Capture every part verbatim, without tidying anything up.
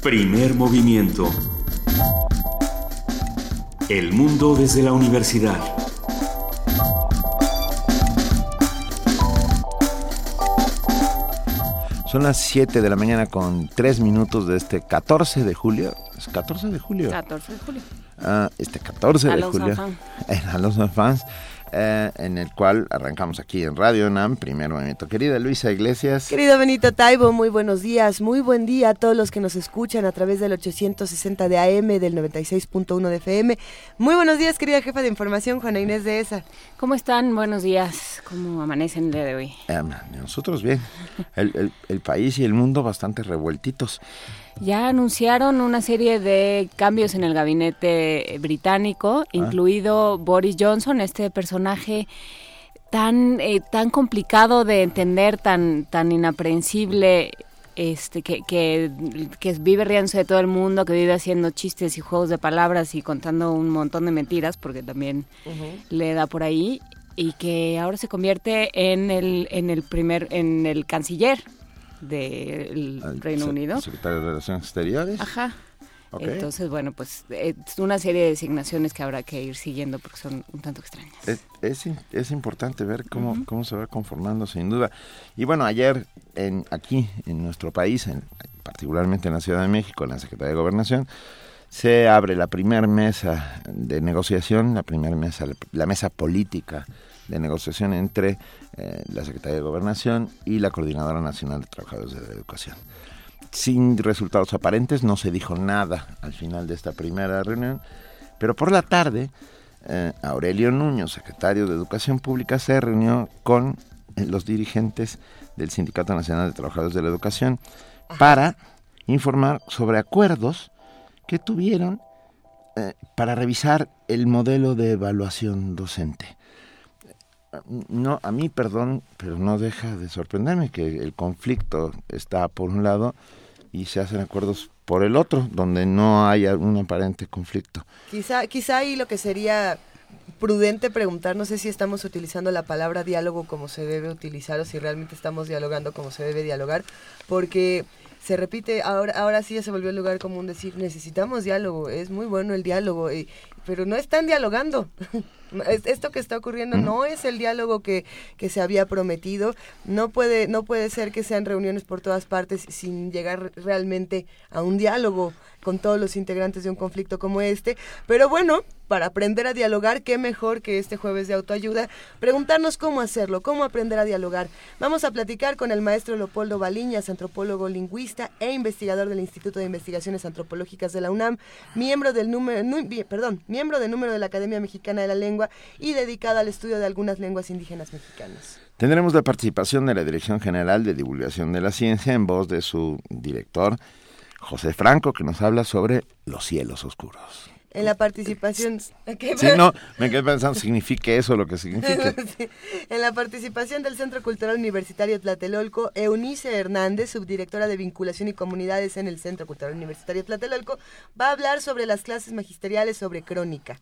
Primer movimiento. El mundo desde la universidad. Son las siete de la mañana con tres minutos de este catorce de julio. ¿Es catorce de julio? catorce de julio. Ah, este catorce de Alonso julio. Fan. En Alonso Fans. Eh, en el cual arrancamos aquí en Radio UNAM, Primer Movimiento. Querida Luisa Iglesias. Querido Benito Taibo, muy buenos días, muy buen día a todos los que nos escuchan a través del ochocientos sesenta de A M, del noventa y seis punto uno de F M. Muy buenos días, querida jefa de información, Juana Inés de Esa. ¿Cómo están? Buenos días. ¿Cómo amanecen el día de hoy? Eh, nosotros bien. El, el, el país y el mundo bastante revueltitos. Ya anunciaron una serie de cambios en el gabinete británico, ah. incluido Boris Johnson, este personaje tan eh, tan complicado de entender, tan tan inaprehensible, este que, que que vive riéndose de todo el mundo, que vive haciendo chistes y juegos de palabras y contando un montón de mentiras, porque también uh-huh. le da por ahí, y que ahora se convierte en el en el primer en el canciller del Reino se, Unido. Secretario de Relaciones Exteriores. Ajá. Okay. Entonces, bueno, pues es una serie de designaciones que habrá que ir siguiendo porque son un tanto extrañas. Es, es, es importante ver cómo, uh-huh. cómo se va conformando, sin duda. Y bueno, ayer en aquí, en nuestro país, en, particularmente en la Ciudad de México, en la Secretaría de Gobernación, se abre la primera mesa de negociación, la primera mesa, la mesa política de negociación entre eh, la Secretaría de Gobernación y la Coordinadora Nacional de Trabajadores de la Educación. Sin resultados aparentes, no se dijo nada al final de esta primera reunión, pero por la tarde, eh, Aurelio Nuño, secretario de Educación Pública, se reunió con eh, los dirigentes del Sindicato Nacional de Trabajadores de la Educación para informar sobre acuerdos que tuvieron eh, para revisar el modelo de evaluación docente. No, a mí, perdón, pero no deja de sorprenderme que el conflicto está por un lado y se hacen acuerdos por el otro, donde no hay un aparente conflicto. Quizá, quizá ahí lo que sería prudente preguntar, no sé si estamos utilizando la palabra diálogo como se debe utilizar o si realmente estamos dialogando como se debe dialogar, porque se repite, ahora ahora sí ya se volvió el lugar común decir, necesitamos diálogo, es muy bueno el diálogo, y, pero no están dialogando. Esto que está ocurriendo no es el diálogo que, que se había prometido, no puede, no puede ser que sean reuniones por todas partes sin llegar realmente a un diálogo con todos los integrantes de un conflicto como este, pero bueno, para aprender a dialogar, qué mejor que este jueves de autoayuda, preguntarnos cómo hacerlo, cómo aprender a dialogar. Vamos a platicar con el maestro Leopoldo Baliñas, antropólogo lingüista e investigador del Instituto de Investigaciones Antropológicas de la UNAM, miembro del número, nu, perdón, miembro del número de la Academia Mexicana de la Lengua y dedicada al estudio de algunas lenguas indígenas mexicanas. Tendremos la participación de la Dirección General de Divulgación de la Ciencia en voz de su director, José Franco, que nos habla sobre los cielos oscuros. En la participación... ¿Qué? Sí, no, me quedé pensando, ¿significa eso lo que significa? Sí. En la participación del Centro Cultural Universitario Tlatelolco, Eunice Hernández, subdirectora de Vinculación y Comunidades en el Centro Cultural Universitario Tlatelolco, va a hablar sobre las clases magisteriales sobre crónica.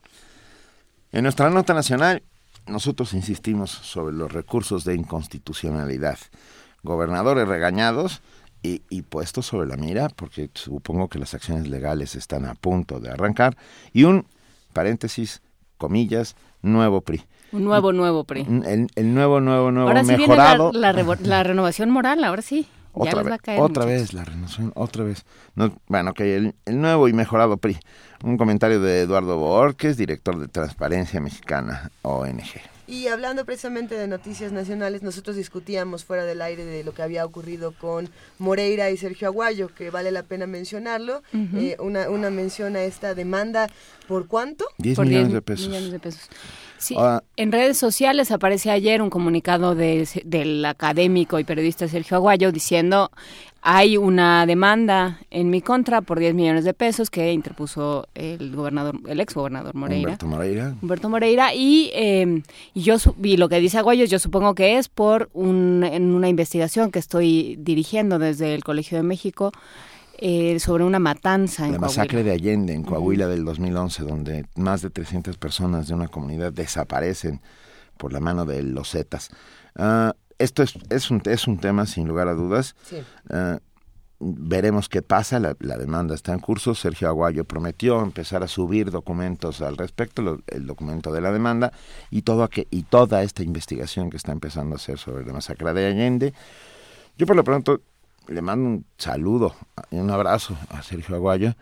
En nuestra nota nacional, nosotros insistimos sobre los recursos de inconstitucionalidad. Gobernadores regañados y, y puestos sobre la mira, porque supongo que las acciones legales están a punto de arrancar. Y un, paréntesis, comillas, nuevo P R I. Un nuevo, nuevo P R I. El, el nuevo, nuevo, nuevo, ahora sí mejorado. Viene la, la, revo- la renovación moral, ahora sí. Otra, ya les vez, va a caer, otra muchachos. vez la renovación, otra vez. No, bueno, que el, el nuevo y mejorado P R I. Un comentario de Eduardo Borges, director de Transparencia Mexicana, O N G. Y hablando precisamente de noticias nacionales, nosotros discutíamos fuera del aire de lo que había ocurrido con Moreira y Sergio Aguayo, que vale la pena mencionarlo. Uh-huh. Eh, una, una mención a esta demanda, ¿por cuánto? diez Por millones diez de pesos. millones de pesos. Sí, Ahora, en redes sociales aparece ayer un comunicado de, del académico y periodista Sergio Aguayo diciendo hay una demanda en mi contra por diez millones de pesos que interpuso el gobernador, el ex gobernador Moreira. Humberto Moreira. Humberto Moreira y, eh, y yo y lo que dice Aguayo yo supongo que es por un, en una investigación que estoy dirigiendo desde el Colegio de México. Eh, sobre una matanza en La Coahuila. masacre de Allende en Coahuila uh-huh. del dos mil once, donde más de trescientas personas de una comunidad desaparecen por la mano de los Zetas. Uh, esto es, es, un, es un tema sin lugar a dudas. Sí. Uh, veremos qué pasa, la, la demanda está en curso. Sergio Aguayo prometió empezar a subir documentos al respecto, lo, el documento de la demanda y todo aqu- y toda esta investigación que está empezando a hacer sobre la masacre de Allende. Yo por lo pronto le mando un saludo y un abrazo a Sergio Aguayo,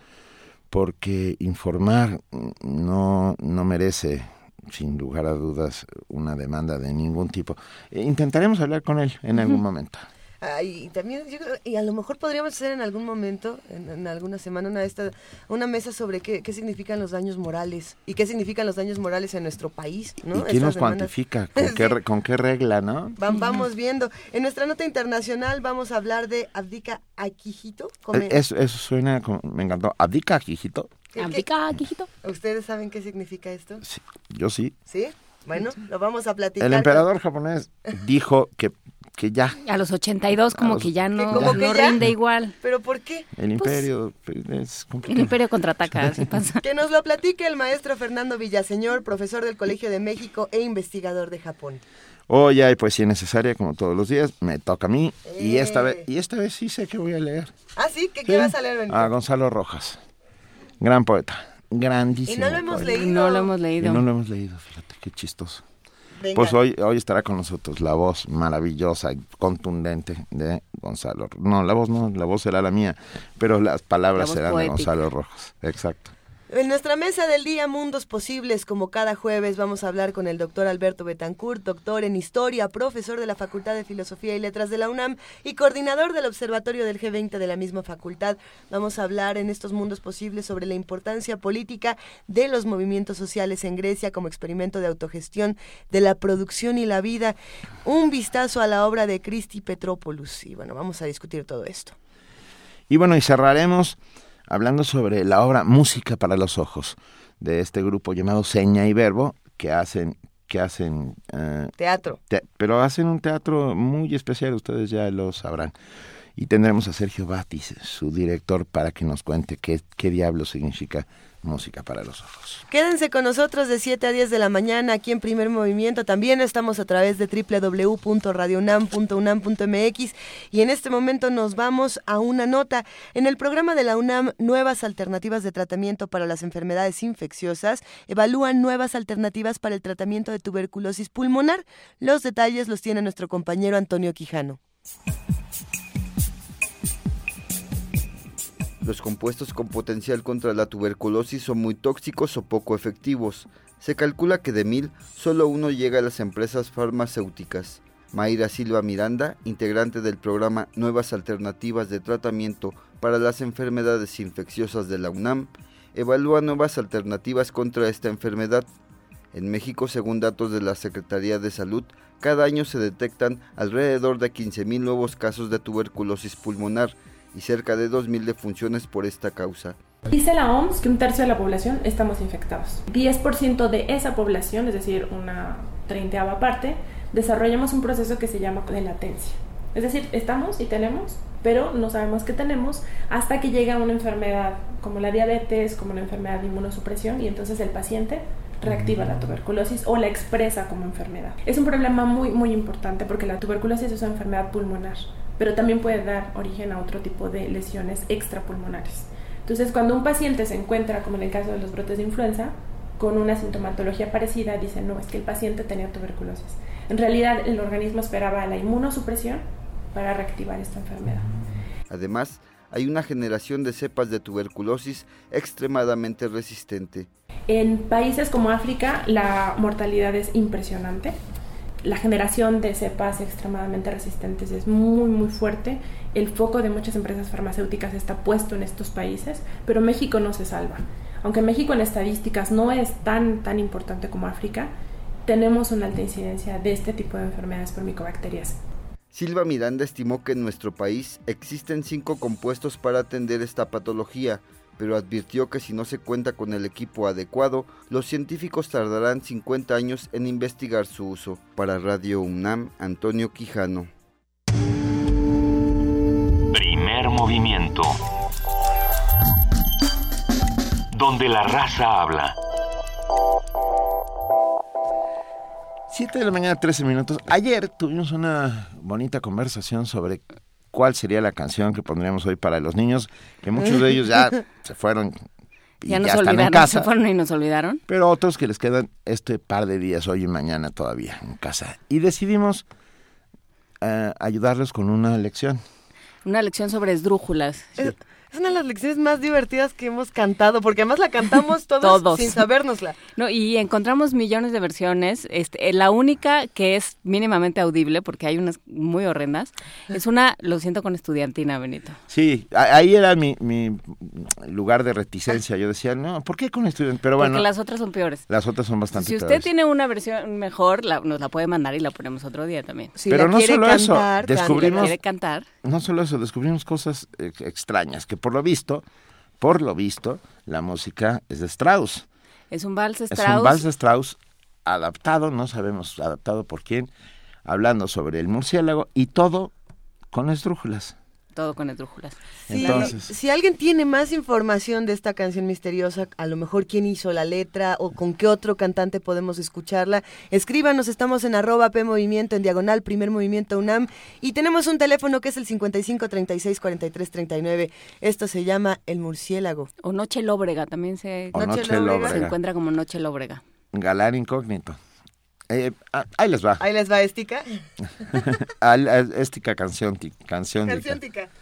porque informar no, no merece, sin lugar a dudas, una demanda de ningún tipo. Eh, intentaremos hablar con él en algún momento. Ah, y también yo creo, y a lo mejor podríamos hacer en algún momento, en, en alguna semana, una, esta, una mesa sobre qué, qué significan los daños morales y qué significan los daños morales en nuestro país, ¿no? ¿Y quién Estas nos demandas. cuantifica? ¿Con, Sí. qué, re- ¿Con qué regla, no? Va- vamos viendo. En nuestra nota internacional vamos a hablar de Abdika Akihito. Come- Eh, Eso, eso suena, como, me encantó. ¿Abdica, hijito? ¿Qué- qué- Abdica, quijito. ¿Ustedes saben qué significa esto? Sí, yo sí. ¿Sí? Bueno, lo vamos a platicar. El emperador japonés dijo que, que ya, A los ochenta y dos como los- que ya no, ¿Como que no ya? rinde igual. ¿Pero por qué? el imperio es El complicado. imperio contraataca, así pasa. Que nos lo platique el maestro Fernando Villaseñor, profesor del Colegio de México e investigador de Japón. Hoy hay poesía necesaria, como todos los días. Me toca a mí. Y esta Eh. vez y esta vez sí sé que voy a leer. Ah, sí, ¿qué, Sí. qué vas a leer, Benito? A Gonzalo Rojas. Gran poeta. Grandísimo. Y no lo hemos poeta. leído. Y no lo hemos Y leído. no lo hemos leído, fíjate, qué chistoso. Venga. Pues hoy, hoy estará con nosotros la voz maravillosa y contundente de Gonzalo. No, la voz no, la voz será la mía, pero las palabras La voz serán poética. de Gonzalo Rojas. Exacto. En nuestra mesa del día Mundos Posibles, como cada jueves, vamos a hablar con el doctor Alberto Betancourt, doctor en Historia, profesor de la Facultad de Filosofía y Letras de la UNAM y coordinador del Observatorio del G veinte de la misma facultad. Vamos a hablar en estos Mundos Posibles sobre la importancia política de los movimientos sociales en Grecia como experimento de autogestión de la producción y la vida. Un vistazo a la obra de Christi Petropoulos. Y bueno, vamos a discutir todo esto. Y bueno, y cerraremos hablando sobre la obra Música para los Ojos, de este grupo llamado Seña y Verbo, que hacen, que hacen, eh, Teatro. te- pero hacen un teatro muy especial, ustedes ya lo sabrán. Y tendremos a Sergio Batis, su director, para que nos cuente qué, qué diablo significa Música para los Ojos. Quédense con nosotros de siete a diez de la mañana aquí en Primer Movimiento. También estamos a través de doble u doble u doble u punto radio unam punto unam punto m x y en este momento nos vamos a una nota. En el programa de la UNAM, Nuevas Alternativas de Tratamiento para las Enfermedades Infecciosas evalúan nuevas alternativas para el tratamiento de tuberculosis pulmonar. Los detalles los tiene nuestro compañero Antonio Quijano. Los compuestos con potencial contra la tuberculosis son muy tóxicos o poco efectivos. Se calcula que de mil, solo uno llega a las empresas farmacéuticas. Mayra Silva Miranda, integrante del programa Nuevas Alternativas de Tratamiento para las Enfermedades Infecciosas de la UNAM, evalúa nuevas alternativas contra esta enfermedad. En México, según datos de la Secretaría de Salud, cada año se detectan alrededor de quince mil nuevos casos de tuberculosis pulmonar y cerca de dos mil defunciones por esta causa. Dice la O M S que un tercio de la población estamos infectados. diez por ciento de esa población, es decir, una treintaava parte, desarrollamos un proceso que se llama de latencia. Es decir, estamos y tenemos, pero no sabemos qué tenemos hasta que llega una enfermedad como la diabetes, como una enfermedad de inmunosupresión, y entonces el paciente reactiva la tuberculosis o la expresa como enfermedad. Es un problema muy, muy importante porque la tuberculosis es una enfermedad pulmonar, pero también puede dar origen a otro tipo de lesiones extrapulmonares. Entonces, cuando un paciente se encuentra, como en el caso de los brotes de influenza, con una sintomatología parecida, dicen, no, es que el paciente tenía tuberculosis. En realidad, el organismo esperaba la inmunosupresión para reactivar esta enfermedad. Además, hay una generación de cepas de tuberculosis extremadamente resistente. En países como África, la mortalidad es impresionante. La generación de cepas extremadamente resistentes es muy, muy fuerte. El foco de muchas empresas farmacéuticas está puesto en estos países, pero México no se salva. Aunque México en estadísticas no es tan, tan importante como África, tenemos una alta incidencia de este tipo de enfermedades por micobacterias. Silva Miranda estimó que en nuestro país existen cinco compuestos para atender esta patología, pero advirtió que si no se cuenta con el equipo adecuado, los científicos tardarán cincuenta años en investigar su uso. Para Radio UNAM, Antonio Quijano. Primer movimiento. Donde la raza habla. siete de la mañana, trece minutos. Ayer tuvimos una bonita conversación sobre cuál sería la canción que pondríamos hoy para los niños, que muchos de ellos ya se fueron y ya, ya nos están olvidaron, en casa. se fueron y nos olvidaron. Pero otros que les quedan este par de días, hoy y mañana todavía, en casa. Y decidimos uh, ayudarlos con una lección. Una lección sobre esdrújulas. Sí. Es, es una de las lecciones más divertidas que hemos cantado, porque además la cantamos todos, todos. sin sabérnosla. No, y encontramos millones de versiones. Este, la única que es mínimamente audible, porque hay unas muy horrendas, es una, lo siento con estudiantina, Benito. Sí, ahí era mi, mi lugar de reticencia. Yo decía, no, ¿por qué con estudiantina? Pero bueno, porque las otras son peores. Las otras son bastante si usted peores. tiene una versión mejor, la, nos la puede mandar y la ponemos otro día también. Si Pero no solo cantar, eso, descubrimos, si quiere cantar. No solo eso, descubrimos cosas ex- extrañas, que por lo visto, por lo visto, la música es de Strauss. Es un vals Strauss. Es un vals de Strauss adaptado, no sabemos adaptado por quién, hablando sobre el murciélago y todo con esdrújulas. Todo con esdrújulas. Sí, Entonces, si alguien tiene más información de esta canción misteriosa, a lo mejor quién hizo la letra o con qué otro cantante podemos escucharla, escríbanos, estamos en arroba P Movimiento, en diagonal Primer Movimiento UNAM, y tenemos un teléfono que es el cincuenta y cinco, treinta y seis, cuarenta y tres, treinta y nueve. Esto se llama El Murciélago. O Noche Lóbrega, también se, O Noche se Lóbrega. encuentra como Noche Lóbrega. Galán incógnito. Eh, ah, ahí les va. Ahí les va Estica. Al, a Estica canción, ti, canción, Canción tica. tica.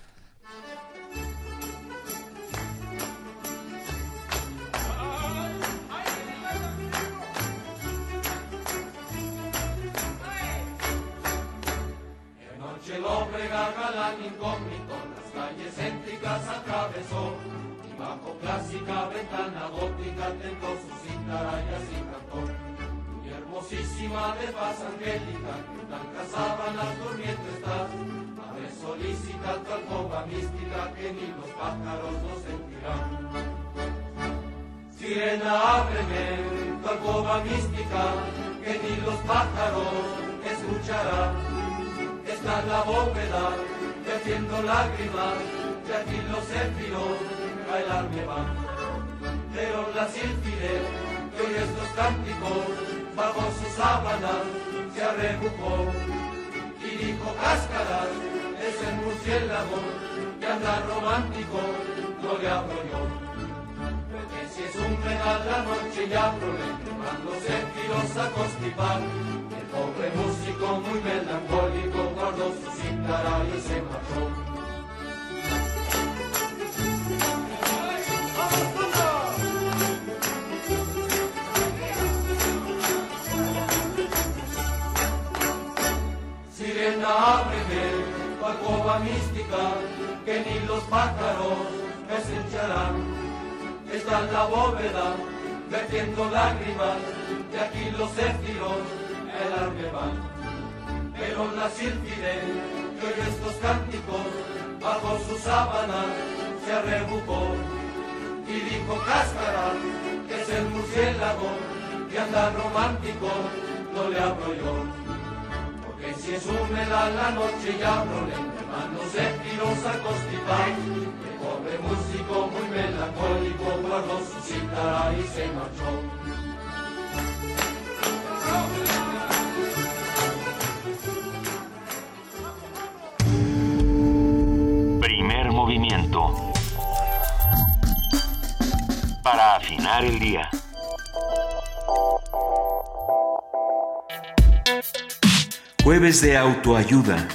Noche Lóbrega, galán incógnito, las calles céntricas atravesó, y bajo clásica ventana gótica tentó su cítara y así cantó. Mi hermosísima de faz angélica, que en blancas sábanas durmiendo estás, abre solícita tu alcoba mística, que ni los pájaros lo sentirán. Sirena, ábreme tu alcoba mística, que ni los pájaros escucharán. Está en la bóveda, vertiendo lágrimas, y aquí los céfiros bailarme van. Pero la sílfide, que oye estos cánticos, bajo sus sábanas se arrebujó, y dijo cáscaras, es el murciélago, que anda romántico, no le abro yo. Porque si es un pedal la noche ya problemas, los céfiros a constipar. Pobre músico muy melancólico guardó su cítara y se marchó. Sirena, ábreme tu alcoba mística, que ni los pájaros me cincharán. Está en la bóveda, vertiendo lágrimas, y aquí los céfiros me van. Pero la sílfide, que oye estos cánticos, bajo sus sábanas se arrebujó, y dijo cáscara, que es el murciélago, que anda romántico, no le abro yo. Porque si es húmeda la noche ya problemas, los céfiros a constipar. El pobre músico muy melancólico guardó su cítara y se marchó. Primer movimiento. Para afinar el día. Jueves de autoayuda.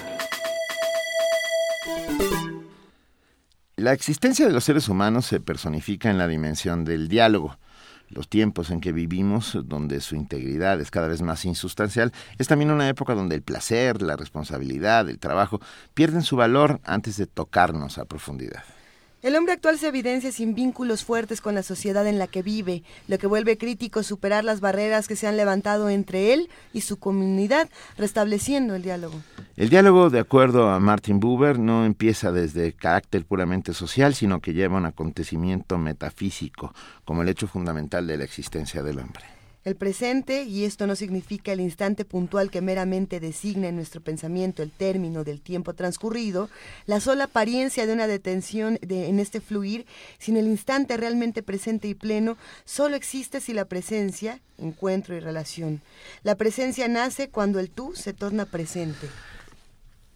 La existencia de los seres humanos se personifica en la dimensión del diálogo. Los tiempos en que vivimos, donde su integridad es cada vez más insustancial, es también una época donde el placer, la responsabilidad, el trabajo pierden su valor antes de tocarnos a profundidad. El hombre actual se evidencia sin vínculos fuertes con la sociedad en la que vive, lo que vuelve crítico superar las barreras que se han levantado entre él y su comunidad, restableciendo el diálogo. El diálogo, de acuerdo a Martin Buber, no empieza desde carácter puramente social, sino que lleva a un acontecimiento metafísico, como el hecho fundamental de la existencia del hombre. El presente, y esto no significa el instante puntual que meramente designa en nuestro pensamiento el término del tiempo transcurrido, la sola apariencia de una detención de, en este fluir, sino el instante realmente presente y pleno, solo existe si la presencia, encuentro y relación. La presencia nace cuando el tú se torna presente.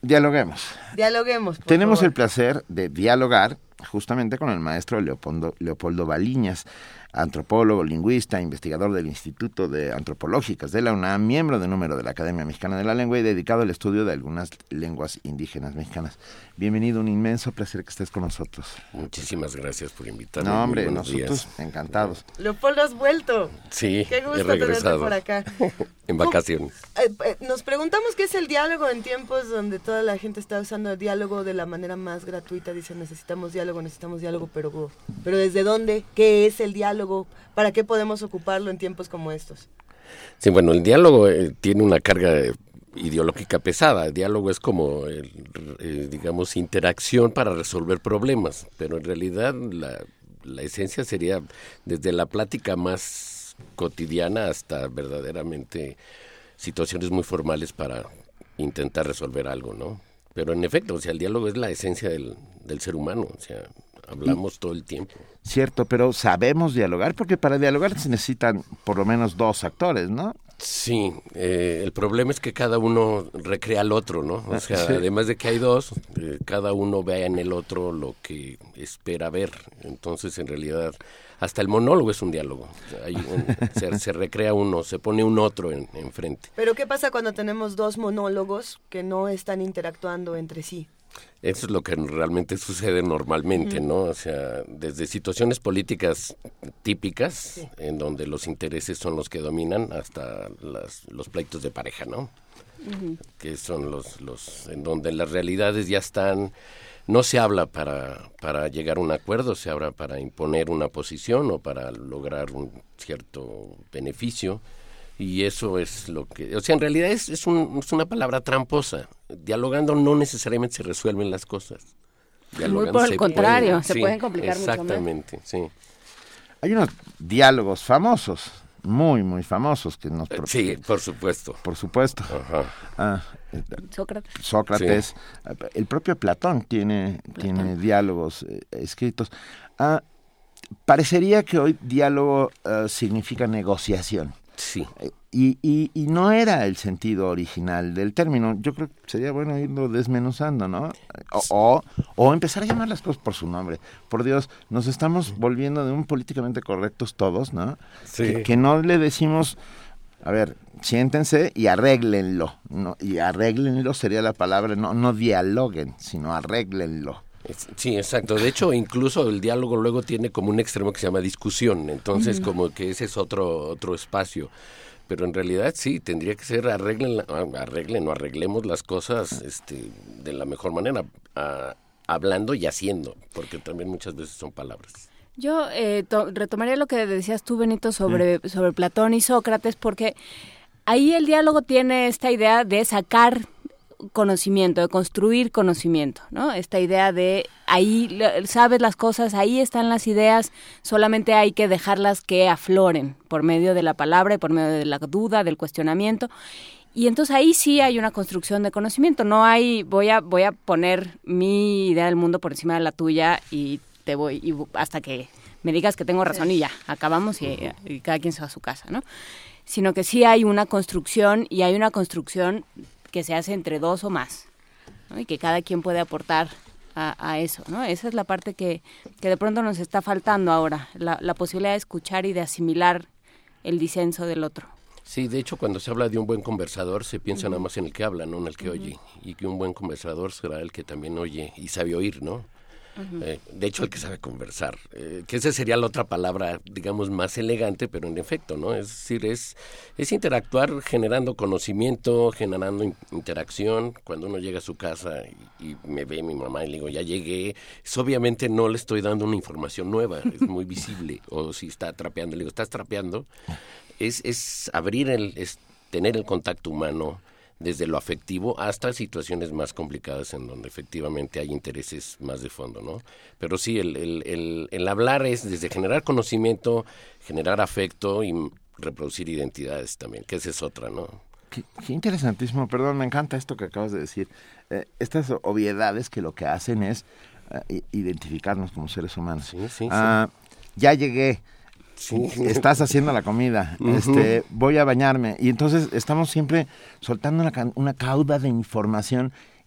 Dialoguemos. Dialoguemos, por Tenemos favor. el placer de dialogar justamente con el maestro Leopoldo, Leopoldo Baliñas, antropólogo, lingüista, investigador del Instituto de Antropológicas de la UNAM, miembro de número de la Academia Mexicana de la Lengua y dedicado al estudio de algunas lenguas indígenas mexicanas. Bienvenido, un inmenso placer que estés con nosotros. Muchísimas gracias por invitarme. No, hombre, Muy buenos nosotros días. encantados. Leopoldo, has vuelto. Sí, Qué he gusto tenerte regresado. por acá. En vacaciones. Eh, eh, nos preguntamos qué es el diálogo en tiempos donde toda la gente está usando el diálogo de la manera más gratuita. Dicen, necesitamos diálogo, necesitamos diálogo, pero, pero ¿desde dónde? ¿Qué es el diálogo? ¿Para qué podemos ocuparlo en tiempos como estos? Sí, bueno, el diálogo eh, tiene una carga eh, ideológica pesada. El diálogo es como, el, eh, digamos, interacción para resolver problemas, pero en realidad la, la esencia sería desde la plática más cotidiana hasta verdaderamente situaciones muy formales para intentar resolver algo, ¿no? Pero en efecto, o sea, el diálogo es la esencia del, del ser humano, o sea, hablamos todo el tiempo. Cierto, pero sabemos dialogar porque para dialogar se necesitan por lo menos dos actores, ¿no? Sí, eh, el problema es que cada uno recrea al otro, ¿no? O sea, Sí. además de que hay dos, eh, cada uno ve en el otro lo que espera ver. Entonces, en realidad, hasta el monólogo es un diálogo. O sea, hay un- se, se recrea uno, se pone un otro en- enfrente. Pero ¿qué pasa cuando tenemos dos monólogos que no están interactuando entre sí? Eso es lo que realmente sucede normalmente, ¿no? O sea, desde situaciones políticas típicas, Sí. en donde los intereses son los que dominan, hasta las, los pleitos de pareja, ¿no? Que son los, los, en donde las realidades ya están, no se habla para, para llegar a un acuerdo, se habla para imponer una posición o para lograr un cierto beneficio. Y eso es lo que, o sea, en realidad es, es, un, es una palabra tramposa. Dialogando no necesariamente se resuelven las cosas. Dialogando por el se contrario, pueden- se sí, pueden complicar mucho más. Exactamente, sí. Hay unos diálogos famosos, muy, muy famosos que nos... Eh, Sí, por supuesto. Por supuesto. Ajá. Ah, eh, Sócrates. Sócrates, el propio Platón tiene, tiene diálogos eh, escritos. Ah, parecería que hoy diálogo eh, significa negociación. Sí. Eh, Y, y, y no era el sentido original del término. Yo creo que sería bueno irlo desmenuzando, ¿no? O, o, o empezar a llamar las cosas por su nombre. Por Dios, nos estamos volviendo de un políticamente correctos todos, ¿no? Sí. Que, que no le decimos, a ver, siéntense y arréglenlo. ¿No? Y arréglenlo sería la palabra, no, no dialoguen, sino arréglenlo. Es- Sí, exacto. De hecho, incluso el diálogo luego tiene como un extremo que se llama discusión. Entonces, como que ese es otro otro espacio. Pero en realidad sí, tendría que ser arreglen, arreglen o arreglemos las cosas este, de la mejor manera, a- hablando y haciendo, porque también muchas veces son palabras. Yo eh, to- retomaría lo que decías tú, Benito, sobre, sobre Platón y Sócrates, porque ahí el diálogo tiene esta idea de sacar conocimiento, de construir conocimiento, ¿no? Esta idea de ahí le- sabes las cosas, ahí están las ideas, solamente hay que dejarlas que afloren por medio de la palabra y por medio de la duda, del cuestionamiento. Y entonces ahí sí hay una construcción de conocimiento, no hay, voy a, voy a poner mi idea del mundo por encima de la tuya y te voy, y hasta que me digas que tengo razón y ya, acabamos y, y cada quien se va a su casa, ¿no? Sino que sí hay una construcción y hay una construcción que se hace entre dos o más, ¿no? Y que cada quien puede aportar a, a eso, ¿no? Esa es la parte que, que de pronto nos está faltando ahora, la, la posibilidad de escuchar y de asimilar el disenso del otro. Sí, de hecho, cuando se habla de un buen conversador, se piensa nada más en el que habla, no en el que oye. Y que un buen conversador será el que también oye y sabe oír, ¿no? Eh, de hecho, el que sabe conversar. Eh, que esa sería la otra palabra, digamos, más elegante, pero en efecto, ¿no? Es decir, es, es interactuar generando conocimiento, generando in- interacción. Cuando uno llega a su casa y, y me ve mi mamá y le digo, ya llegué, es, obviamente no le estoy dando una información nueva, es muy visible. O si está trapeando, le digo, ¿estás trapeando? Es, es abrir el, es tener el contacto humano desde lo afectivo hasta situaciones más complicadas en donde efectivamente hay intereses más de fondo, ¿no? Pero sí, el, el, el, el hablar es desde generar conocimiento, generar afecto y reproducir identidades también, que esa es otra, ¿no? Qué, qué interesantísimo, perdón, me encanta esto que acabas de decir. Eh, estas obviedades que lo que hacen es uh, identificarnos como seres humanos. Sí, sí, uh, ya llegué. Sí. Estás haciendo la comida, Uh-huh. este, voy a bañarme. Y entonces estamos siempre soltando una, ca- una cauda de información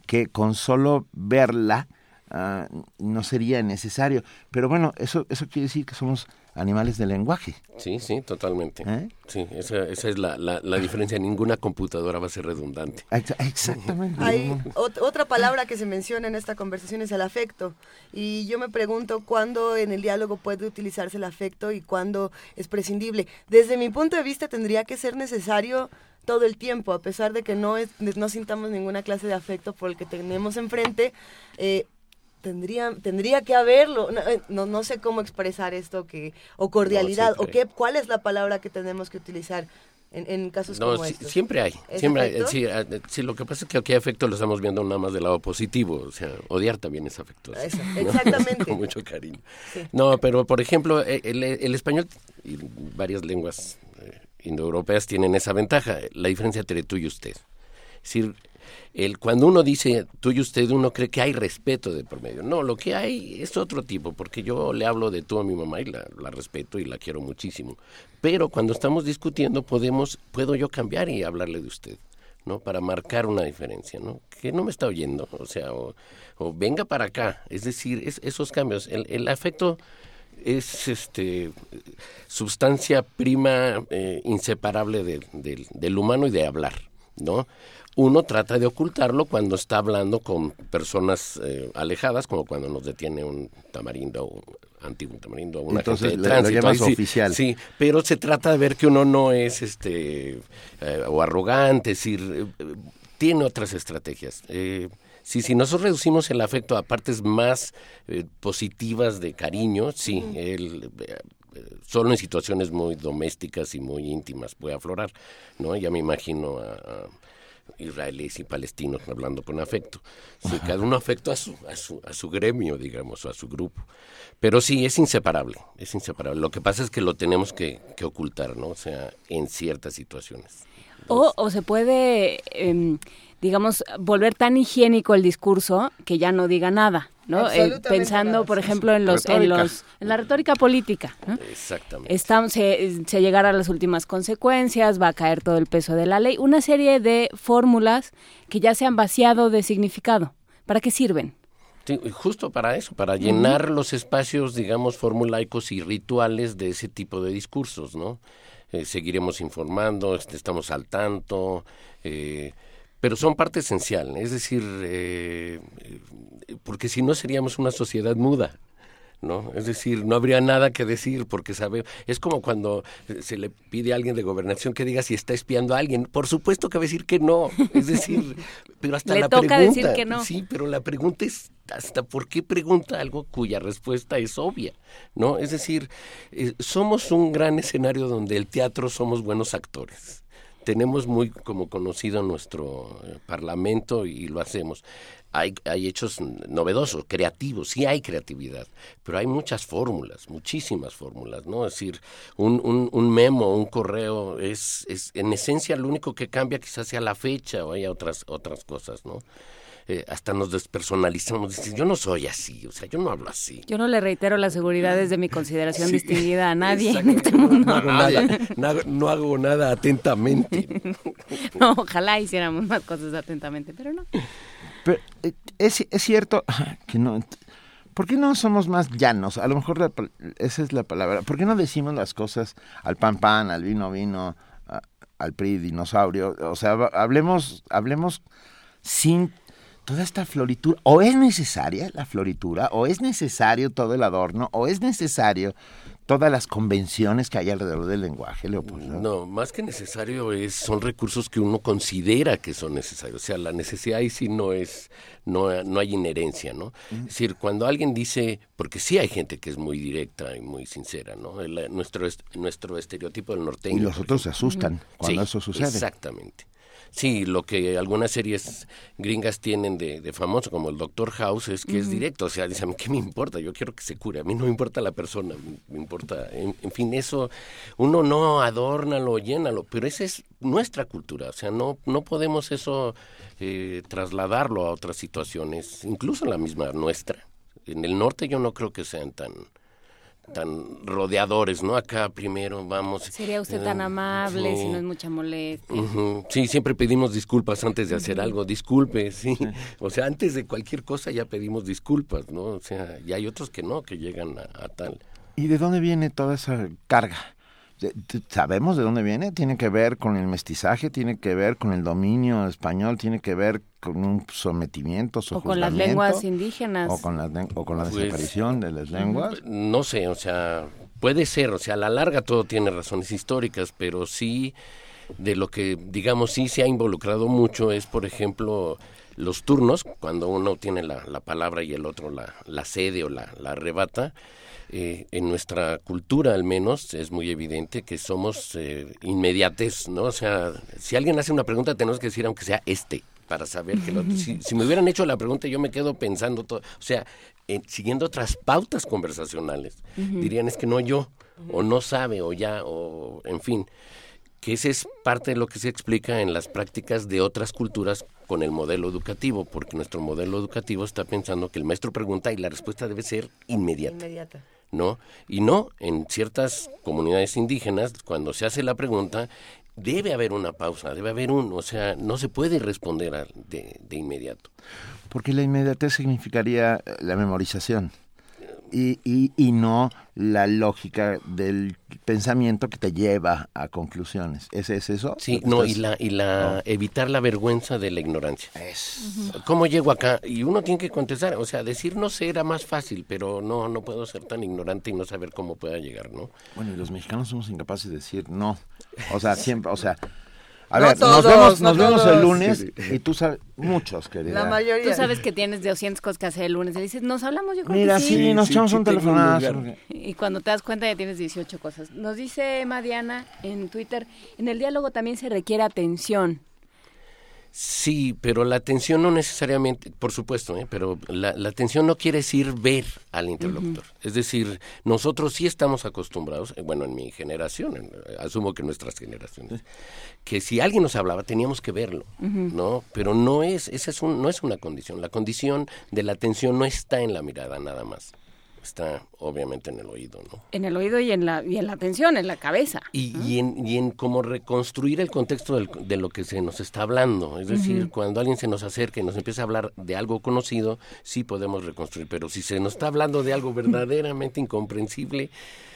que con solo verla uh, no sería necesario. Pero bueno, eso, eso quiere decir que somos animales de lenguaje. Sí, sí, totalmente. ¿Eh? Sí, esa, esa es la, la, la diferencia. Ninguna computadora va a ser redundante. Exactamente. Hay ot- otra palabra que se menciona en esta conversación es el afecto. Y yo me pregunto cuándo en el diálogo puede utilizarse el afecto y cuándo es prescindible. Desde mi punto de vista tendría que ser necesario todo el tiempo, a pesar de que no, es, no sintamos ninguna clase de afecto por el que tenemos enfrente. Eh, Tendría, tendría que haberlo, no, no, no sé cómo expresar esto, que o cordialidad, no, o qué, cuál es la palabra que tenemos que utilizar en, en casos no, como sí, estos. Siempre hay, siempre hay sí, sí, lo que pasa es que aquí afecto lo estamos viendo nada más del lado positivo, o sea, odiar también es afectuoso. Eso, ¿no? exactamente. Con mucho cariño. Sí. No, pero por ejemplo, el, el español y varias lenguas eh, indoeuropeas tienen esa ventaja, la diferencia entre tú y usted. Es decir, el, cuando uno dice tú y usted, uno cree que hay respeto de por medio. No, lo que hay es otro tipo, porque yo le hablo de tú a mi mamá y la, la respeto y la quiero muchísimo. Pero cuando estamos discutiendo, podemos, puedo yo cambiar y hablarle de usted, ¿no? Para marcar una diferencia, ¿no? Que no me está oyendo, o sea, o, o venga para acá. Es decir, es, esos cambios. El, el afecto es este sustancia prima eh, inseparable de, de, del humano y de hablar, ¿no? Uno trata de ocultarlo cuando está hablando con personas eh, alejadas, como cuando nos detiene un tamarindo, un antiguo tamarindo, una Entonces, gente de tránsito. lo llamas Ahí, oficial. Sí, sí, pero se trata de ver que uno no es este eh, o arrogante, es decir, eh, tiene otras estrategias. Eh, sí, si nosotros reducimos el afecto a partes más eh, positivas de cariño, sí, mm. el... Eh, solo en situaciones muy domésticas y muy íntimas puede aflorar, ¿no? Ya me imagino a... a israelíes y palestinos hablando con afecto. Sí, cada uno afecto a su, a su a su gremio, digamos, o a su grupo. Pero sí, es inseparable, es inseparable. Lo que pasa es que lo tenemos que, que ocultar, ¿no? O sea, en ciertas situaciones. O, o se puede, eh, digamos, volver tan higiénico el discurso que ya no diga nada, ¿no? Eh, pensando, nada. por ejemplo, en los, en los en la retórica política, ¿no? Exactamente. Estamos, se, se llegará a las últimas consecuencias, va a caer todo el peso de la ley. Una serie de fórmulas que ya se han vaciado de significado. ¿Para qué sirven? Sí, justo para eso, para llenar uh-huh. los espacios, digamos, formulaicos y rituales de ese tipo de discursos, ¿no? Eh, seguiremos informando, este, estamos al tanto, eh, pero son parte esencial, es decir, eh, porque si no seríamos una sociedad muda, ¿no? Es decir, no habría nada que decir porque sabe, es como cuando se le pide a alguien de gobernación que diga si está espiando a alguien, por supuesto que va a decir que no, es decir, pero hasta le la toca pregunta, decir que no. Sí, pero la pregunta es hasta por qué pregunta algo cuya respuesta es obvia, ¿no? Es decir, eh, somos un gran escenario donde el teatro somos buenos actores. Tenemos muy como conocido nuestro eh, parlamento y lo hacemos. Hay, hay hechos novedosos, creativos, sí hay creatividad, pero hay muchas fórmulas, muchísimas fórmulas, ¿no? Es decir, un, un, un memo, un correo, es, es en esencia lo único que cambia quizás sea la fecha o haya otras, otras cosas, ¿no? Eh, hasta nos despersonalizamos, dicen, yo no soy así, o sea, yo no hablo así. Yo no le reitero las seguridades de mi consideración sí, distinguida a nadie en este mundo. No hago nada, no, no hago nada atentamente. No, ojalá hiciéramos más cosas atentamente, pero no. Pero es, es cierto que no... ¿Por qué no somos más llanos? A lo mejor la, esa es la palabra. ¿Por qué no decimos las cosas al pan pan, al vino vino, a, al P R I dinosaurio? O sea, hablemos, hablemos sin toda esta floritura. ¿O es necesaria la floritura? ¿O es necesario todo el adorno? ¿O es necesario todas las convenciones que hay alrededor del lenguaje, Leopoldo? No, más que necesario es son recursos que uno considera que son necesarios. O sea, la necesidad ahí sí no es, no, no hay inherencia, ¿no? Mm. Es decir, cuando alguien dice, porque sí hay gente que es muy directa y muy sincera, ¿no? El, nuestro, nuestro estereotipo del norteño. Y los otros se asustan mm. cuando sí, eso sucede. Exactamente. Sí, lo que algunas series gringas tienen de, de famoso, como el Doctor House, es que uh-huh. es directo. O sea, dicen, ¿qué me importa? Yo quiero que se cure. A mí no me importa la persona, me importa... En, en fin, eso, uno no adórnalo, llénalo, pero esa es nuestra cultura. O sea, no, no podemos eso eh, trasladarlo a otras situaciones, incluso la misma nuestra. En el norte yo no creo que sean tan... tan rodeadores, ¿no? Acá primero vamos... Sería usted eh, tan amable, sí. si no es mucha molestia. Uh-huh. Sí, siempre pedimos disculpas antes de hacer uh-huh. algo, disculpe, sí. sí. O sea, antes de cualquier cosa ya pedimos disculpas, ¿no? O sea, y hay otros que no, que llegan a, a tal. ¿Y de dónde viene toda esa carga? ¿Sabemos de dónde viene? ¿Tiene que ver con el mestizaje? ¿Tiene que ver con el dominio español? ¿Tiene que ver con un sometimiento, o con las lenguas indígenas? ¿O con la, o con la desaparición pues, de las lenguas? No sé, o sea, puede ser, o sea, a la larga todo tiene razones históricas, pero sí, de lo que, digamos, sí se ha involucrado mucho es, por ejemplo, los turnos, cuando uno tiene la, la palabra y el otro la, la cede o la, la arrebata. Eh, en nuestra cultura al menos es muy evidente que somos eh, inmediates, ¿no? O sea, si alguien hace una pregunta tenemos que decir aunque sea este, para saber que lo, si, si me hubieran hecho la pregunta yo me quedo pensando todo, o sea, eh, siguiendo otras pautas conversacionales, uh-huh. dirían es que no yo, o no sabe, o ya, o en fin, que ese es parte de lo que se explica en las prácticas de otras culturas con el modelo educativo, porque nuestro modelo educativo está pensando que el maestro pregunta y la respuesta debe ser inmediata. Inmediata. ¿No? Y no, en ciertas comunidades indígenas, cuando se hace la pregunta, debe haber una pausa, debe haber un, o sea, no se puede responder a, de, de inmediato. Porque la inmediatez significaría la memorización y, y, y no la lógica del pensamiento que te lleva a conclusiones. ¿Es, es eso? Sí, no, y la, y la oh. evitar la vergüenza de la ignorancia. Es. Uh-huh. ¿Cómo llego acá? Y uno tiene que contestar, o sea, decir no sé era más fácil, pero no, no puedo ser tan ignorante y no saber cómo pueda llegar, ¿no? Bueno, y los mexicanos somos incapaces de decir no. O sea, siempre, o sea... A no ver, todos, nos vemos, no nos vemos todos. el lunes sí, sí. y tú sabes, muchos, querida. La mayoría. Tú sabes que tienes doscientas cosas que hacer el lunes y le dices, nos hablamos, yo creo Mira, que sí. sí, nos sí, echamos sí, un tengo telefonazo. un Y cuando te das cuenta ya tienes dieciocho cosas. Nos dice Emma Diana en Twitter, en el diálogo también se requiere atención. Sí, pero la atención no necesariamente, por supuesto, ¿eh? pero la, la atención no quiere decir ver al interlocutor. Uh-huh. Es decir, nosotros sí estamos acostumbrados, eh, bueno, en mi generación, en, asumo que nuestras generaciones, que si alguien nos hablaba teníamos que verlo, uh-huh. ¿no? Pero no es, esa es un, no es una condición. La condición de la atención no está en la mirada nada más. Está obviamente en el oído, ¿no? En el oído y en la y en la atención, en la cabeza. Y, ¿no? y, en, y en cómo reconstruir el contexto del, de lo que se nos está hablando. Es decir, uh-huh. cuando alguien se nos acerca y nos empieza a hablar de algo conocido, sí podemos reconstruir. Pero si se nos está hablando de algo verdaderamente incomprensible,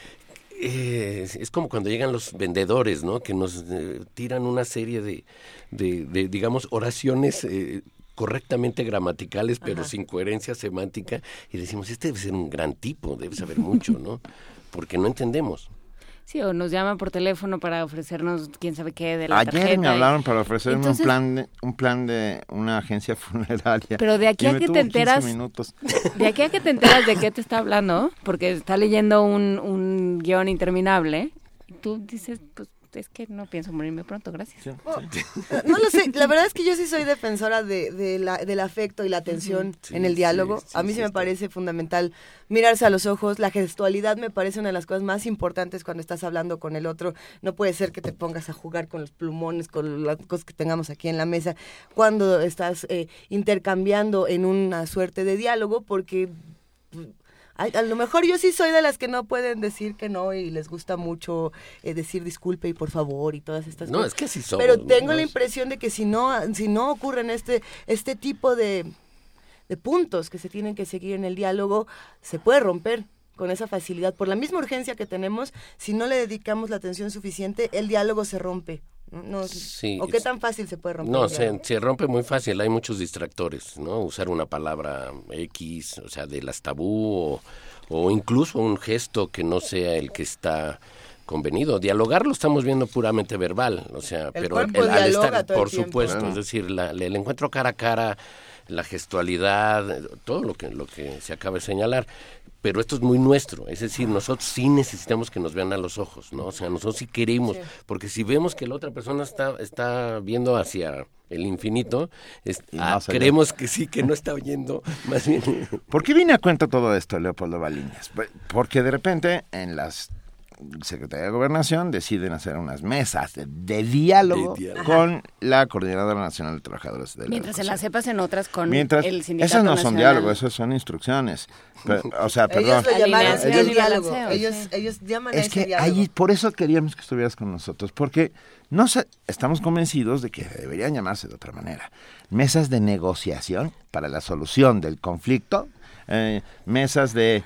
eh, es como cuando llegan los vendedores, ¿no? Que nos eh, tiran una serie de, de, de digamos, oraciones... Eh, correctamente gramaticales, pero Ajá. sin coherencia semántica, y decimos, este debe ser un gran tipo, debe saber mucho, ¿no? Porque no entendemos. Sí, o nos llaman por teléfono para ofrecernos quién sabe qué de la Ayer tarjeta. me hablaron para ofrecerme Entonces, un plan de, un plan de una agencia funeraria. Pero de aquí a que te enteras, minutos. de aquí a que te enteras de qué te está hablando, porque está leyendo un, un guión interminable, y tú dices, pues, es que no pienso morirme pronto, gracias. Sí, oh, sí. No lo sé, la verdad es que yo sí soy defensora de, de la, del afecto y la atención sí, en el diálogo. Sí, sí, a mí sí, sí me está. parece fundamental mirarse a los ojos, la gestualidad me parece una de las cosas más importantes cuando estás hablando con el otro. No puede ser que te pongas a jugar con los plumones, con las cosas que tengamos aquí en la mesa, cuando estás eh, intercambiando en una suerte de diálogo, porque... A, a lo mejor yo sí soy de las que no pueden decir que no y les gusta mucho eh, decir disculpe y por favor y todas estas no, cosas. No, es que así somos. Pero tengo no, la impresión de que si no si no ocurren este este tipo de, de puntos que se tienen que seguir en el diálogo, se puede romper con esa facilidad. Por la misma urgencia que tenemos, si no le dedicamos la atención suficiente, el diálogo se rompe. No, sí, ¿O qué tan fácil se puede romper? No, se, se rompe muy fácil, hay muchos distractores, ¿no? Usar una palabra X, o sea, de las tabú, o, o incluso un gesto que no sea el que está convenido. Dialogar lo estamos viendo puramente verbal, o sea, el pero el, el, al estar, por supuesto, claro. Es decir, la, el encuentro cara a cara, la gestualidad, todo lo que, lo que se acaba de señalar. Pero esto es muy nuestro, es decir, nosotros sí necesitamos que nos vean a los ojos, ¿no? O sea, nosotros sí queremos, sí. porque si vemos que la otra persona está está viendo hacia el infinito, es, ah, creemos que sí, que no está oyendo, más bien. ¿Por qué viene a cuenta todo esto, Leopoldo Baliñas? Porque de repente en las Secretaría de Gobernación deciden hacer unas mesas de, de, diálogo, de diálogo con la Coordinadora Nacional de Trabajadores de la Mientras se las sepas en otras con Mientras, el Sindicato Esas no Nacional. son diálogos, esas son instrucciones. Pero, o sea, perdón. Ellos lo llamaron Alineación el y diálogo. balanceo, Ellos, sí. ellos llaman a Es ese que diálogo. ahí, por eso queríamos que estuvieras con nosotros, porque no sé, estamos convencidos de que deberían llamarse de otra manera. Mesas de negociación para la solución del conflicto, eh, mesas de...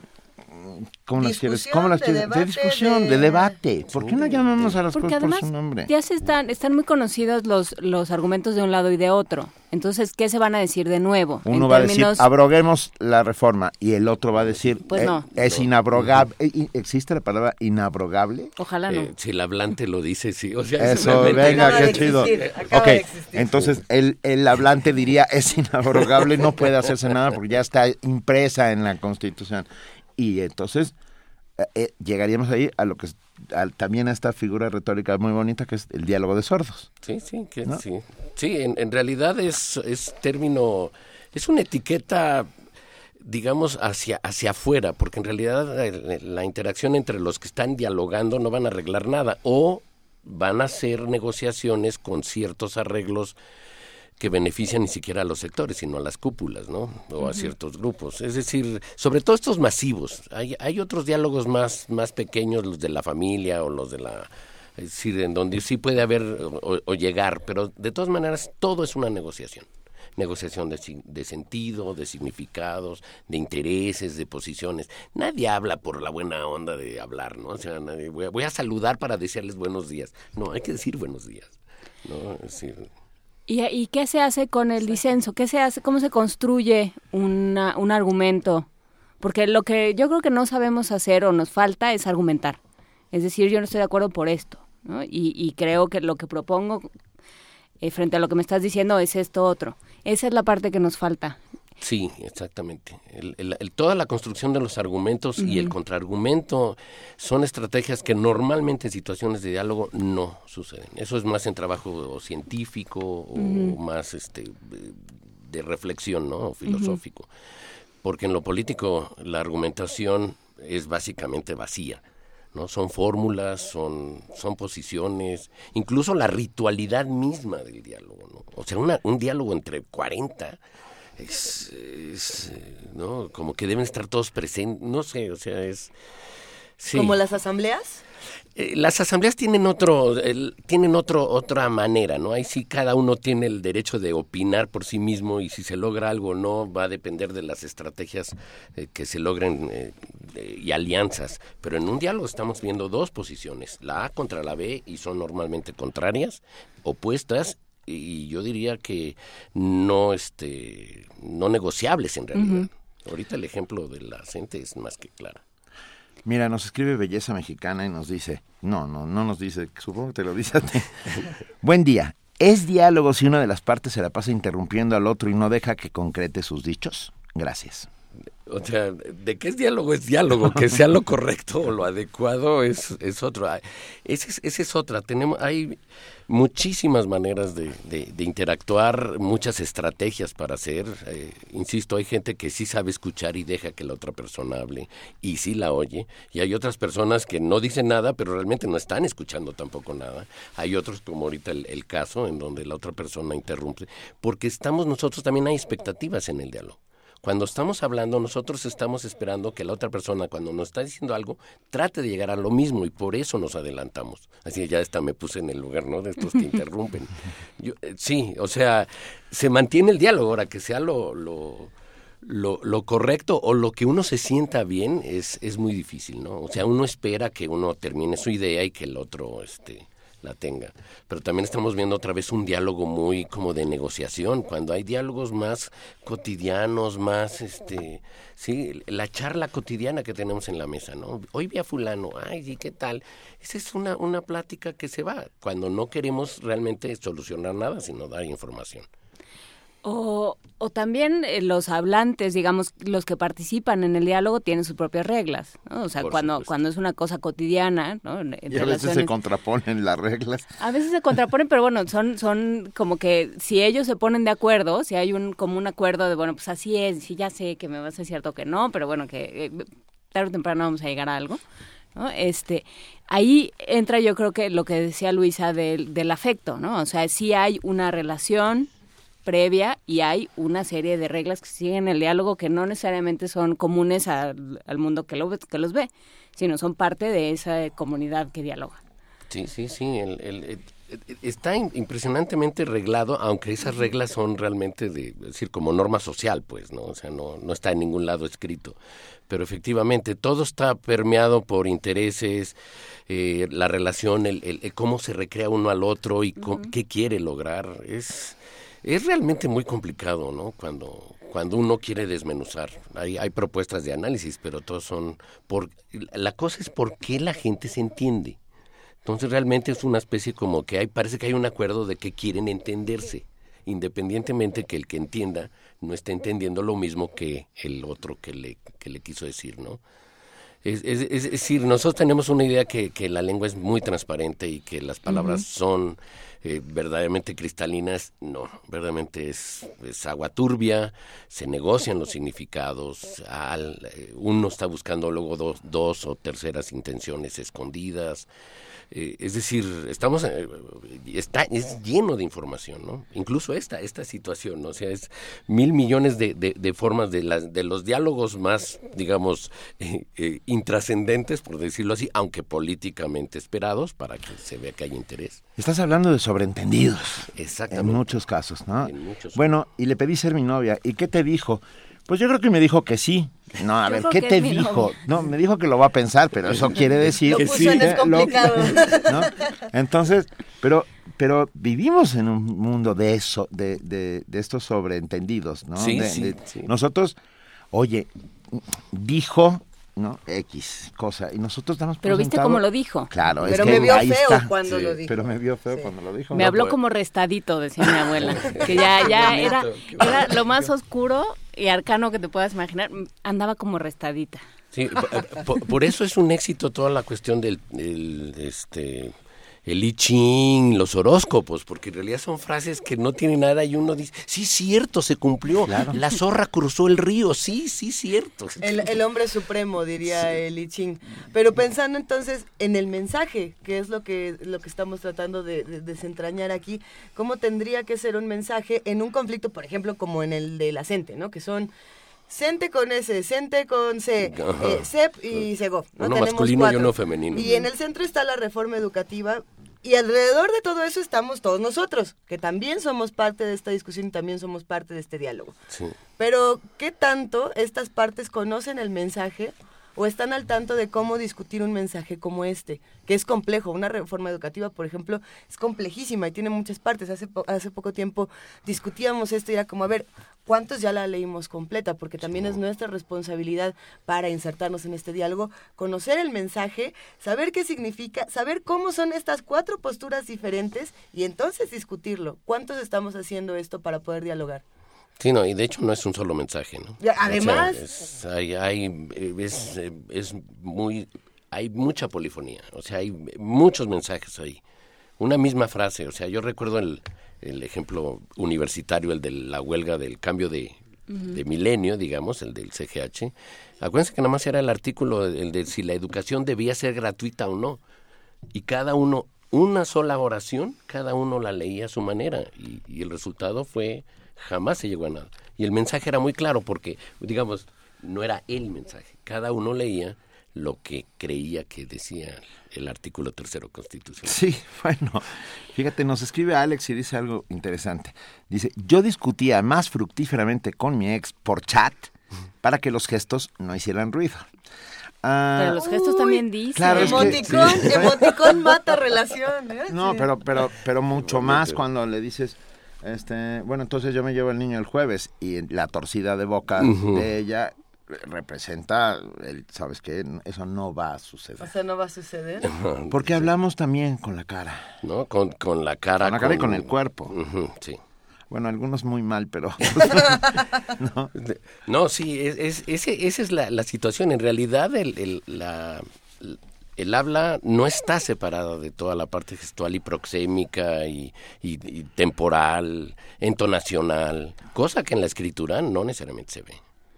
¿Cómo las quieres? ¿Cómo las de quieres? debate, de discusión, de, de- debate. ¿Por qué no llamamos a las Porque cosas por además su nombre? ya se están, están muy conocidos los, los argumentos de un lado y de otro. Entonces, ¿qué se van a decir de nuevo? Uno en va términos... a decir, abroguemos la reforma, y el otro va a decir, Pues eh, no. es No. inabrogable. Eh, ¿Existe la palabra inabrogable? Ojalá no. Eh, si el hablante lo dice, sí. O sea, es Eso, una venga, Acaba qué de chido. existir, acaba Ok, de existir. entonces el, el hablante diría, es inabrogable, no puede hacerse nada porque ya está impresa en la Constitución. Y entonces eh, eh, llegaríamos ahí a lo que es, a, también a esta figura retórica muy bonita que es el diálogo de sordos. Sí, sí, que ¿No? sí. Sí, en, en realidad es, es término, es una etiqueta, digamos, hacia, hacia afuera, porque en realidad eh, la interacción entre los que están dialogando no van a arreglar nada, o van a hacer negociaciones con ciertos arreglos que benefician ni siquiera a los sectores, sino a las cúpulas, ¿no? O a ciertos grupos. Es decir, sobre todo estos masivos. Hay, hay otros diálogos más, más pequeños, los de la familia o los de la... Es decir, en donde sí puede haber o, o llegar, pero de todas maneras todo es una negociación. Negociación de, si- de sentido, de significados, de intereses, de posiciones. Nadie habla por la buena onda de hablar, ¿no? O sea, nadie, voy, a, voy a saludar para decirles buenos días. No, hay que decir buenos días, ¿no? Es decir... ¿Y, ¿Y qué se hace con el disenso? ¿Qué se hace? ¿Cómo se construye una, un argumento? Porque lo que yo creo que no sabemos hacer o nos falta es argumentar. Es decir, yo no estoy de acuerdo por esto, ¿no? Y, y creo que lo que propongo eh, frente a lo que me estás diciendo es esto otro. Esa es la parte que nos falta. Sí, exactamente. El, el, el- toda la construcción de los argumentos y el contraargumento son estrategias que normalmente en situaciones de diálogo no suceden. Eso es más en trabajo científico o más este de reflexión, ¿no? O filosófico. Porque en lo político la argumentación es básicamente vacía, ¿no? Son fórmulas, son, son posiciones, incluso la ritualidad misma del diálogo, ¿no? O sea, una, un diálogo entre cuarenta es, es, eh, ¿no? Como que deben estar todos presentes, no sé, o sea, es... Sí. ¿Como las asambleas? Eh, las asambleas tienen otro, el- tienen otro, otra manera, ¿no? Ahí sí cada uno tiene el derecho de opinar por sí mismo y si se logra algo o no va a depender de las estrategias eh, que se logren eh, eh, y alianzas. Pero en un diálogo estamos viendo dos posiciones, la A contra la B, y son normalmente contrarias, opuestas, y yo diría que no, este, no negociables en realidad. Ahorita el ejemplo de la gente es más que claro. Mira, nos escribe Belleza Mexicana y nos dice, no, no, no nos dice, supongo que te lo dice a ti. Buen día, ¿es diálogo si una de las partes se la pasa interrumpiendo al otro y no deja que concrete sus dichos? Gracias. O sea, ¿de qué es diálogo? Es diálogo. Que sea lo correcto o lo adecuado es, es otro. Esa es, ese es otra. Tenemos, hay muchísimas maneras de, de, de interactuar, muchas estrategias para hacer. Eh, insisto, hay gente que sí sabe escuchar y deja que la otra persona hable y sí la oye. Y hay otras personas que no dicen nada, pero realmente no están escuchando tampoco nada. Hay otros, como ahorita el, el caso, en donde la otra persona interrumpe. Porque estamos nosotros, también hay expectativas en el diálogo. Cuando estamos hablando, nosotros estamos esperando que la otra persona, cuando nos está diciendo algo, trate de llegar a lo mismo y por eso nos adelantamos. Así ya hasta me puse en el lugar, ¿no? De estos que interrumpen. Yo, eh, sí, o sea, se mantiene el diálogo. Ahora, que sea lo, lo, lo, lo correcto o lo que uno se sienta bien es, es muy difícil, ¿no? O sea, uno espera que uno termine su idea y que el otro... este la tenga, pero también estamos viendo otra vez un diálogo muy como de negociación, cuando hay diálogos más cotidianos, más este, sí, la charla cotidiana que tenemos en la mesa, ¿no? Hoy vi a fulano, ay, sí, ¿qué tal? Esa es una, una plática que se va, cuando no queremos realmente solucionar nada, sino dar información. O, o también eh, los hablantes, digamos, los que participan en el diálogo tienen sus propias reglas, ¿no? O sea, Por cuando supuesto. cuando es una cosa cotidiana, ¿no? En- en Y a veces se relaciones- contraponen las reglas. A veces se contraponen, pero bueno, son son como que si ellos se ponen de acuerdo, si hay un como un acuerdo de, bueno, pues así es, sí ya sé que me va a ser cierto que no, pero bueno, que eh, tarde o temprano vamos a llegar a algo. ¿no? Este, ahí entra yo creo que lo que decía Luisa del, del afecto, ¿no? O sea, sí hay una relación previa y hay una serie de reglas que siguen el diálogo que no necesariamente son comunes al, al mundo que, lo, que los ve, sino son parte de esa comunidad que dialoga. Sí, sí, sí, el, el, el, está impresionantemente reglado, aunque esas reglas son realmente de, es decir, como norma social, pues, ¿no? O sea, no, no está en ningún lado escrito. Pero efectivamente, todo está permeado por intereses, eh, la relación, el, el, el cómo se recrea uno al otro y uh-huh. qué quiere lograr. Es, es realmente muy complicado, ¿no? Cuando, cuando uno quiere desmenuzar. Hay, hay propuestas de análisis, pero todos son... por la cosa es por qué la gente se entiende. Entonces realmente es una especie como que hay, parece que hay un acuerdo de que quieren entenderse, independientemente que el que entienda no esté entendiendo lo mismo que el otro que le, que le quiso decir, ¿no? Es, es, es decir, nosotros tenemos una idea que, que la lengua es muy transparente y que las palabras uh-huh. son eh, verdaderamente cristalinas. No, verdaderamente es, es agua turbia, se negocian los significados, al, uno está buscando luego dos, dos o terceras intenciones escondidas. Eh, es decir, estamos eh, está es lleno de información, ¿no? Incluso esta esta situación, ¿no? O sea, es mil millones de, de, de formas de las de los diálogos más, digamos, eh, eh, intrascendentes, por decirlo así, aunque políticamente esperados para que se vea que hay interés. Estás hablando de sobreentendidos. Exactamente. En muchos casos, ¿no? En muchos bueno, y le pedí ser mi novia. ¿Y qué te dijo? Pues yo creo que me dijo que sí. No, a ver, ¿qué te dijo? No, me dijo que lo va a pensar, pero eso quiere decir que sí. Es complicado. ¿No? Entonces, pero pero vivimos en un mundo de eso, de, de, de estos sobreentendidos, ¿no? Sí, de, sí, de, sí. Nosotros, oye, dijo, ¿no? X cosa, y nosotros damos por Pero viste sentado, cómo lo dijo. Claro, pero es que me vio ahí feo está. cuando Sí, lo dijo. Pero me vio feo Sí. cuando lo dijo. Me no, habló pues, como restadito, decía mi abuela, que ya ya era, era lo más oscuro y arcano que te puedas imaginar, andaba como restadita. Sí, por, por eso es un éxito toda la cuestión del, del este el I Ching, los horóscopos, porque en realidad son frases que no tienen nada y uno dice, sí, cierto, se cumplió, claro. La zorra cruzó el río, sí, sí, cierto. El, el hombre supremo, diría sí. el I Ching. Pero pensando entonces en el mensaje, que es lo que lo que estamos tratando de, de desentrañar aquí, ¿cómo tendría que ser un mensaje en un conflicto, por ejemplo, como en el de la Cente, ¿no? Que son Cente con S, Cente con C, eh, C E P y Segov. ¿No? Uno Tenemos masculino cuatro. y uno femenino. Y en el centro está la reforma educativa y alrededor de todo eso estamos todos nosotros, que también somos parte de esta discusión y también somos parte de este diálogo. Sí. Pero, ¿qué tanto estas partes conocen el mensaje o están al tanto de cómo discutir un mensaje como este, que es complejo? Una reforma educativa, por ejemplo, es complejísima y tiene muchas partes. Hace, po- hace poco tiempo discutíamos esto y era como, a ver, ¿cuántos ya la leímos completa? Porque también es nuestra responsabilidad para insertarnos en este diálogo, conocer el mensaje, saber qué significa, saber cómo son estas cuatro posturas diferentes y entonces discutirlo. ¿Cuántos estamos haciendo esto para poder dialogar? Sí, no, y de hecho no es un solo mensaje, ¿no? Además, o sea, es, hay, hay, es, es muy, hay mucha polifonía, o sea, hay muchos mensajes ahí. Una misma frase, o sea, yo recuerdo el, el ejemplo universitario, el de la huelga del cambio de, uh-huh. de milenio, digamos, el del C G H. Acuérdense que nada más era el artículo, el de si la educación debía ser gratuita o no. Y cada uno, una sola oración, cada uno la leía a su manera. Y, y el resultado fue... jamás se llegó a nada. Y el mensaje era muy claro porque, digamos, no era el mensaje. Cada uno leía lo que creía que decía el artículo tercero constitucional. Sí, bueno, fíjate, nos escribe Alex y dice algo interesante. Dice, yo discutía más fructíferamente con mi ex por chat para que los gestos no hicieran ruido. Uh, pero los gestos uy, también dicen. Claro, emoticón, es que, sí. emoticón mata relación. ¿eh? No, sí. pero, pero, pero mucho más cuando le dices... Este, bueno, entonces yo me llevo el niño el jueves y la torcida de boca uh-huh. de ella representa, el, ¿sabes qué? Eso no va a suceder. O sea, no va a suceder. Porque sí. hablamos también con la cara. ¿No? Con, con la cara. Con la cara con... y con el cuerpo. Uh-huh, sí. Bueno, algunos muy mal, pero... no. no, sí, es, es, ese, esa es la, la situación. En realidad, el, el, la... el habla no está separada de toda la parte gestual y proxémica y, y, y temporal, entonacional, cosa que en la escritura no necesariamente se ve.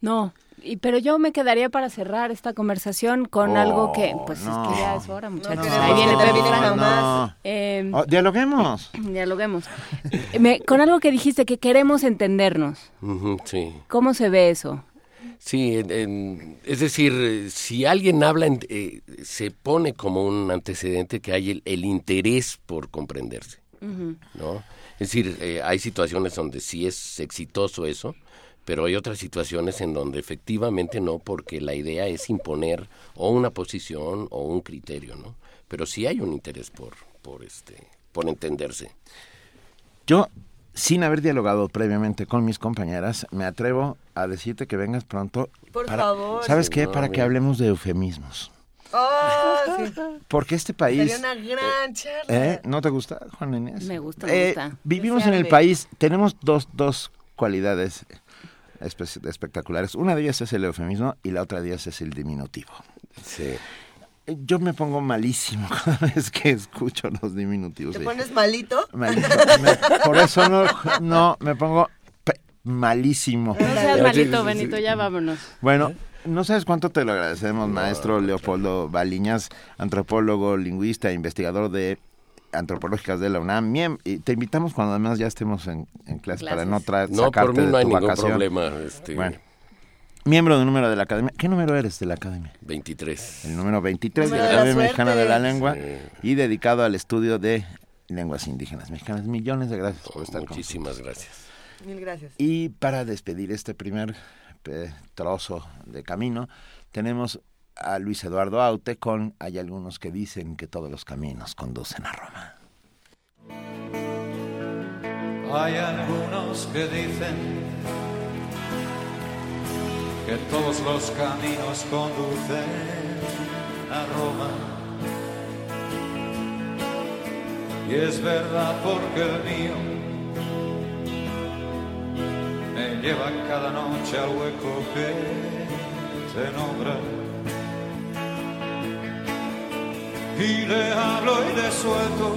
No, y, pero yo me quedaría para cerrar esta conversación con Oh, algo que, pues no. es que ya es hora, muchachos. No, Ahí viene no, Pepe no, Frank. no. Eh, Oh, dialoguemos. Dialoguemos. Me- con algo que dijiste, que queremos entendernos. Ujú, sí. ¿Cómo se ve eso? Sí, en- en- es decir, eh, si alguien habla, en- eh, se pone como un antecedente que hay el, el interés por comprenderse, Ujú. ¿no? Es decir, eh, hay situaciones donde sí es exitoso eso, pero hay otras situaciones en donde efectivamente no, porque la idea es imponer o una posición o un criterio, ¿no? Pero sí hay un interés por, por este, por entenderse. Yo, sin haber dialogado previamente con mis compañeras, me atrevo a decirte que vengas pronto. Por para- favor. ¿Sabes Sí, qué? no, Para que mira. hablemos de eufemismos. Oh, sí. Porque este país... Sería una gran charla. ¿Eh? ¿No te gusta, Juan Inés? Me gusta, me Eh, gusta. Vivimos Que en se el arme. país, tenemos dos, dos cualidades espe- espectaculares. Una de ellas es el eufemismo y la otra de ellas es el diminutivo. Sí. Eh, Yo me pongo malísimo cada vez que escucho los diminutivos. ¿Te Sí. pones malito? Malito. Me- por eso no, no me pongo pe- malísimo. No seas Ya, malito, sí, sí, Benito, sí. ya vámonos. Bueno, no sabes cuánto te lo agradecemos, maestro Leopoldo Baliñas, antropólogo, lingüista, investigador de antropológicas de la UNAM. Miem- y te invitamos cuando además ya estemos en, en clase para Clases. no traer No, sacarte por mí de no hay tu ningún vacación. problema. Este, Bueno, miembro de número de la academia. ¿Qué número eres de la academia? veintitrés. El número veintitrés de Número la de la Academia Mexicana de la suerte. Lengua Sí. y dedicado al estudio de lenguas indígenas mexicanas. Millones de gracias por estar con Muchísimas gracias. Mil gracias. Y para despedir este primer eh, trozo de camino, tenemos a Luis Eduardo Aute con Hay algunos que dicen que todos los caminos conducen a Roma. Hay algunos que dicen que todos los caminos conducen a Roma. Y es verdad porque el mío me lleva cada noche al hueco que se nombra. Y le hablo y le suelto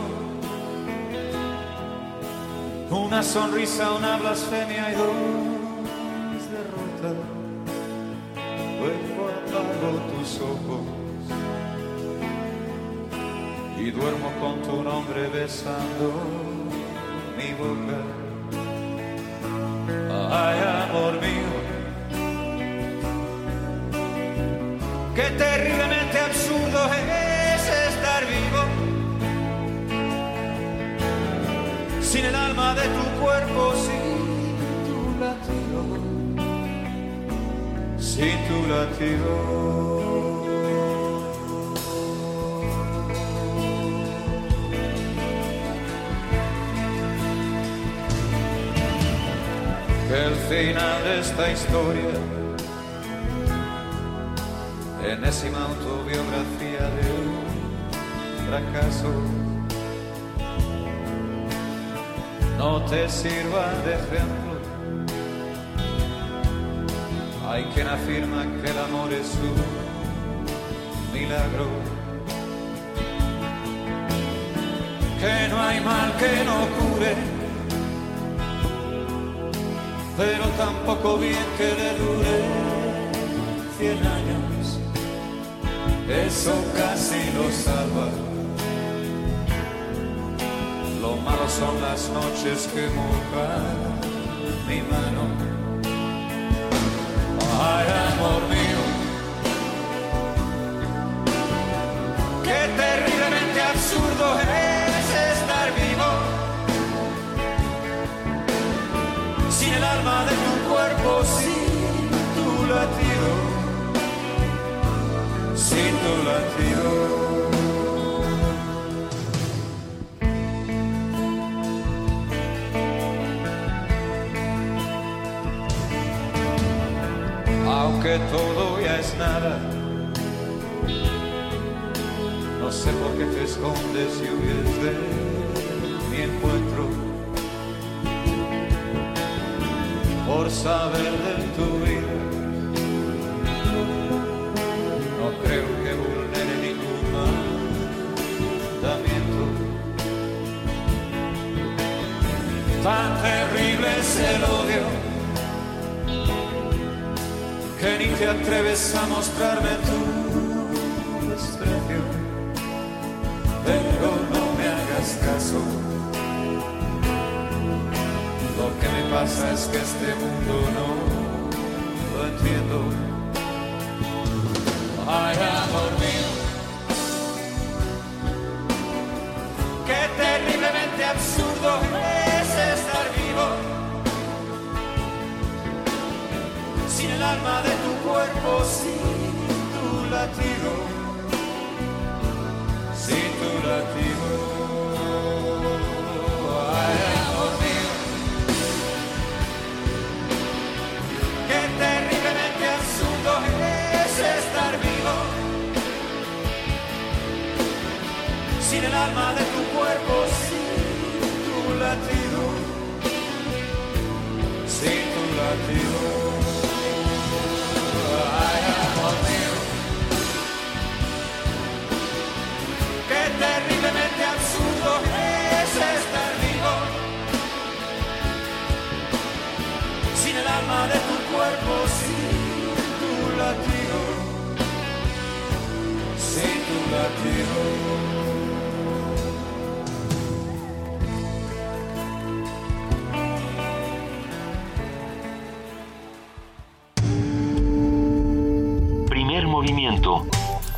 una sonrisa, una blasfemia y dos derrotas. Luego apago tus ojos y duermo con tu nombre besando mi boca. Ay, amor mío, qué terriblemente absurdo es estar vivo sin el alma de tu cuerpo, sin tu latido, sin tu latido. El final de esta historia, enésima autobiografía de un fracaso, no te sirva de ejemplo. Hay quien afirma que el amor es un milagro, que no hay mal que no cure, pero tampoco bien que le dure cien años. Eso casi lo salva. Lo malo son las noches que mojan mi mano. Ay, amor mío, qué terriblemente absurdo es estar vivo sin el alma de tu cuerpo, sin tu latido, sin tu latido. Aunque todo ya es nada, no sé por qué te escondes y huyes de mi encuentro. Por saber de tu vida, no creo que vulnere ningún mandamiento. Tan terrible es el odio que ni te atreves a mostrarme tu desprecio, pero no me hagas caso. Lo que me pasa es que este mundo no lo entiendo. Ay, amor mío, qué terriblemente absurdo es estar vivo sin el alma de tu cuerpo, sin tu latido, sin tu latido. Ay, amor mío, qué terriblemente absurdo es estar vivo sin el alma de tu cuerpo, sin tu latido, sin tu latido. Ay, amor mío, qué terriblemente absurdo es estar vivo sin el alma de tu cuerpo, sin tu latido, sin tu latido. Movimiento.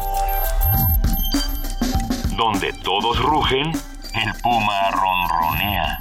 Donde todos rugen, el puma ronronea.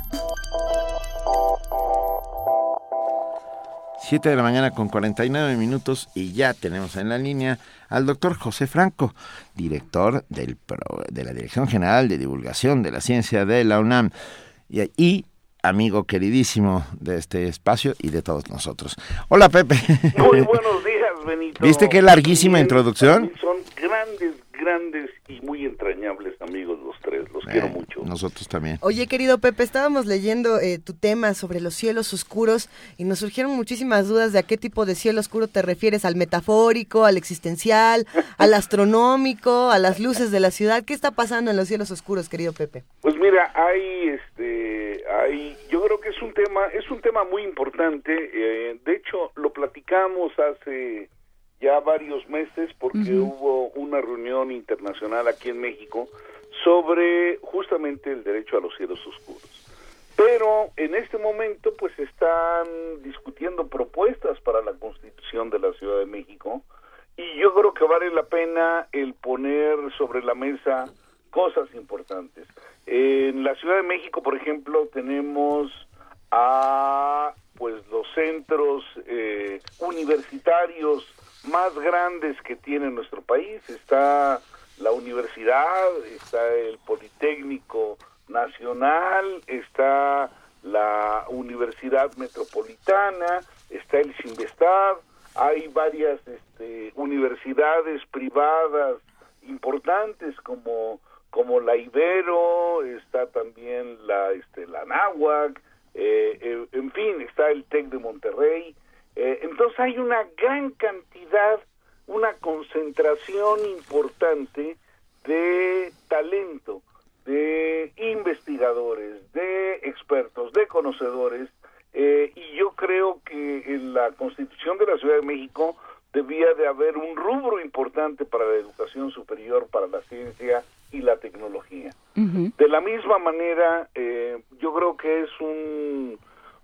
Siete de la mañana con cuarenta y nueve minutos y ya tenemos en la línea al doctor José Franco, director del Pro, de la Dirección General de Divulgación de la Ciencia de la UNAM y, y amigo queridísimo de este espacio y de todos nosotros. Hola, Pepe. Muy buenos días, Benito. ¿Viste qué larguísima introducción? Son grandes, grandes y muy entrañables amigos los tres, los eh, quiero mucho. Nosotros también. Oye, querido Pepe, estábamos leyendo eh, tu tema sobre los cielos oscuros y nos surgieron muchísimas dudas de a qué tipo de cielo oscuro te refieres, al metafórico, al existencial, al astronómico, a las luces de la ciudad. ¿Qué está pasando en los cielos oscuros, querido Pepe? Pues mira, hay, este, hay, yo creo que es un tema, es un tema muy importante. Eh, de hecho, lo platicamos hace ya varios meses porque uh-huh. hubo una reunión internacional aquí en México sobre justamente el derecho a los cielos oscuros. Pero en este momento pues están discutiendo propuestas para la Constitución de la Ciudad de México y yo creo que vale la pena el poner sobre la mesa cosas importantes. En la Ciudad de México, por ejemplo, tenemos a pues los centros eh, universitarios más grandes que tiene nuestro país. Está la universidad, está el Politécnico Nacional, está la Universidad Metropolitana, está el Cinvestad, hay varias este, universidades privadas importantes como como la Ibero, está también la este la Anáhuac, eh, eh, en fin, está el TEC de Monterrey. Eh, entonces hay una gran cantidad, una concentración importante de talento, de investigadores, de expertos, de conocedores, eh, y yo creo que en la Constitución de la Ciudad de México debía de haber un rubro importante para la educación superior, para la ciencia y la tecnología. Uh-huh. De la misma manera, eh, yo creo que es un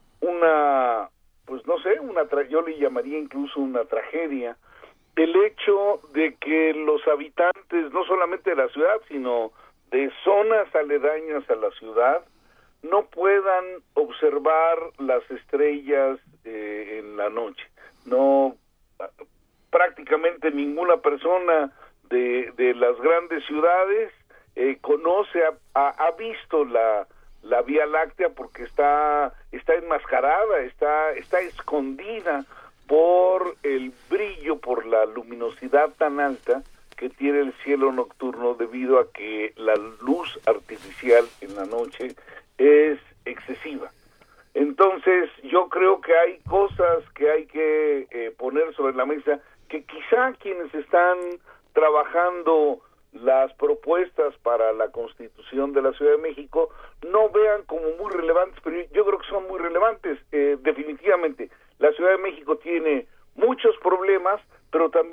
una pues no sé, una tra- yo le llamaría incluso una tragedia, el hecho de que los habitantes, no solamente de la ciudad, sino de zonas aledañas a la ciudad, no puedan observar las estrellas eh, en la noche. No, prácticamente ninguna persona de, de las grandes ciudades eh, conoce, ha, ha, ha visto la la Vía Láctea porque está está enmascarada, está está escondida por el brillo, por la luminosidad tan alta que tiene el cielo nocturno debido a que la luz artificial en la noche es excesiva. Entonces yo creo que hay cosas que hay que eh, poner sobre la mesa que quizá quienes están trabajando las propuestas para la Constitución de la Ciudad de México no vean como muy relevantes, pero yo creo que son muy relevantes. Eh, definitivamente, la Ciudad de México tiene muchos problemas,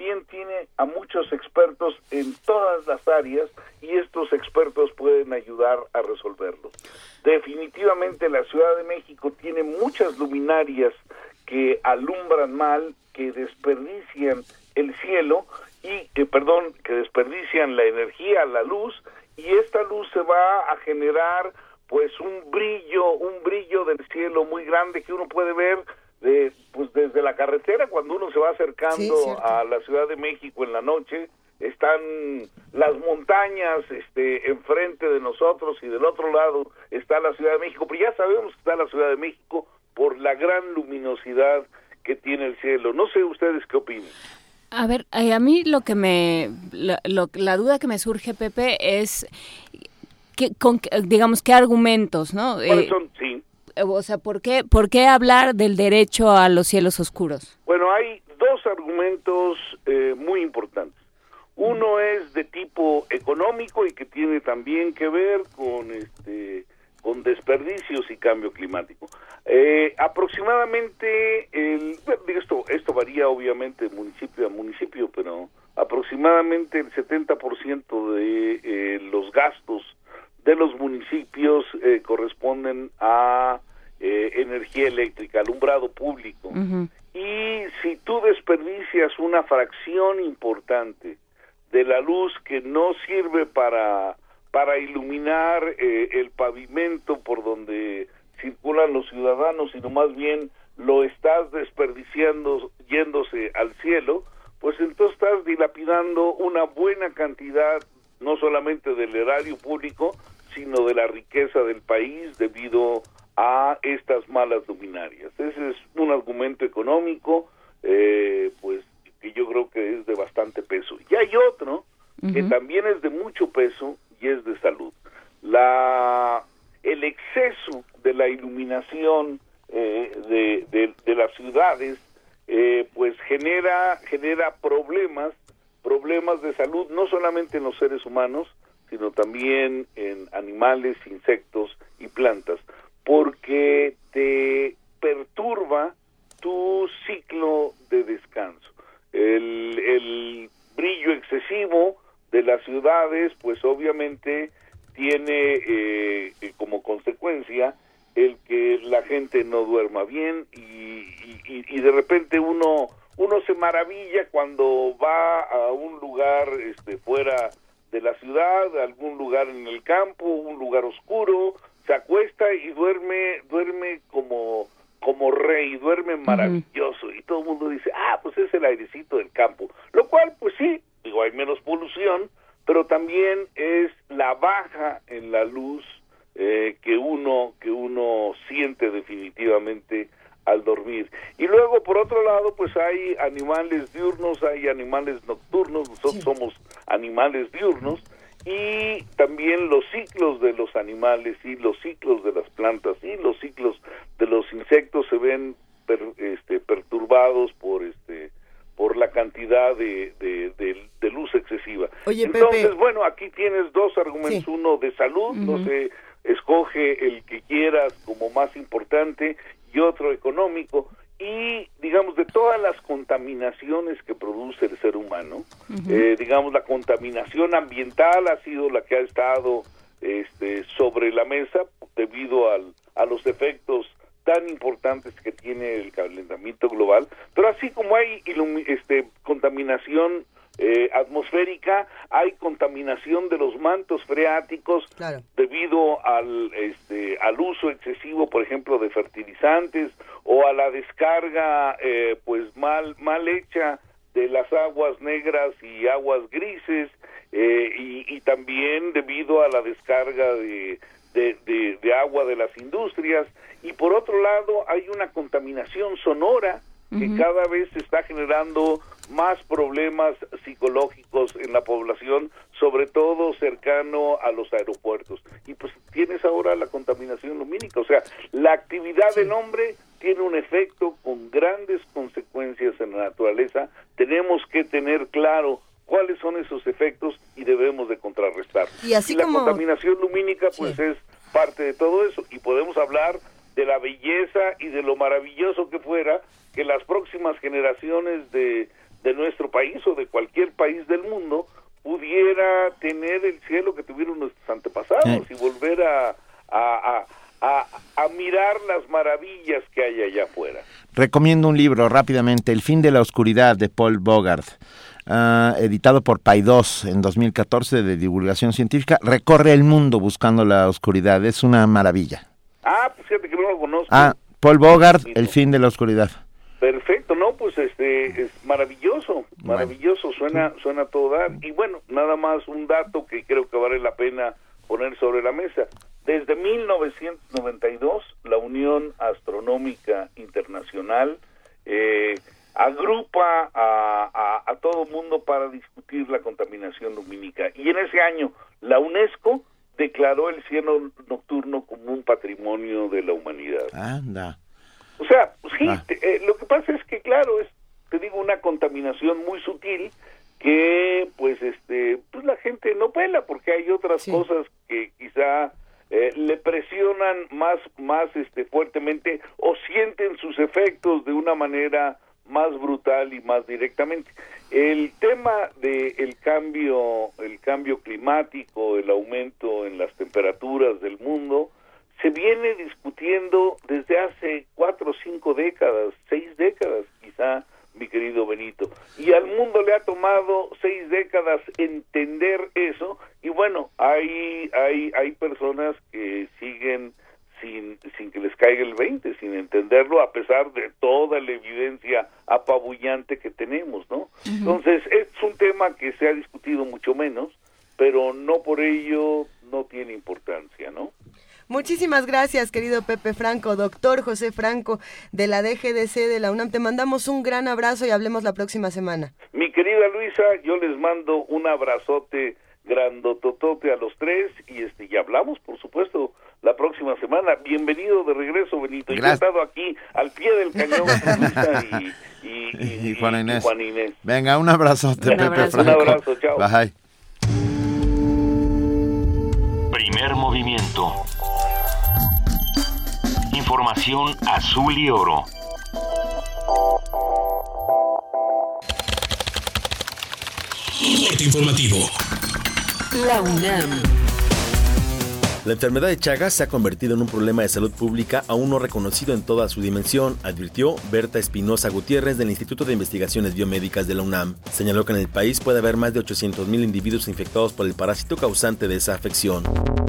también tiene a muchos expertos en todas las áreas y estos expertos pueden ayudar a resolverlo. Definitivamente la Ciudad de México tiene muchas luminarias que alumbran mal, que desperdician el cielo y, eh, perdón, que desperdician la energía, la luz, y esta luz se va a generar pues un brillo, un brillo del cielo muy grande que uno puede ver de, pues desde la carretera cuando uno se va acercando sí, a la Ciudad de México en la noche. Están las montañas este enfrente de nosotros y del otro lado está la Ciudad de México, pero ya sabemos que está la Ciudad de México por la gran luminosidad que tiene el cielo. No sé ustedes qué opinan. A ver, eh, a mí lo que me, la, lo, la duda que me surge, Pepe, es, que, con, digamos, qué argumentos, ¿no? ¿Cuáles eh, son? Sí. O sea, ¿por qué, ¿por qué hablar del derecho a los cielos oscuros? Bueno, hay dos argumentos eh, muy importantes. Uno es de tipo económico y que tiene también que ver con este con desperdicios y cambio climático. Eh, aproximadamente, el, esto, esto varía obviamente municipio a municipio, pero aproximadamente el setenta por ciento de eh, los gastos de los municipios eh, corresponden a eh, energía eléctrica, alumbrado público. Uh-huh. Y si tú desperdicias una fracción importante de la luz que no sirve para para iluminar eh, el pavimento por donde circulan los ciudadanos, sino más bien lo estás desperdiciando yéndose al cielo, pues entonces estás dilapidando una buena cantidad, no solamente del erario público, sino de la riqueza del país debido a estas malas luminarias. Ese es un argumento económico, eh, pues que yo creo que es de bastante peso. Y hay otro uh-huh. que también es de mucho peso y es de salud. La el exceso de la iluminación eh, de, de, de las ciudades eh, pues genera genera problemas problemas de salud, no solamente en los seres humanos, sino también en animales, insectos y plantas, porque te perturba tu ciclo de descanso. El, el brillo excesivo de las ciudades, pues obviamente tiene eh, como consecuencia el que la gente no duerma bien y, y, y de repente uno uno se maravilla cuando va a un lugar este fuera de la ciudad, algún lugar en el campo, un lugar oscuro, se acuesta y duerme duerme como como rey, duerme maravilloso, uh-huh. y todo el mundo dice, ah, pues es el airecito del campo, lo cual, pues sí, digo, hay menos polución, pero también es la baja en la luz eh, que uno que uno siente definitivamente al dormir. Y luego, por otro lado, pues hay animales diurnos, hay animales nocturnos, nosotros sí. somos animales diurnos, y también los ciclos de los animales y los ciclos de las plantas y los ciclos de los insectos se ven per, este, perturbados por este por la cantidad de, de, de, de luz excesiva. Oye, Entonces, Pepe. bueno, aquí tienes dos argumentos, sí. uno de salud, uh-huh. no sé, escoge el que quieras como más importante, y otro económico, y digamos de todas las contaminaciones que produce el ser humano, uh-huh. eh, digamos la contaminación ambiental ha sido la que ha estado este, sobre la mesa debido al, a los efectos tan importantes que tiene el calentamiento global, pero así como hay ilumi- este, contaminación eh, atmosférica, hay contaminación de los mantos freáticos claro. debido al este al uso excesivo, por ejemplo, de fertilizantes o a la descarga eh, pues mal mal hecha de las aguas negras y aguas grises eh, y, y también debido a la descarga de De, de, de agua de las industrias, y por otro lado hay una contaminación sonora que uh-huh. cada vez se está generando más problemas psicológicos en la población, sobre todo cercano a los aeropuertos. Y pues tienes ahora la contaminación lumínica, o sea, la actividad sí. del hombre tiene un efecto con grandes consecuencias en la naturaleza. Tenemos que tener claro cuáles son esos efectos y debemos de contrarrestar. Y así y la como... contaminación lumínica pues sí. es parte de todo eso, y podemos hablar de la belleza y de lo maravilloso que fuera que las próximas generaciones de, de nuestro país o de cualquier país del mundo pudiera tener el cielo que tuvieron nuestros antepasados sí. y volver a, a, a, a, a mirar las maravillas que hay allá afuera. Recomiendo un libro rápidamente, El fin de la oscuridad, de Paul Bogart, uh, editado por Paidós en dos mil catorce, de divulgación científica. Recorre el mundo buscando la oscuridad, es una maravilla. Ah, pues fíjate que no lo conozco. Ah, Paul Bogart, El fin de la oscuridad. Perfecto, no, pues este es maravilloso, maravilloso, suena suena todo dar. Y bueno, nada más un dato que creo que vale la pena poner sobre la mesa. Desde mil novecientos noventa y dos, la Unión Astronómica Internacional eh, agrupa a, a, a todo mundo para discutir la contaminación lumínica. Y en ese año, la UNESCO declaró el cielo nocturno como un patrimonio de la humanidad. Anda. O sea, sí, ah. te, eh, lo que pasa es que, claro, es, te digo, una contaminación muy sutil que, pues, este, pues la gente no pela porque hay otras sí. cosas que quizá eh, le presionan más, más, este, fuertemente o sienten sus efectos de una manera más brutal y más directamente. El tema de el cambio, el cambio climático, el aumento en las temperaturas del mundo, se viene discutiendo desde hace cuatro o cinco décadas, seis décadas quizá, mi querido Benito. Y al mundo le ha tomado seis décadas entender eso, y bueno, hay hay hay personas que siguen sin sin que les caiga el veinte, sin entenderlo, a pesar de toda la evidencia apabullante que tenemos, ¿no? Uh-huh. Entonces, es un tema que se ha discutido mucho menos, pero no por ello no tiene importancia, ¿no? Muchísimas gracias, querido Pepe Franco, doctor José Franco, de la D G D C de la UNAM. Te mandamos un gran abrazo y hablemos la próxima semana. Mi querida Luisa, yo les mando un abrazote grandototote a los tres y este y hablamos, por supuesto, la próxima semana. Bienvenido de regreso, Benito. Gracias. Yo he estado aquí al pie del cañón con Luisa y, y, y, y, Juan Inés. y Juan Inés. Venga, un abrazote, un Pepe abrazo. Un Franco. abrazo, chao. Bye. Primer movimiento. Información azul y oro. Corte informativo. La UNAM. La enfermedad de Chagas se ha convertido en un problema de salud pública aún no reconocido en toda su dimensión, advirtió Berta Espinosa Gutiérrez del Instituto de Investigaciones Biomédicas de la UNAM. Señaló que en el país puede haber más de ochocientos mil individuos infectados por el parásito causante de esa afección.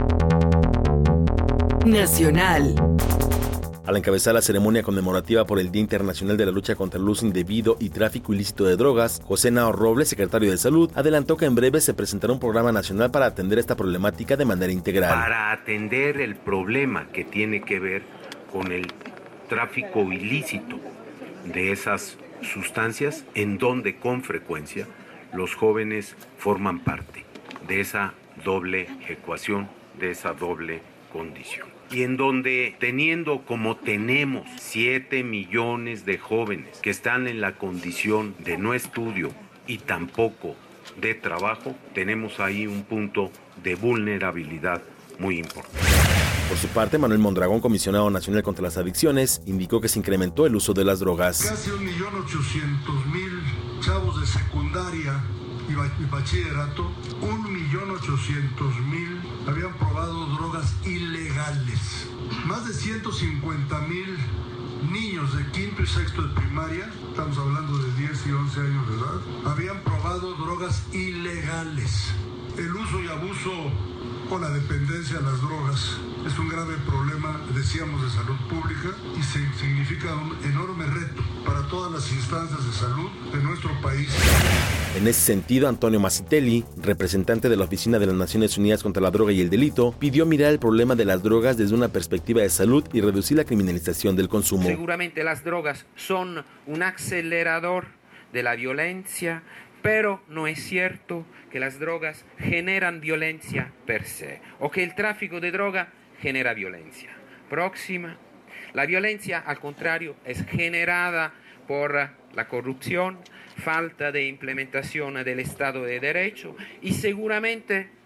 Nacional. Al encabezar la ceremonia conmemorativa por el Día Internacional de la Lucha contra el Uso Indebido y Tráfico Ilícito de Drogas, José Nao Robles, secretario de Salud, adelantó que en breve se presentará un programa nacional para atender esta problemática de manera integral. Para atender el problema que tiene que ver con el tráfico ilícito de esas sustancias, en donde con frecuencia los jóvenes forman parte de esa doble ecuación, de esa doble condición. Y en donde, teniendo como tenemos siete millones de jóvenes que están en la condición de no estudio y tampoco de trabajo, tenemos ahí un punto de vulnerabilidad muy importante. Por su parte, Manuel Mondragón, comisionado nacional contra las adicciones, indicó que se incrementó el uso de las drogas. Casi un millón ochocientos mil chavos de secundaria y bachillerato, un millón ochocientos mil habían probado drogas ilegales. Más de ciento cincuenta mil niños de quinto y sexto de primaria, estamos hablando de diez y once años de edad, habían probado drogas ilegales. El uso y abuso o la dependencia de las drogas es un grave problema, decíamos, de salud pública y se, significa un enorme reto para todas las instancias de salud de nuestro país. En ese sentido, Antonio Mazzitelli, representante de la Oficina de las Naciones Unidas contra la Droga y el Delito, pidió mirar el problema de las drogas desde una perspectiva de salud y reducir la criminalización del consumo. Seguramente las drogas son un acelerador de la violencia, pero no es cierto que las drogas generan violencia per se, o que el tráfico de droga genera violencia próxima. La violencia, al contrario, es generada por la corrupción, falta de implementación del Estado de Derecho y seguramente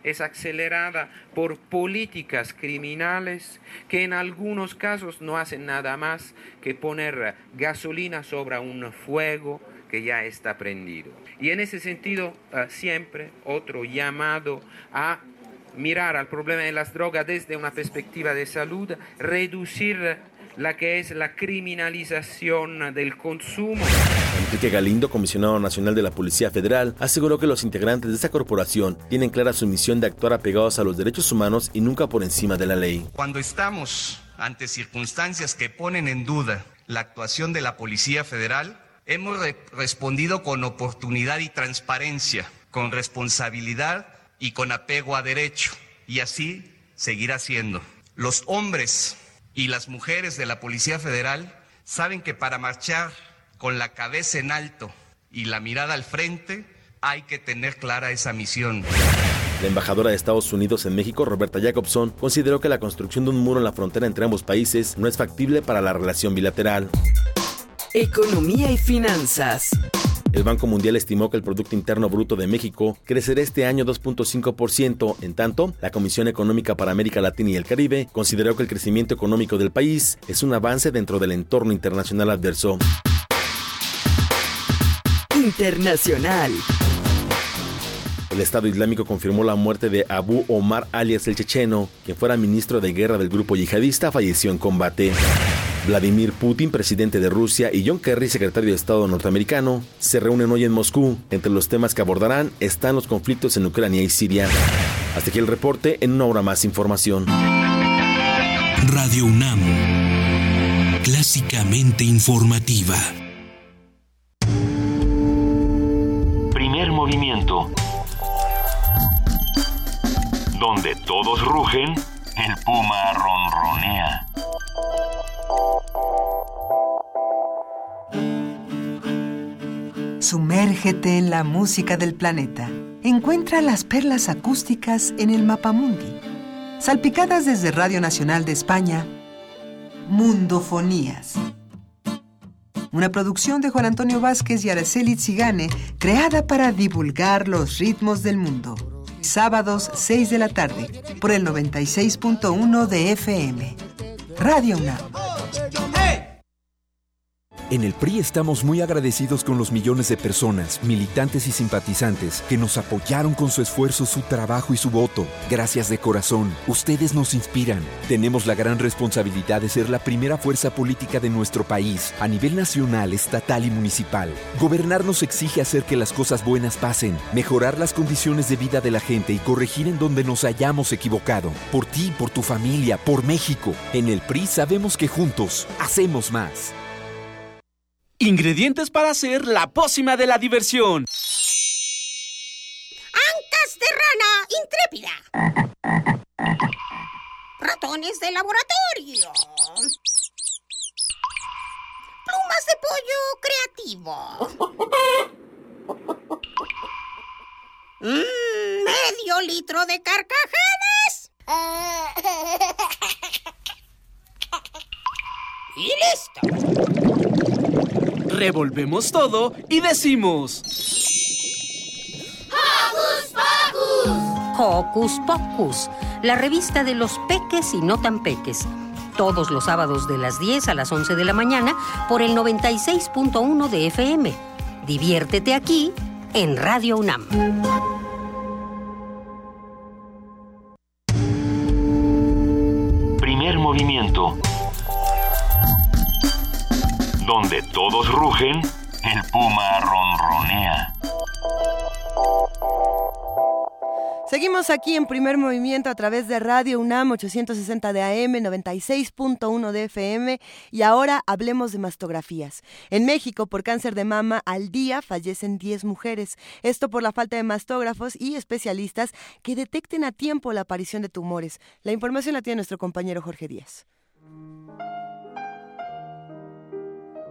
es acelerada por políticas criminales que en algunos casos no hacen nada más que poner gasolina sobre un fuego que ya está prendido. Y en ese sentido, uh, siempre otro llamado a mirar al problema de las drogas desde una perspectiva de salud, reducir la que es la criminalización del consumo. Enrique Galindo, comisionado nacional de la Policía Federal, aseguró que los integrantes de esta corporación tienen clara su misión de actuar apegados a los derechos humanos y nunca por encima de la ley. Cuando estamos ante circunstancias que ponen en duda la actuación de la Policía Federal, hemos re- respondido con oportunidad y transparencia, con responsabilidad y con apego a derecho, y así seguirá siendo. Los hombres y las mujeres de la Policía Federal saben que para marchar con la cabeza en alto y la mirada al frente hay que tener clara esa misión. La embajadora de Estados Unidos en México, Roberta Jacobson, consideró que la construcción de un muro en la frontera entre ambos países no es factible para la relación bilateral. Economía y finanzas. El Banco Mundial estimó que el Producto Interno Bruto de México crecerá este año dos punto cinco por ciento. En tanto, la Comisión Económica para América Latina y el Caribe consideró que el crecimiento económico del país es un avance dentro del entorno internacional adverso. Internacional. El Estado Islámico confirmó la muerte de Abu Omar alias el Checheno, quien fuera ministro de guerra del grupo yihadista, falleció en combate. Vladimir Putin, presidente de Rusia, y John Kerry, secretario de Estado norteamericano, se reúnen hoy en Moscú. Entre los temas que abordarán están los conflictos en Ucrania y Siria. Hasta aquí el reporte, en una hora más información. Radio UNAM, clásicamente informativa. Primer movimiento. Donde todos rugen, el puma ronronea. Sumérgete en la música del planeta. Encuentra las perlas acústicas en el Mapamundi. Salpicadas desde Radio Nacional de España, Mundofonías. Una producción de Juan Antonio Vázquez y Araceli Zigane, creada para divulgar los ritmos del mundo. Sábados, seis de la tarde, por el noventa y seis punto uno de F M. Radio UNAM. En el P R I estamos muy agradecidos con los millones de personas, militantes y simpatizantes que nos apoyaron con su esfuerzo, su trabajo y su voto. Gracias de corazón. Ustedes nos inspiran. Tenemos la gran responsabilidad de ser la primera fuerza política de nuestro país, a nivel nacional, estatal y municipal. Gobernar nos exige hacer que las cosas buenas pasen, mejorar las condiciones de vida de la gente y corregir en donde nos hayamos equivocado. Por ti, por tu familia, por México. En el P R I sabemos que juntos hacemos más. Ingredientes para hacer la pócima de la diversión. Ancas de rana intrépida. Ratones de laboratorio. Plumas de pollo creativo. Mm, medio litro de carcajadas. Y listo. Revolvemos todo y decimos... ¡Hocus Pocus! Hocus Pocus, la revista de los peques y no tan peques. Todos los sábados de las diez a las once de la mañana por el noventa y seis punto uno de F M. Diviértete aquí en Radio UNAM. Primer movimiento. Donde todos rugen, el puma ronronea. Seguimos aquí en Primer Movimiento a través de Radio UNAM ochocientos sesenta de A M, noventa y seis punto uno de F M, y ahora hablemos de mastografías. En México, por cáncer de mama, al día fallecen diez mujeres. Esto por la falta de mastógrafos y especialistas que detecten a tiempo la aparición de tumores. La información la tiene nuestro compañero Jorge Díaz.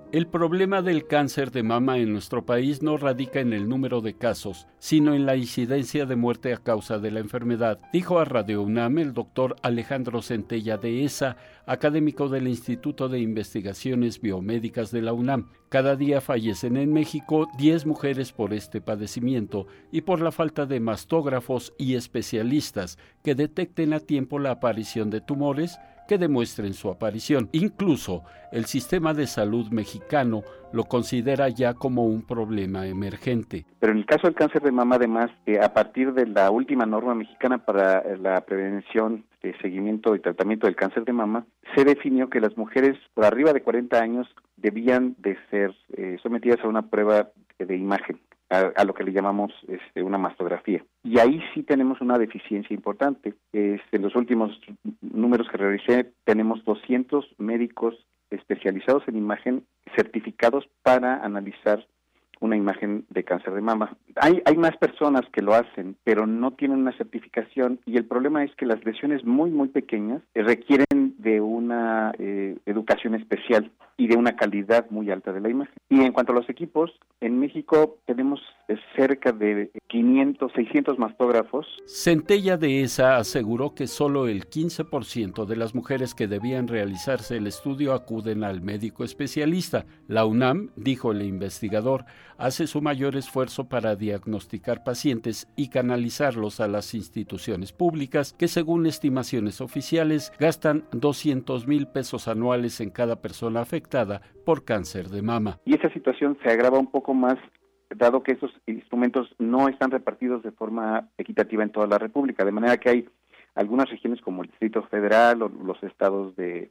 El problema del cáncer de mama en nuestro país no radica en el número de casos, sino en la incidencia de muerte a causa de la enfermedad, dijo a Radio UNAM el doctor Alejandro Centella de Esa, académico del Instituto de Investigaciones Biomédicas de la UNAM. Cada día fallecen en México diez mujeres por este padecimiento y por la falta de mastógrafos y especialistas que detecten a tiempo la aparición de tumores que demuestren su aparición. Incluso el sistema de salud mexicano lo considera ya como un problema emergente. Pero en el caso del cáncer de mama, además, eh, a partir de la última norma mexicana para la prevención, eh, seguimiento y tratamiento del cáncer de mama, se definió que las mujeres por arriba de cuarenta años debían de ser eh, sometidas a una prueba de imagen, a, a lo que le llamamos este, una mastografía. Y ahí sí tenemos una deficiencia importante. Este, en los últimos números que realicé, tenemos doscientos médicos especializados en imagen certificados para analizar una imagen de cáncer de mama. Hay, hay más personas que lo hacen, pero no tienen una certificación, y el problema es que las lesiones muy, muy pequeñas eh, requieren de una eh, educación especial y de una calidad muy alta de la imagen. Y en cuanto a los equipos, en México tenemos eh, cerca de quinientos, seiscientos mastógrafos. Centella de Esa aseguró que solo el quince por ciento de las mujeres que debían realizarse el estudio acuden al médico especialista. La UNAM, dijo el investigador, hace su mayor esfuerzo para diagnosticar pacientes y canalizarlos a las instituciones públicas que, según estimaciones oficiales, gastan doscientos mil pesos anuales en cada persona afectada por cáncer de mama. Y esa situación se agrava un poco más dado que esos instrumentos no están repartidos de forma equitativa en toda la República, de manera que hay algunas regiones como el Distrito Federal o los estados de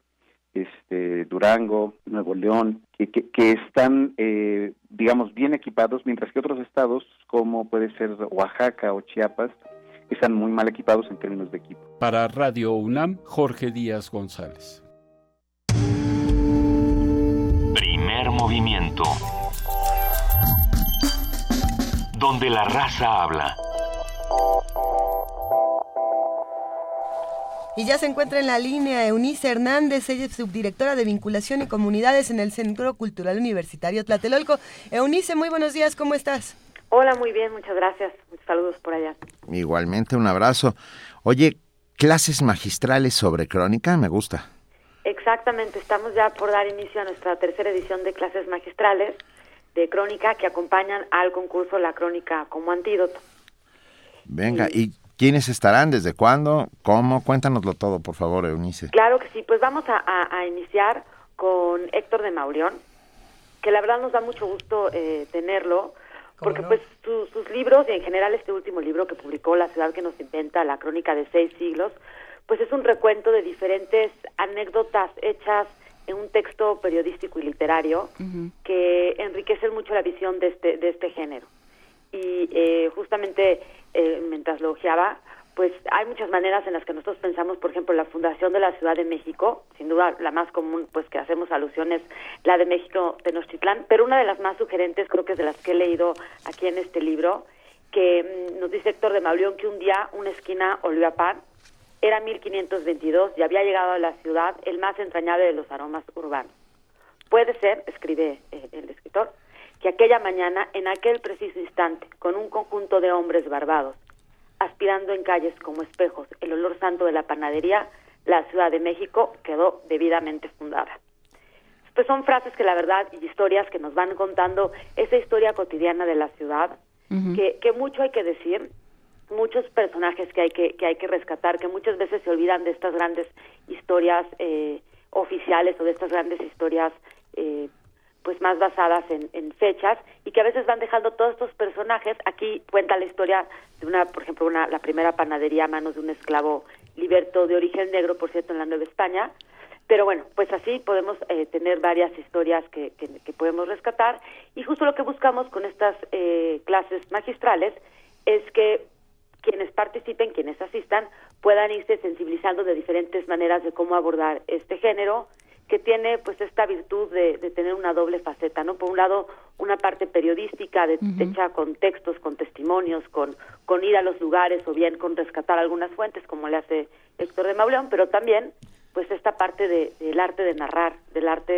este Durango, Nuevo León, que, que, que están, eh, digamos, bien equipados, mientras que otros estados, como puede ser Oaxaca o Chiapas, están muy mal equipados en términos de equipo. Para Radio UNAM, Jorge Díaz González. Primer movimiento. Donde la raza habla. Y ya se encuentra en la línea Eunice Hernández, ella es subdirectora de Vinculación y Comunidades en el Centro Cultural Universitario Tlatelolco. Eunice, muy buenos días, ¿cómo estás? Hola, muy bien, muchas gracias. Muchos saludos por allá. Igualmente, un abrazo. Oye, clases magistrales sobre crónica, me gusta. Exactamente, estamos ya por dar inicio a nuestra tercera edición de clases magistrales de crónica que acompañan al concurso La Crónica como Antídoto. Venga, ¿y quiénes estarán? ¿Desde cuándo? ¿Cómo? Cuéntanoslo todo, por favor, Eunice. Claro que sí, pues vamos a, a, a iniciar con Héctor de Mauleón, que la verdad nos da mucho gusto eh, tenerlo, porque no? pues su, sus libros, y en general este último libro que publicó La Ciudad que nos inventa, La Crónica de Seis Siglos, pues es un recuento de diferentes anécdotas hechas en un texto periodístico y literario uh-huh. que enriquecen mucho la visión de este, de este género. Y eh, justamente eh, mientras lo ojeaba, pues hay muchas maneras en las que nosotros pensamos, por ejemplo, la fundación de la Ciudad de México, sin duda la más común, pues que hacemos alusión es la de México Tenochtitlán, pero una de las más sugerentes, creo que es de las que he leído aquí en este libro, que mmm, nos dice Héctor de Mauleón que un día una esquina olió a pan, era mil quinientos veintidós y había llegado a la ciudad el más entrañable de los aromas urbanos. Puede ser, escribe eh, el escritor, que aquella mañana, en aquel preciso instante, con un conjunto de hombres barbados, aspirando en calles como espejos el olor santo de la panadería, la Ciudad de México quedó debidamente fundada. Pues son frases que la verdad y historias que nos van contando esa historia cotidiana de la ciudad, uh-huh. que, que mucho hay que decir, muchos personajes que hay que, que hay que rescatar, que muchas veces se olvidan de estas grandes historias eh, oficiales o de estas grandes historias eh, pues más basadas en, en fechas y que a veces van dejando todos estos personajes. Aquí cuenta la historia de una, por ejemplo, una la primera panadería a manos de un esclavo liberto de origen negro, por cierto, en la Nueva España. Pero bueno, pues así podemos eh, tener varias historias que, que, que podemos rescatar y justo lo que buscamos con estas eh, clases magistrales es que quienes participen, quienes asistan, puedan irse sensibilizando de diferentes maneras de cómo abordar este género, que tiene pues esta virtud de, de tener una doble faceta, ¿no? Por un lado, una parte periodística de, uh-huh. hecha con textos, con testimonios, con, con ir a los lugares o bien con rescatar algunas fuentes, como le hace Héctor de Mauleón, pero también pues esta parte de, del arte de narrar, del arte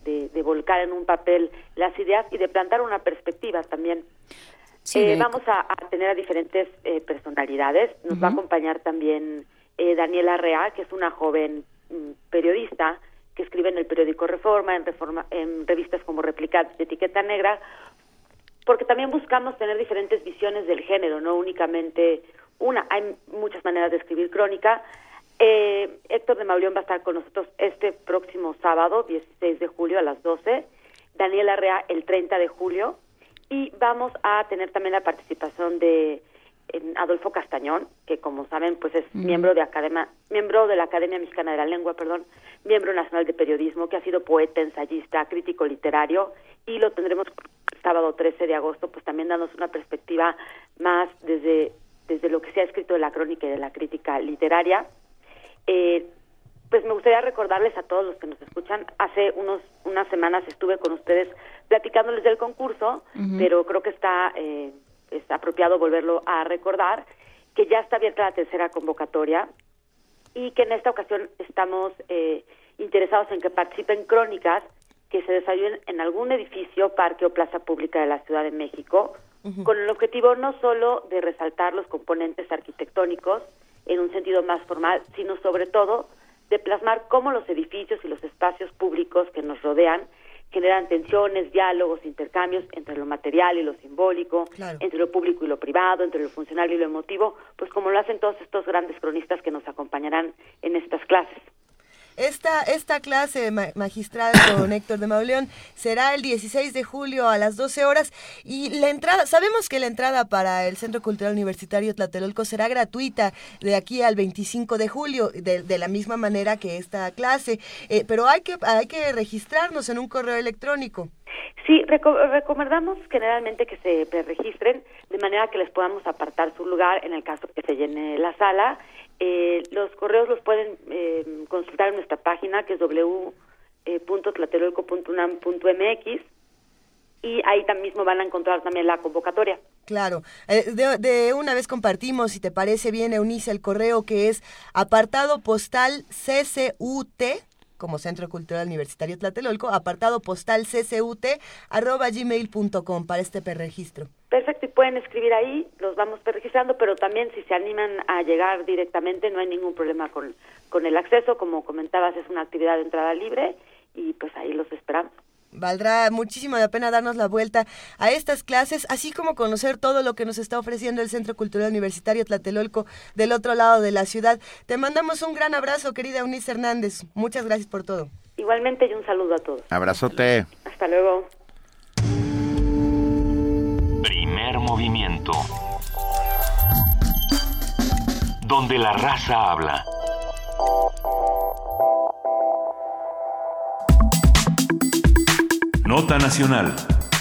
de, de volcar en un papel las ideas y de plantar una perspectiva también. Sí, eh, de... Vamos a, a tener a diferentes eh, personalidades. Nos uh-huh. va a acompañar también eh, Daniela Rea, que es una joven mm, periodista que escribe en el periódico Reforma, en, Reforma, en revistas como Replicat de Etiqueta Negra, porque también buscamos tener diferentes visiones del género, no únicamente una. Hay muchas maneras de escribir crónica. Eh, Héctor de Mauleón va a estar con nosotros este próximo sábado, dieciséis de julio a las doce, Daniela Rea el treinta de julio, y vamos a tener también la participación de eh, Adolfo Castañón, que como saben pues es mm. miembro de academia, miembro de la Academia Mexicana de la Lengua, perdón, miembro nacional de periodismo, que ha sido poeta, ensayista, crítico literario, y lo tendremos el sábado trece de agosto, pues también dándonos una perspectiva más desde, desde lo que se ha escrito de la crónica y de la crítica literaria. Eh, pues me gustaría recordarles a todos los que nos escuchan, hace unos unas semanas estuve con ustedes platicándoles del concurso, uh-huh. pero creo que está eh, es apropiado volverlo a recordar, que ya está abierta la tercera convocatoria y que en esta ocasión estamos eh, interesados en que participen crónicas que se desarrollen en algún edificio, parque o plaza pública de la Ciudad de México, uh-huh. con el objetivo no solo de resaltar los componentes arquitectónicos en un sentido más formal, sino sobre todo de plasmar cómo los edificios y los espacios públicos que nos rodean generan tensiones, diálogos, intercambios entre lo material y lo simbólico, claro. entre lo público y lo privado, entre lo funcional y lo emotivo, pues como lo hacen todos estos grandes cronistas que nos acompañarán en estas clases. Esta, esta clase ma- magistral con Héctor de Mauleón será el dieciséis de julio a las doce horas y la entrada, sabemos que la entrada para el Centro Cultural Universitario Tlatelolco será gratuita de aquí al veinticinco de julio, de, de la misma manera que esta clase, eh, pero hay que, hay que registrarnos en un correo electrónico. Sí, reco- recomendamos generalmente que se preregistren de manera que les podamos apartar su lugar en el caso que se llene la sala. Eh, los correos los pueden eh, consultar en nuestra página, que es doble punto tlatelolco punto unam punto m x, y ahí también mismo van a encontrar también la convocatoria. Claro, eh, de, de una vez compartimos, si te parece bien, Eunice, el correo que es apartado postal C C U T, como Centro Cultural Universitario Tlatelolco, apartado postal C C U T arroba gmail punto com para este preregistro. Perfecto, y pueden escribir ahí, los vamos preregistrando, pero también si se animan a llegar directamente no hay ningún problema con, con el acceso. Como comentabas, es una actividad de entrada libre y pues ahí los esperamos. Valdrá muchísimo la pena darnos la vuelta a estas clases, así como conocer todo lo que nos está ofreciendo el Centro Cultural Universitario Tlatelolco del otro lado de la ciudad. Te mandamos un gran abrazo, querida Eunice Hernández. Muchas gracias por todo. Igualmente, y un saludo a todos. Abrazote. Hasta luego. Primer movimiento. Donde la raza habla. Nota nacional.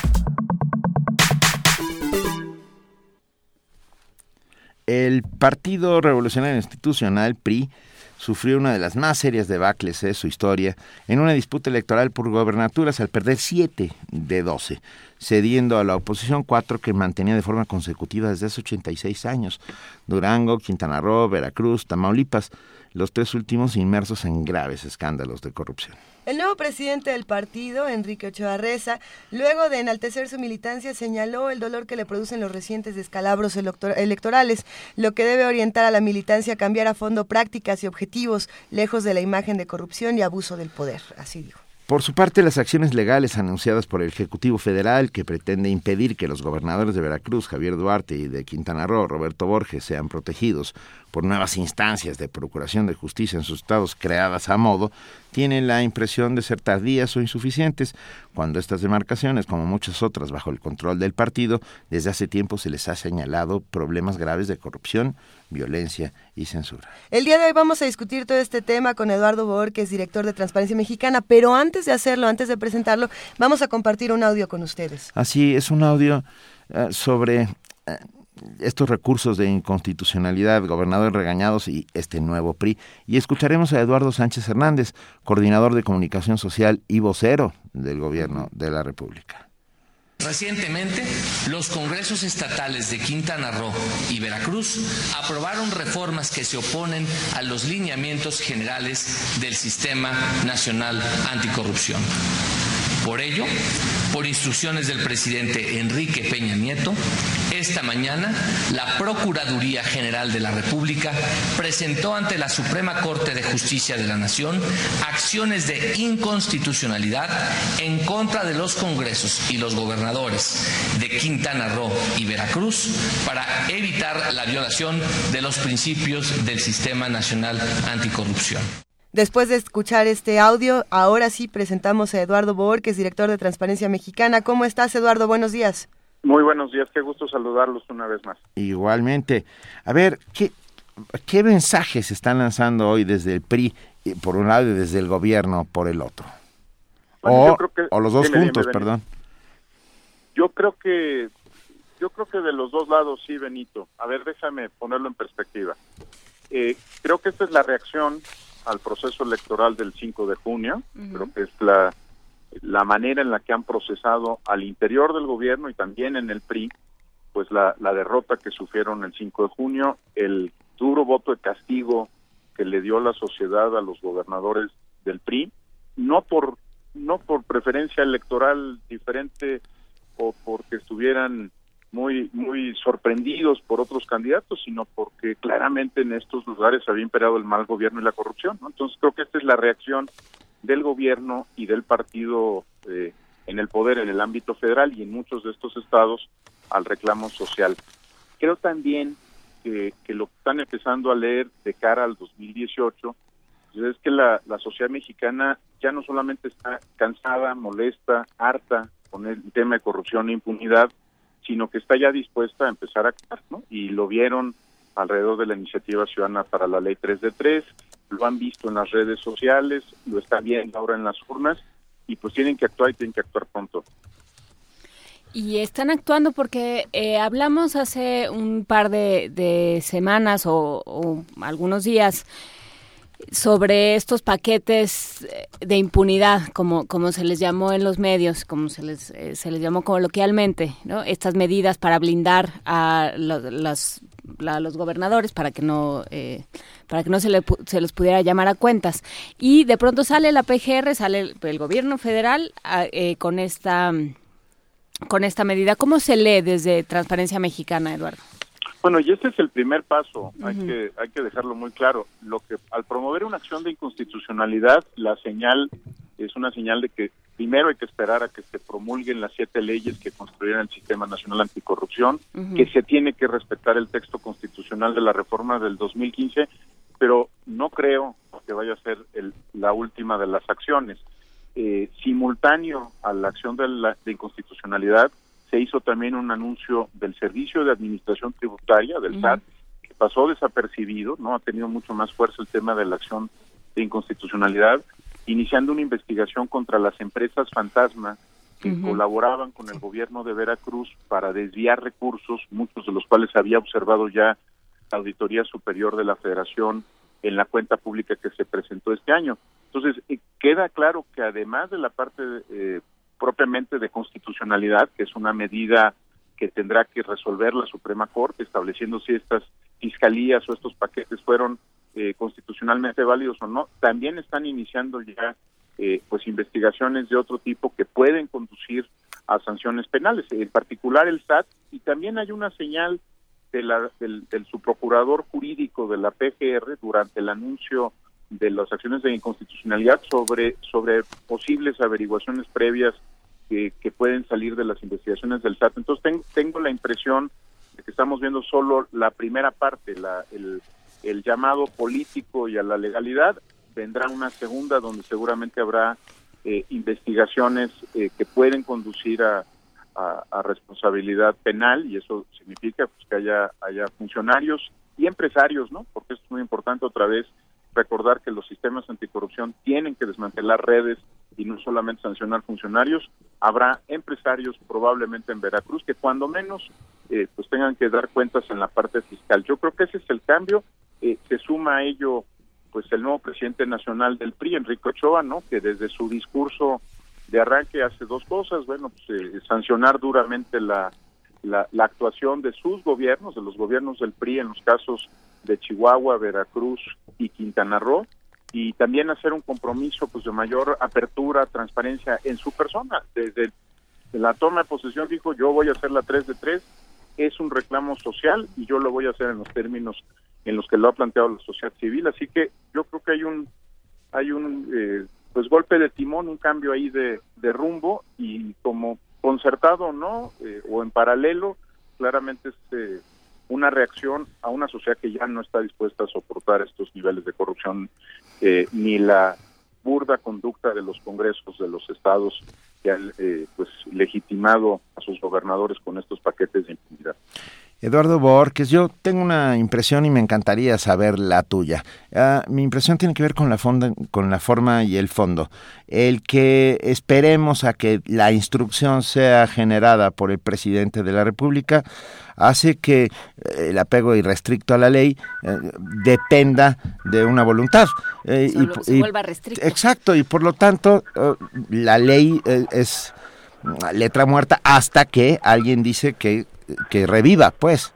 El Partido Revolucionario Institucional, P R I, sufrió una de las más serias debacles de su historia en una disputa electoral por gobernaturas al perder siete de doce, cediendo a la oposición cuatro que mantenía de forma consecutiva desde hace ochenta y seis años. Durango, Quintana Roo, Veracruz, Tamaulipas, los tres últimos inmersos en graves escándalos de corrupción. El nuevo presidente del partido, Enrique Ochoa Reza, luego de enaltecer su militancia, señaló el dolor que le producen los recientes descalabros electorales, lo que debe orientar a la militancia a cambiar a fondo prácticas y objetivos, lejos de la imagen de corrupción y abuso del poder, así dijo. Por su parte, las acciones legales anunciadas por el Ejecutivo Federal, que pretende impedir que los gobernadores de Veracruz, Javier Duarte, y de Quintana Roo, Roberto Borges, sean protegidos por nuevas instancias de procuración de justicia en sus estados creadas a modo, tienen la impresión de ser tardías o insuficientes, cuando estas demarcaciones, como muchas otras bajo el control del partido, desde hace tiempo se les ha señalado problemas graves de corrupción, violencia y censura. El día de hoy vamos a discutir todo este tema con Eduardo Borges, director de Transparencia Mexicana, pero antes de hacerlo, antes de presentarlo, vamos a compartir un audio con ustedes. Así es, un audio uh, sobre uh, estos recursos de inconstitucionalidad, gobernadores regañados y este nuevo P R I. Y escucharemos a Eduardo Sánchez Hernández, coordinador de comunicación social y vocero del gobierno de la República. Recientemente, los congresos estatales de Quintana Roo y Veracruz aprobaron reformas que se oponen a los lineamientos generales del Sistema Nacional Anticorrupción. Por ello, por instrucciones del presidente Enrique Peña Nieto, esta mañana la Procuraduría General de la República presentó ante la Suprema Corte de Justicia de la Nación acciones de inconstitucionalidad en contra de los congresos y los gobernadores de Quintana Roo y Veracruz para evitar la violación de los principios del Sistema Nacional Anticorrupción. Después de escuchar este audio, ahora sí presentamos a Eduardo Bohórquez, director de Transparencia Mexicana. ¿Cómo estás, Eduardo? Buenos días. Muy buenos días, qué gusto saludarlos una vez más. Igualmente. A ver, ¿qué, qué mensajes están lanzando hoy desde el P R I, por un lado, y desde el gobierno por el otro? Bueno, o, yo creo que, o los dos dime, juntos, dime, perdón. Yo creo que yo creo que de los dos lados sí, Benito. A ver, déjame ponerlo en perspectiva. Eh, creo que esta es la reacción al proceso electoral del cinco de junio. Uh-huh. Creo que es la, la manera en la que han procesado al interior del gobierno y también en el P R I, pues la, la derrota que sufrieron el cinco de junio, el duro voto de castigo que le dio la sociedad a los gobernadores del P R I, no por, no por preferencia electoral diferente o porque estuvieran muy muy sorprendidos por otros candidatos, sino porque claramente en estos lugares había imperado el mal gobierno y la corrupción, ¿no? Entonces creo que esta es la reacción del gobierno y del partido eh, en el poder en el ámbito federal y en muchos de estos estados al reclamo social. Creo también que, que lo que están empezando a leer de cara al dos mil dieciocho pues es que la, la sociedad mexicana ya no solamente está cansada, molesta, harta con el tema de corrupción e impunidad, sino que está ya dispuesta a empezar a actuar, ¿no? Y lo vieron alrededor de la iniciativa ciudadana para la ley tres de tres, lo han visto en las redes sociales, lo están viendo ahora en las urnas, y pues tienen que actuar y tienen que actuar pronto. Y están actuando porque eh, hablamos hace un par de, de semanas o, o algunos días sobre estos paquetes de impunidad, como como se les llamó en los medios, como se les eh, se les llamó coloquialmente, ¿no? Estas medidas para blindar a los, las, la, los gobernadores para que no eh, para que no se, le, se les pudiera llamar a cuentas. Y de pronto sale la P G R, sale el, el gobierno federal a, eh, con esta con esta medida. ¿Cómo se lee desde Transparencia Mexicana, Eduardo? Bueno, y este es el primer paso, uh-huh. hay que hay que dejarlo muy claro. Lo que al promover una acción de inconstitucionalidad, la señal es una señal de que primero hay que esperar a que se promulguen las siete leyes que construyeron el Sistema Nacional Anticorrupción, uh-huh. que se tiene que respetar el texto constitucional de la reforma del dos mil quince, pero no creo que vaya a ser el, la última de las acciones. Eh, simultáneo a la acción de, la, de inconstitucionalidad, se hizo también un anuncio del Servicio de Administración Tributaria, del uh-huh. S A T, que pasó desapercibido, no ha tenido mucho más fuerza el tema de la acción de inconstitucionalidad, iniciando una investigación contra las empresas fantasma que uh-huh. colaboraban con el gobierno de Veracruz para desviar recursos, muchos de los cuales había observado ya la Auditoría Superior de la Federación en la cuenta pública que se presentó este año. Entonces, eh, queda claro que además de la parte eh, propiamente de constitucionalidad, que es una medida que tendrá que resolver la Suprema Corte, estableciendo si estas fiscalías o estos paquetes fueron eh, constitucionalmente válidos o no, también están iniciando ya eh, pues investigaciones de otro tipo que pueden conducir a sanciones penales, en particular el S A T, y también hay una señal de la, del, del subprocurador jurídico de la P G R durante el anuncio de las acciones de inconstitucionalidad sobre sobre posibles averiguaciones previas que, que pueden salir de las investigaciones del S A T. Entonces tengo, tengo la impresión de que estamos viendo solo la primera parte, la, el, el llamado político y a la legalidad. Vendrá una segunda donde seguramente habrá eh, investigaciones eh, que pueden conducir a, a, a responsabilidad penal, y eso significa pues, que haya, haya funcionarios y empresarios, ¿no? Porque esto es muy importante otra vez, recordar que los sistemas anticorrupción tienen que desmantelar redes y no solamente sancionar funcionarios. Habrá empresarios probablemente en Veracruz que cuando menos eh, pues tengan que dar cuentas en la parte fiscal. Yo creo que ese es el cambio. Eh, se suma a ello pues el nuevo presidente nacional del P R I, Enrique Ochoa, ¿no? Que desde su discurso de arranque hace dos cosas. Bueno, pues eh, sancionar duramente la, la la actuación de sus gobiernos, de los gobiernos del P R I en los casos de Chihuahua, Veracruz y Quintana Roo, y también hacer un compromiso pues de mayor apertura, transparencia en su persona. Desde la toma de posesión dijo, yo voy a hacer la tres de tres, es un reclamo social y yo lo voy a hacer en los términos en los que lo ha planteado la sociedad civil, así que yo creo que hay un hay un eh, pues golpe de timón, un cambio ahí de, de rumbo, y como concertado o no, eh, o en paralelo, claramente es eh, una reacción a una sociedad que ya no está dispuesta a soportar estos niveles de corrupción, eh, ni la burda conducta de los congresos de los estados que han eh, pues legitimado a sus gobernadores con estos paquetes de impunidad. Eduardo Borges, yo tengo una impresión y me encantaría saber la tuya. Uh, mi impresión tiene que ver con la, fonda, con la forma y el fondo. El que esperemos a que la instrucción sea generada por el presidente de la República hace que el apego irrestricto a la ley eh, dependa de una voluntad. Eh, Solo, y, se y, vuelva restricto. Exacto, y por lo tanto uh, la ley eh, es letra muerta hasta que alguien dice que que reviva, pues.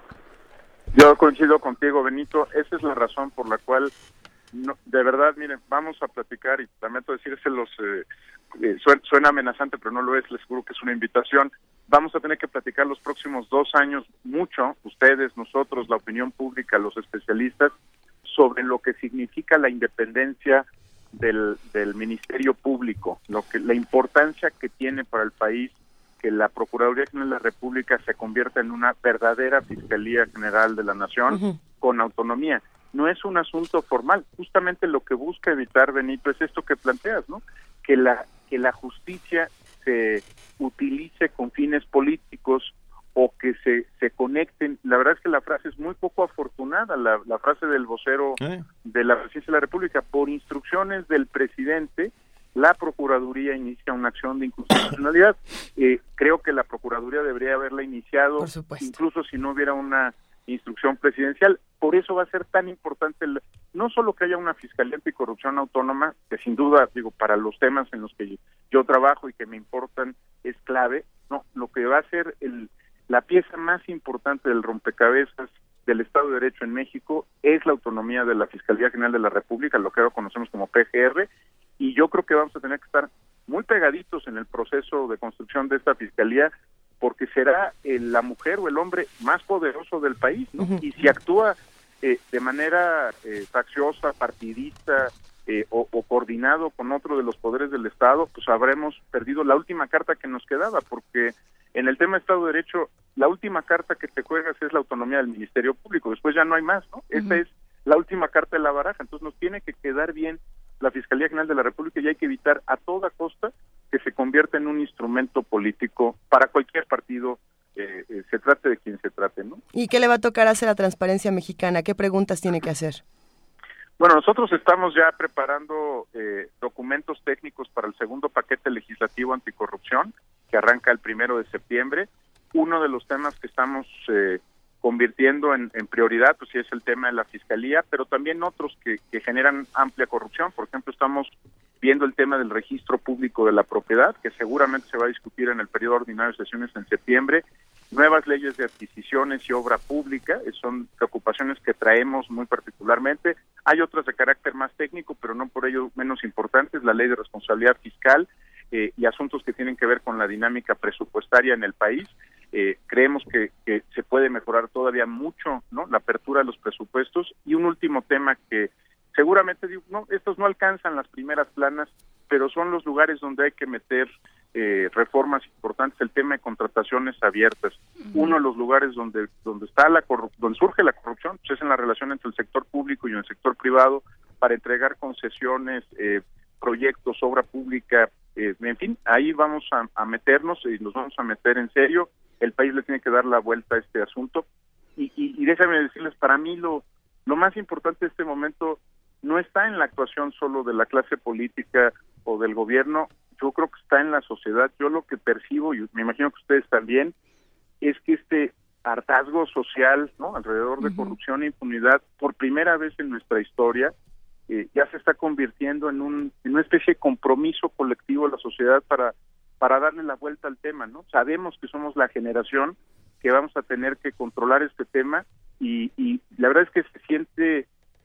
Yo coincido contigo, Benito, esa es la razón por la cual, no, de verdad, miren, vamos a platicar, y lamento decírselos, eh, eh, suena, suena amenazante, pero no lo es, les juro que es una invitación. Vamos a tener que platicar los próximos dos años mucho, ustedes, nosotros, la opinión pública, los especialistas, sobre lo que significa la independencia del, del Ministerio Público, lo que la importancia que tiene para el país que la Procuraduría General de la República se convierta en una verdadera Fiscalía General de la Nación, uh-huh, con autonomía. No es un asunto formal, justamente lo que busca evitar, Benito, es esto que planteas, ¿no? Que la que la justicia se utilice con fines políticos o que se, se conecten. La verdad es que la frase es muy poco afortunada, la, la frase del vocero ¿Eh? de la Presidencia de la República, por instrucciones del presidente, la Procuraduría inicia una acción de inconstitucionalidad. Eh, creo que la Procuraduría debería haberla iniciado, incluso si no hubiera una instrucción presidencial. Por eso va a ser tan importante, el, no solo que haya una Fiscalía Anticorrupción autónoma, que sin duda, digo, para los temas en los que yo, yo trabajo y que me importan es clave, no, lo que va a ser el, la pieza más importante del rompecabezas del Estado de Derecho en México es la autonomía de la Fiscalía General de la República, lo que ahora conocemos como P G R, y yo creo que vamos a tener que estar muy pegaditos en el proceso de construcción de esta fiscalía, porque será eh, la mujer o el hombre más poderoso del país, ¿no? Uh-huh. Y si actúa eh, de manera eh, facciosa, partidista eh, o, o coordinado con otro de los poderes del Estado, pues habremos perdido la última carta que nos quedaba, porque en el tema de Estado de Derecho, la última carta que te juegas es la autonomía del Ministerio Público, después ya no hay más, ¿no? Uh-huh. Esta es la última carta de la baraja, entonces nos tiene que quedar bien la Fiscalía General de la República y hay que evitar a toda costa que se convierta en un instrumento político para cualquier partido, eh, eh, se trate de quien se trate, ¿no? ¿Y qué le va a tocar hacer a Transparencia Mexicana? ¿Qué preguntas tiene que hacer? Bueno, nosotros estamos ya preparando eh, documentos técnicos para el segundo paquete legislativo anticorrupción, que arranca el primero de septiembre. Uno de los temas que estamos eh, convirtiendo en, en prioridad, pues sí es el tema de la fiscalía, pero también otros que, que generan amplia corrupción. Por ejemplo, estamos viendo el tema del registro público de la propiedad, que seguramente se va a discutir en el periodo ordinario de sesiones en septiembre. Nuevas leyes de adquisiciones y obra pública, son preocupaciones que traemos muy particularmente. Hay otras de carácter más técnico, pero no por ello menos importantes, la ley de responsabilidad fiscal eh, y asuntos que tienen que ver con la dinámica presupuestaria en el país. Eh, creemos que, que se puede mejorar todavía mucho, ¿no?, la apertura de los presupuestos. Y un último tema que seguramente, digo, no, estos no alcanzan las primeras planas, pero son los lugares donde hay que meter eh, reformas importantes, el tema de contrataciones abiertas. Uh-huh. Uno de los lugares donde donde está la corrup- donde surge la corrupción pues es en la relación entre el sector público y el sector privado para entregar concesiones, eh, proyectos, obra pública, eh, en fin, ahí vamos a, a meternos y nos vamos a meter en serio. El país le tiene que dar la vuelta a este asunto y, y, y déjame decirles, para mí lo lo más importante de este momento no está en la actuación solo de la clase política o del gobierno, yo creo que está en la sociedad. Yo lo que percibo, y me imagino que ustedes también, es que este hartazgo social, ¿no?, alrededor de uh-huh. corrupción e impunidad, por primera vez en nuestra historia, eh, ya se está convirtiendo en, un, en una especie de compromiso colectivo de la sociedad para, para darle la vuelta al tema, ¿no? Sabemos que somos la generación que vamos a tener que controlar este tema y, y la verdad es que se siente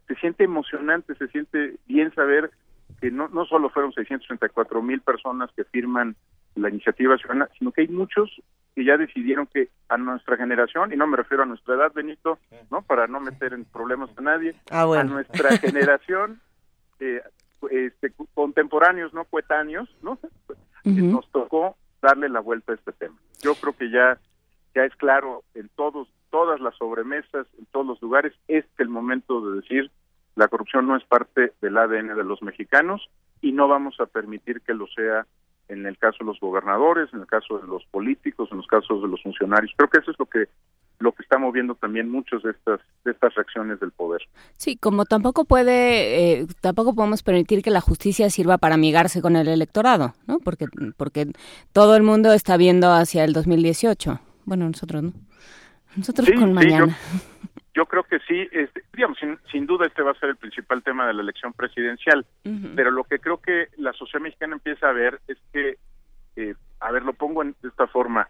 se siente emocionante, se siente bien saber que no, no solo fueron seiscientos treinta y cuatro mil personas que firman la iniciativa ciudadana, sino que hay muchos que ya decidieron que a nuestra generación, y no me refiero a nuestra edad, Benito, no para no meter en problemas a nadie, ah, bueno. a nuestra generación, eh, este, contemporáneos, no coetáneos, ¿no? Uh-huh. Nos tocó darle la vuelta a este tema. Yo creo que ya, ya es claro en todos, todas las sobremesas, en todos los lugares, este es el momento de decir la corrupción no es parte del A D N de los mexicanos y no vamos a permitir que lo sea en el caso de los gobernadores, en el caso de los políticos, en los casos de los funcionarios. Creo que eso es lo que lo que está moviendo también muchas de estas de estas reacciones del poder. Sí, como tampoco puede, eh, tampoco podemos permitir que la justicia sirva para amigarse con el electorado, ¿no? Porque porque todo el mundo está viendo hacia el dos mil dieciocho. Bueno, nosotros no. Nosotros sí, con sí, mañana. Yo, yo creo que sí, este, digamos, sin, sin duda este va a ser el principal tema de la elección presidencial, uh-huh. pero lo que creo que la sociedad mexicana empieza a ver es que, eh, a ver, lo pongo en, de esta forma,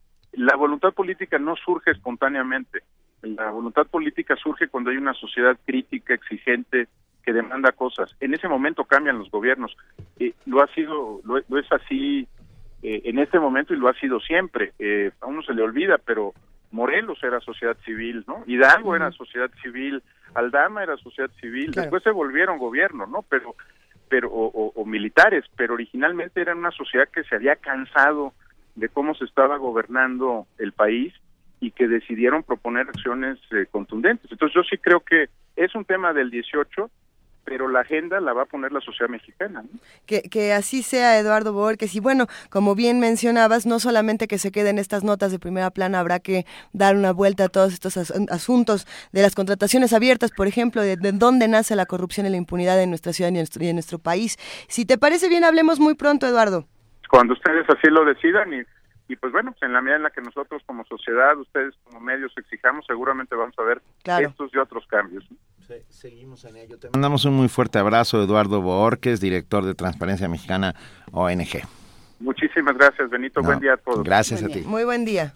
la voluntad política no surge espontáneamente, la voluntad política surge cuando hay una sociedad crítica, exigente, que demanda cosas. En ese momento cambian los gobiernos, eh, lo ha sido, lo, lo es así eh, en este momento y lo ha sido siempre, eh, a uno se le olvida, pero Morelos era sociedad civil, ¿no? Hidalgo uh-huh. era sociedad civil, Aldama era sociedad civil, claro. Después se volvieron gobierno, ¿no? Pero, pero o, o, o militares, pero originalmente era una sociedad que se había cansado de cómo se estaba gobernando el país y que decidieron proponer acciones eh, contundentes. Entonces yo sí creo que es un tema del dieciocho, pero la agenda la va a poner la sociedad mexicana, ¿no? Que, que así sea, Eduardo Bohórquez. Y bueno, como bien mencionabas, no solamente que se queden estas notas de primera plana, habrá que dar una vuelta a todos estos as- asuntos de las contrataciones abiertas, por ejemplo, de, de dónde nace la corrupción y la impunidad en nuestra ciudad y en nuestro, y en nuestro país. Si te parece bien, hablemos muy pronto, Eduardo. Cuando ustedes así lo decidan y, y pues bueno, pues en la medida en la que nosotros como sociedad, ustedes como medios exijamos, seguramente vamos a ver claro. estos y otros cambios, ¿no? Sí, seguimos en ello. Te mandamos un muy fuerte abrazo, Eduardo Bohórquez, director de Transparencia Mexicana O N G. Muchísimas gracias, Benito. No, buen día a todos. Gracias buen a día. ti. Muy buen día.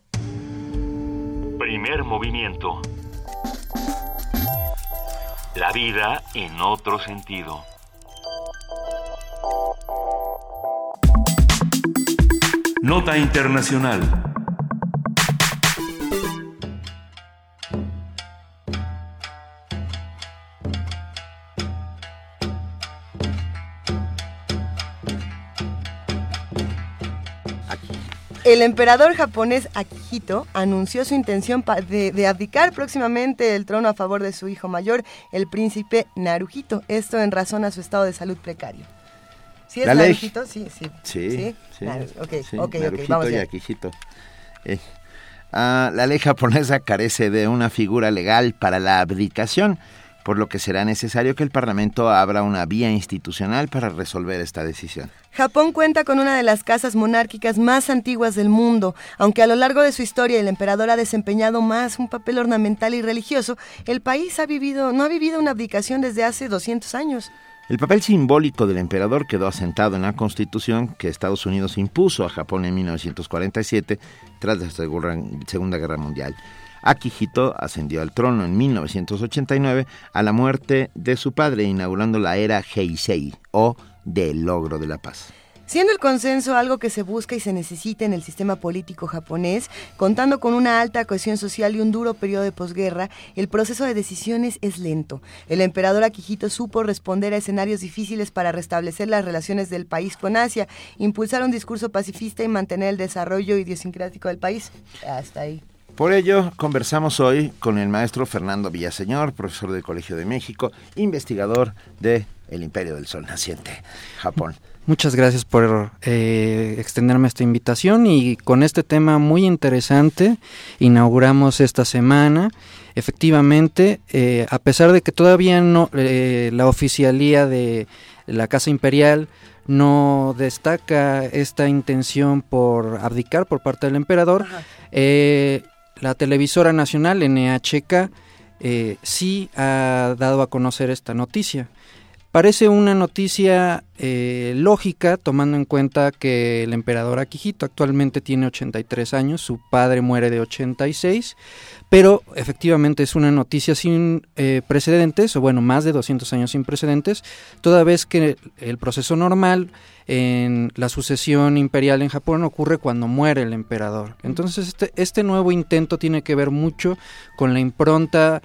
Primer movimiento. La vida en otro sentido. Nota internacional. El emperador japonés Akihito anunció su intención de, de abdicar próximamente el trono a favor de su hijo mayor, el príncipe Naruhito. Esto en razón a su estado de salud precario. ¿Sí es la Naruhito? Sí, sí. Sí, sí. sí. Naru, okay, sí, okay, Naruhito okay, vamos y Akihito. Eh, ah, la ley japonesa carece de una figura legal para la abdicación, por lo que será necesario que el Parlamento abra una vía institucional para resolver esta decisión. Japón cuenta con una de las casas monárquicas más antiguas del mundo. Aunque a lo largo de su historia el emperador ha desempeñado más un papel ornamental y religioso, el país ha vivido, no ha vivido una abdicación desde hace doscientos años. El papel simbólico del emperador quedó asentado en la Constitución que Estados Unidos impuso a Japón en mil novecientos cuarenta y siete tras la Segunda Guerra Mundial. Akihito ascendió al trono en mil novecientos ochenta y nueve a la muerte de su padre, inaugurando la era Heisei, o del logro de la paz. Siendo el consenso algo que se busca y se necesita en el sistema político japonés, contando con una alta cohesión social y un duro periodo de posguerra, el proceso de decisiones es lento. El emperador Akihito supo responder a escenarios difíciles para restablecer las relaciones del país con Asia, impulsar un discurso pacifista y mantener el desarrollo idiosincrático del país. Hasta ahí. Por ello, conversamos hoy con el maestro Fernando Villaseñor, profesor del Colegio de México, investigador de El Imperio del Sol Naciente, Japón. Muchas gracias por eh, extenderme esta invitación y con este tema muy interesante inauguramos esta semana. Efectivamente, eh, a pesar de que todavía no eh, la oficialía de la Casa Imperial no destaca esta intención por abdicar por parte del emperador, eh, la televisora nacional N H K eh, sí ha dado a conocer esta noticia. Parece una noticia eh, lógica, tomando en cuenta que el emperador Akihito actualmente tiene ochenta y tres años, su padre muere de ochenta y seis, pero efectivamente es una noticia sin eh, precedentes, o bueno, más de doscientos años sin precedentes, toda vez que el proceso normal en la sucesión imperial en Japón ocurre cuando muere el emperador. Entonces este, este nuevo intento tiene que ver mucho con la impronta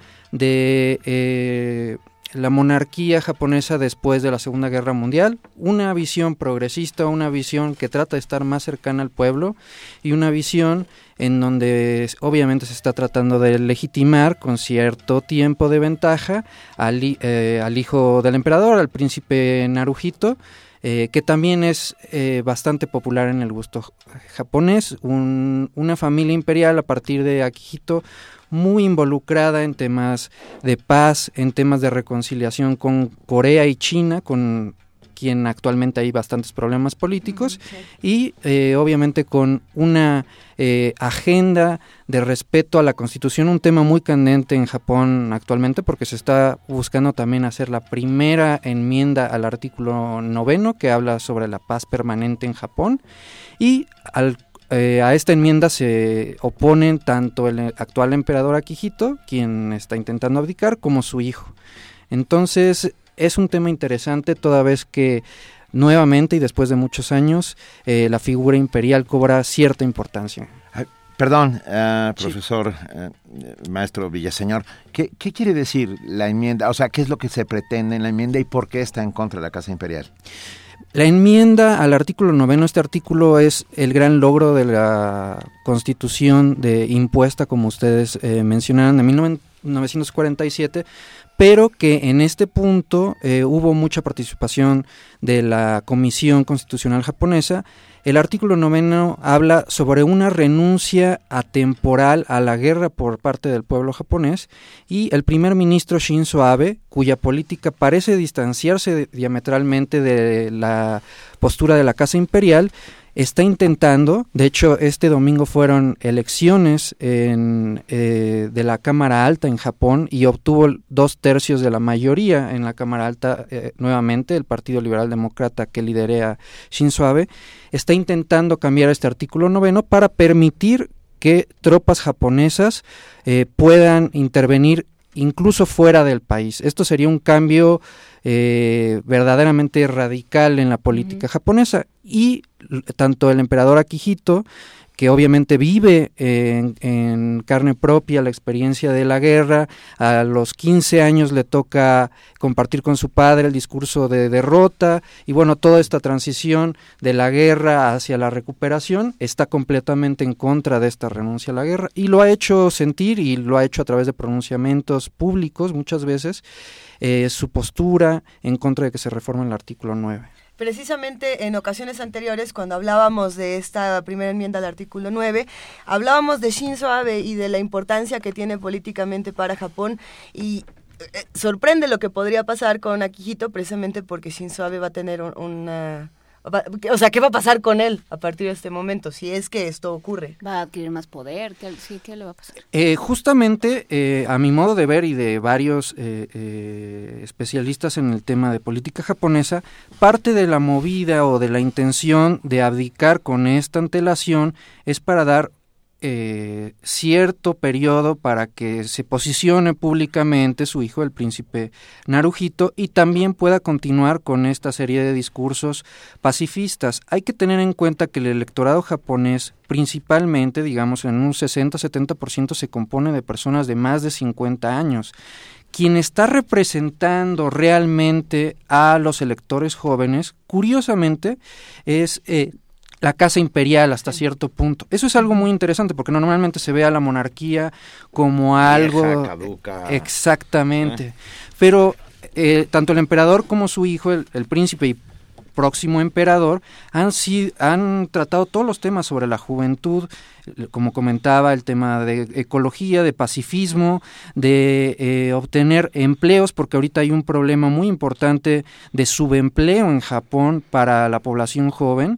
de eh, la monarquía japonesa después de la Segunda Guerra Mundial, una visión progresista, una visión que trata de estar más cercana al pueblo y una visión en donde obviamente se está tratando de legitimar con cierto tiempo de ventaja al, eh, al hijo del emperador, al príncipe Naruhito, eh, que también es eh, bastante popular en el gusto japonés, un, una familia imperial a partir de Akihito muy involucrada en temas de paz, en temas de reconciliación con Corea y China, con quien actualmente hay bastantes problemas políticos, uh-huh, sí. y eh, obviamente con una eh, agenda de respeto a la Constitución, un tema muy candente en Japón actualmente porque se está buscando también hacer la primera enmienda al artículo noveno que habla sobre la paz permanente en Japón, y al Eh, a esta enmienda se oponen tanto el actual emperador Akihito, quien está intentando abdicar, como su hijo. Entonces es un tema interesante toda vez que nuevamente y después de muchos años eh, la figura imperial cobra cierta importancia. Ay, perdón, uh, profesor, sí. uh, maestro Villaseñor, ¿qué, ¿qué quiere decir la enmienda? O sea, ¿qué es lo que se pretende en la enmienda y por qué está en contra de la Casa Imperial? La enmienda al artículo noveno, este artículo es el gran logro de la Constitución de impuesta, como ustedes eh, mencionaron, de mil novecientos cuarenta y siete, pero que en este punto eh, hubo mucha participación de la Comisión Constitucional Japonesa. El artículo noveno habla sobre una renuncia atemporal a la guerra por parte del pueblo japonés, y el primer ministro Shinzo Abe, cuya política parece distanciarse diametralmente de la postura de la Casa Imperial, está intentando, de hecho este domingo fueron elecciones en, eh, de la Cámara Alta en Japón y obtuvo dos tercios de la mayoría en la Cámara Alta, eh, nuevamente el Partido Liberal Demócrata que lidera Shinzo Abe, está intentando cambiar este artículo noveno para permitir que tropas japonesas eh, puedan intervenir incluso fuera del país. Esto sería un cambio eh, verdaderamente radical en la política uh-huh. japonesa, y tanto el emperador Akihito, que obviamente vive en, en carne propia la experiencia de la guerra, a los quince años le toca compartir con su padre el discurso de derrota, y bueno, toda esta transición de la guerra hacia la recuperación, está completamente en contra de esta renuncia a la guerra, y lo ha hecho sentir, y lo ha hecho a través de pronunciamientos públicos muchas veces, eh, su postura en contra de que se reforme el artículo nueve. Precisamente en ocasiones anteriores, cuando hablábamos de esta primera enmienda al artículo nueve, hablábamos de Shinzo Abe y de la importancia que tiene políticamente para Japón, y eh, sorprende lo que podría pasar con Akihito, precisamente porque Shinzo Abe va a tener un, una... O sea, ¿qué va a pasar con él a partir de este momento, si es que esto ocurre? ¿Va a adquirir más poder? ¿Qué, sí, ¿qué le va a pasar? Eh, justamente, eh, a mi modo de ver y de varios eh, eh, especialistas en el tema de política japonesa, parte de la movida o de la intención de abdicar con esta antelación es para dar Eh, cierto periodo para que se posicione públicamente su hijo, el príncipe Naruhito, y también pueda continuar con esta serie de discursos pacifistas. Hay que tener en cuenta que el electorado japonés, principalmente, digamos, en un sesenta a setenta por ciento se compone de personas de más de cincuenta años. Quien está representando realmente a los electores jóvenes, curiosamente, es eh, la Casa Imperial hasta cierto punto. Eso es algo muy interesante porque normalmente se ve a la monarquía como algo... Vieja, caduca. Exactamente. ¿Eh? Pero eh, tanto el emperador como su hijo, el, el príncipe y próximo emperador, han, si, han tratado todos los temas sobre la juventud, como comentaba, el tema de ecología, de pacifismo, de eh, obtener empleos, porque ahorita hay un problema muy importante de subempleo en Japón para la población joven,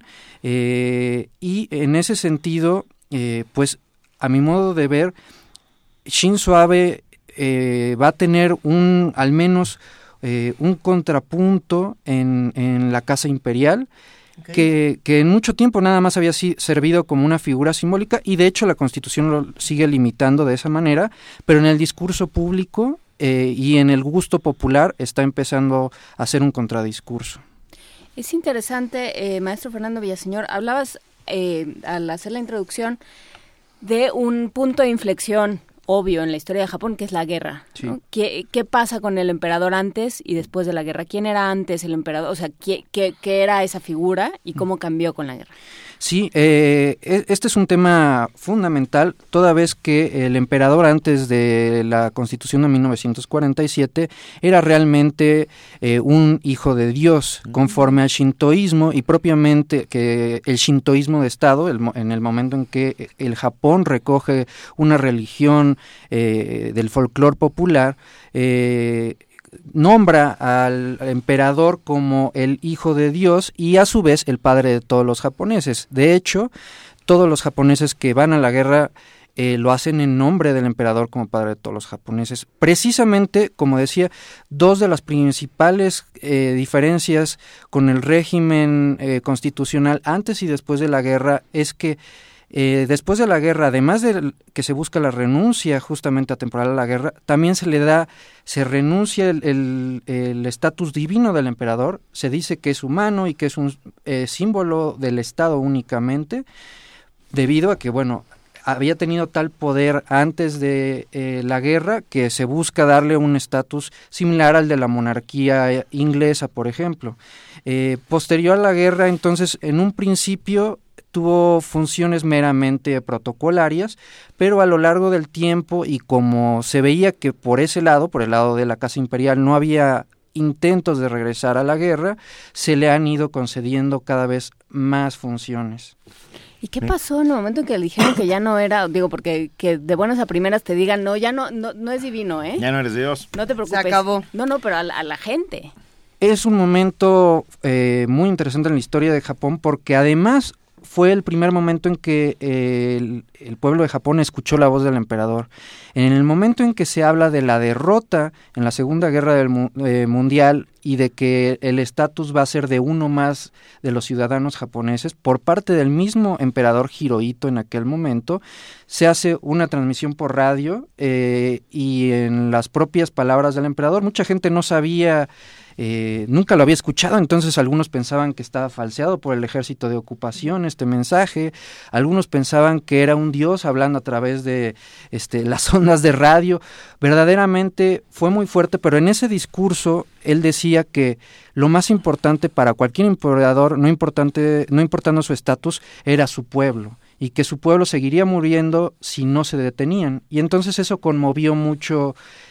eh, y en ese sentido, eh, pues a mi modo de ver, Shinzo Abe eh, va a tener un, al menos eh, un contrapunto en, en la Casa Imperial, okay. que, que en mucho tiempo nada más había si, servido como una figura simbólica, y de hecho la Constitución lo sigue limitando de esa manera, pero en el discurso público eh, y en el gusto popular está empezando a hacer un contradiscurso. Es interesante, eh, maestro Fernando Villaseñor, hablabas eh, al hacer la introducción de un punto de inflexión obvio en la historia de Japón, que es la guerra, sí. ¿no? ¿Qué, ¿Qué pasa con el emperador antes y después de la guerra? ¿Quién era antes el emperador? O sea, ¿qué, qué, qué era esa figura y cómo cambió con la guerra? Sí, eh, este es un tema fundamental, toda vez que el emperador antes de la Constitución de mil novecientos cuarenta y siete era realmente eh, un hijo de Dios, conforme al shintoísmo, y propiamente que el shintoísmo de Estado, el, en el momento en que el Japón recoge una religión eh, del folclore popular, eh, nombra al emperador como el hijo de Dios y a su vez el padre de todos los japoneses. De hecho, todos los japoneses que van a la guerra eh, lo hacen en nombre del emperador como padre de todos los japoneses. Precisamente, como decía, dos de las principales eh, diferencias con el régimen eh, constitucional antes y después de la guerra es que Eh, después de la guerra, además de que se busca la renuncia justamente a temporal a la guerra, también se le da, se renuncia el estatus divino del emperador, se dice que es humano y que es un eh, símbolo del Estado únicamente, debido a que, bueno, había tenido tal poder antes de eh, la guerra que se busca darle un estatus similar al de la monarquía inglesa, por ejemplo. Eh, posterior a la guerra, entonces, en un principio tuvo funciones meramente protocolarias, pero a lo largo del tiempo, y como se veía que por ese lado, por el lado de la Casa Imperial, no había intentos de regresar a la guerra, se le han ido concediendo cada vez más funciones. ¿Y qué pasó en el momento en que le dijeron que ya no era, digo, porque que de buenas a primeras te digan, no, ya no, no, no es divino, ¿eh? Ya no eres Dios. No te preocupes. Se acabó. No, no, pero a la, a la gente. Es un momento eh, muy interesante en la historia de Japón, porque además fue el primer momento en que eh, el, el pueblo de Japón escuchó la voz del emperador. En el momento en que se habla de la derrota en la Segunda Guerra del, eh, Mundial y de que el estatus va a ser de uno más de los ciudadanos japoneses, por parte del mismo emperador Hirohito en aquel momento, se hace una transmisión por radio eh, y en las propias palabras del emperador, mucha gente no sabía, Eh, nunca lo había escuchado, entonces algunos pensaban que estaba falseado por el ejército de ocupación este mensaje, algunos pensaban que era un dios hablando a través de este, las ondas de radio. Verdaderamente fue muy fuerte, pero en ese discurso él decía que lo más importante para cualquier emperador, no, importante, no importando su estatus, era su pueblo, y que su pueblo seguiría muriendo si no se detenían. Y entonces eso conmovió mucho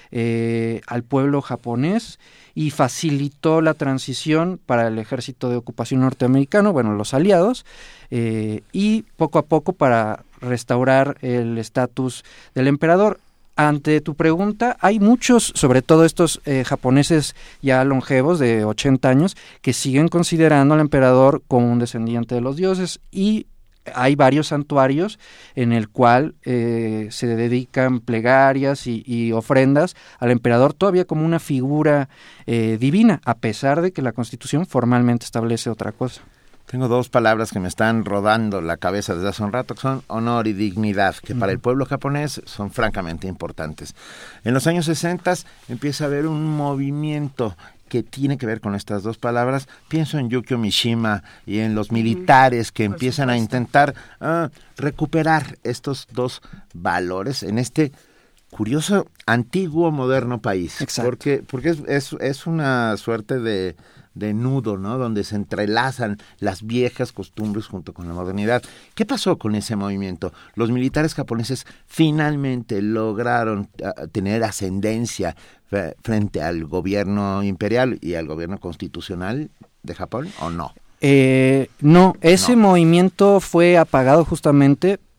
eh, al pueblo japonés y facilitó la transición para el ejército de ocupación norteamericano, bueno, los aliados, eh, y poco a poco para restaurar el estatus del emperador. Ante tu pregunta, hay muchos, sobre todo estos eh, japoneses ya longevos de ochenta años, que siguen considerando al emperador como un descendiente de los dioses, y hay varios santuarios en el cual eh, se dedican plegarias y, y ofrendas al emperador todavía como una figura eh, divina, a pesar de que la Constitución formalmente establece otra cosa. Tengo dos palabras que me están rodando la cabeza desde hace un rato, que son honor y dignidad, que uh-huh. para el pueblo japonés son francamente importantes. En los años sesenta empieza a haber un movimiento que tiene que ver con estas dos palabras. Pienso en Yukio Mishima y en los militares que Por empiezan supuesto. a intentar uh, recuperar estos dos valores en este curioso, antiguo, moderno país. Exacto. Porque, porque es, es, es una suerte de, de nudo, ¿no? Donde se entrelazan las viejas costumbres junto con la modernidad. ¿Qué pasó con ese movimiento? Los militares japoneses finalmente lograron uh, tener ascendencia frente al gobierno imperial y al gobierno constitucional de Japón, ¿o no? Eh, no, ese no. movimiento fue apagado justamente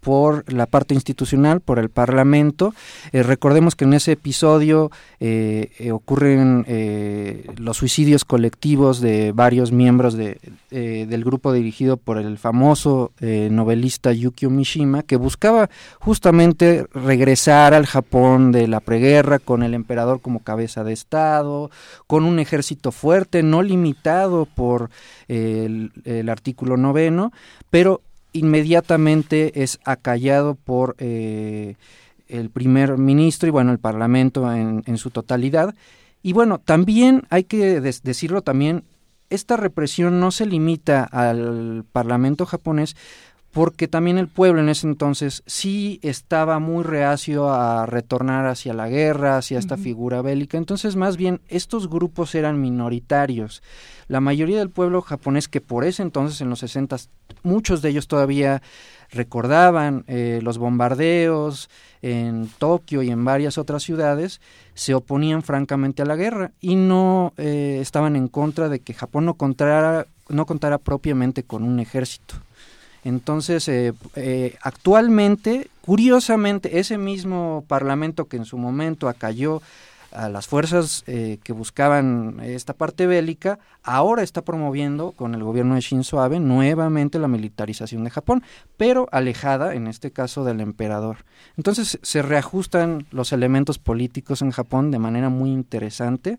por la parte institucional, por el Parlamento. Eh, recordemos que en ese episodio eh, eh, ocurren eh, los suicidios colectivos de varios miembros de, eh, del grupo dirigido por el famoso eh, novelista Yukio Mishima, que buscaba justamente regresar al Japón de la preguerra con el emperador como cabeza de Estado, con un ejército fuerte, no limitado por eh, el, el artículo noveno, pero inmediatamente es acallado por eh, el primer ministro y bueno, el Parlamento en, en su totalidad. Y bueno, también hay que des- decirlo también, esta represión no se limita al Parlamento japonés, porque también el pueblo en ese entonces sí estaba muy reacio a retornar hacia la guerra, hacia esta uh-huh. figura bélica. Entonces, más bien, estos grupos eran minoritarios. La mayoría del pueblo japonés, que por ese entonces, en los sesentas, muchos de ellos todavía recordaban eh, los bombardeos en Tokio y en varias otras ciudades, se oponían francamente a la guerra y no eh, estaban en contra de que Japón no contara, no contara propiamente con un ejército. Entonces, eh, eh, actualmente, curiosamente, ese mismo parlamento que en su momento acalló a las fuerzas eh, que buscaban esta parte bélica, ahora está promoviendo con el gobierno de Shinzo Abe nuevamente la militarización de Japón, pero alejada, en este caso, del emperador. Entonces, se reajustan los elementos políticos en Japón de manera muy interesante.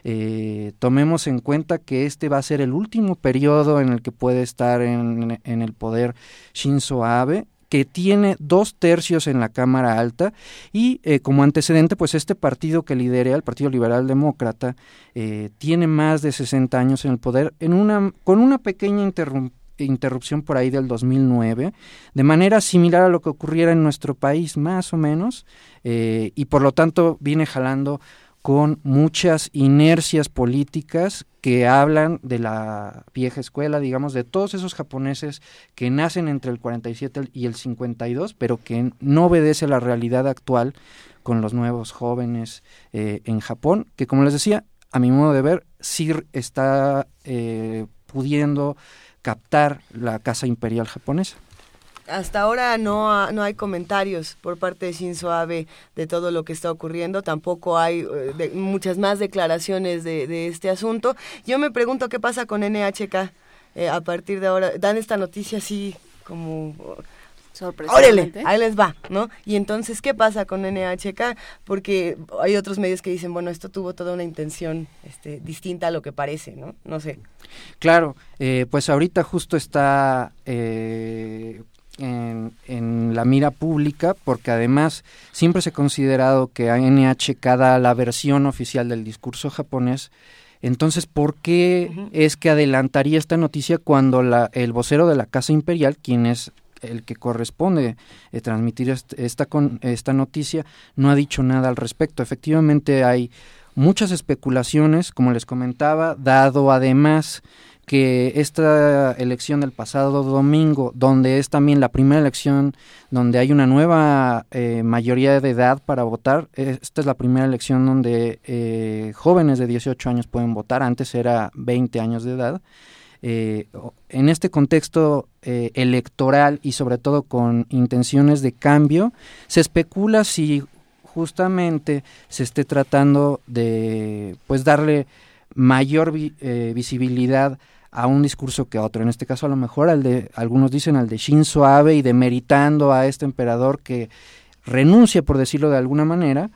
Eh, tomemos en cuenta que este va a ser el último periodo en el que puede estar en, en el poder Shinzo Abe, que tiene dos tercios en la Cámara Alta y eh, como antecedente, pues este partido que lidera, el Partido Liberal Demócrata, eh, tiene más de sesenta años en el poder, en una con una pequeña interrupción interrupción por ahí del dos mil nueve, de manera similar a lo que ocurriera en nuestro país, más o menos, eh, y por lo tanto viene jalando con muchas inercias políticas que hablan de la vieja escuela, digamos, de todos esos japoneses que nacen entre el cuarenta y siete y el cincuenta y dos, pero que no obedece a la realidad actual con los nuevos jóvenes eh, en Japón, que como les decía, a mi modo de ver, sí está eh, pudiendo captar la casa imperial japonesa. Hasta ahora no, ha, no hay comentarios por parte de Shinzo Abe de todo lo que está ocurriendo, tampoco hay eh, de, muchas más declaraciones de, de este asunto. Yo me pregunto qué pasa con N H K eh, a partir de ahora. Dan esta noticia así como... ¡Órale! Ahí les va, ¿no? Y entonces, ¿qué pasa con N H K? Porque hay otros medios que dicen, bueno, esto tuvo toda una intención este, distinta a lo que parece, ¿no? No sé. Claro, eh, pues ahorita justo está... Eh, En, en la mira pública, porque además siempre se ha considerado que N H K da la versión oficial del discurso japonés. Entonces, ¿por qué uh-huh. es que adelantaría esta noticia cuando la, el vocero de la Casa Imperial, quien es el que corresponde eh, transmitir est- esta, con, esta noticia, no ha dicho nada al respecto? Efectivamente hay muchas especulaciones, como les comentaba, dado además que esta elección del pasado domingo, donde es también la primera elección donde hay una nueva eh, mayoría de edad para votar, esta es la primera elección donde eh, jóvenes de dieciocho años pueden votar, antes era veinte años de edad. Eh, en este contexto eh, electoral y sobre todo con intenciones de cambio, se especula si justamente se esté tratando de pues darle mayor vi, eh, visibilidad a un discurso que a otro, en este caso a lo mejor al de, algunos dicen al de Shinzo Abe, y demeritando a este emperador que renuncia, por decirlo de alguna manera,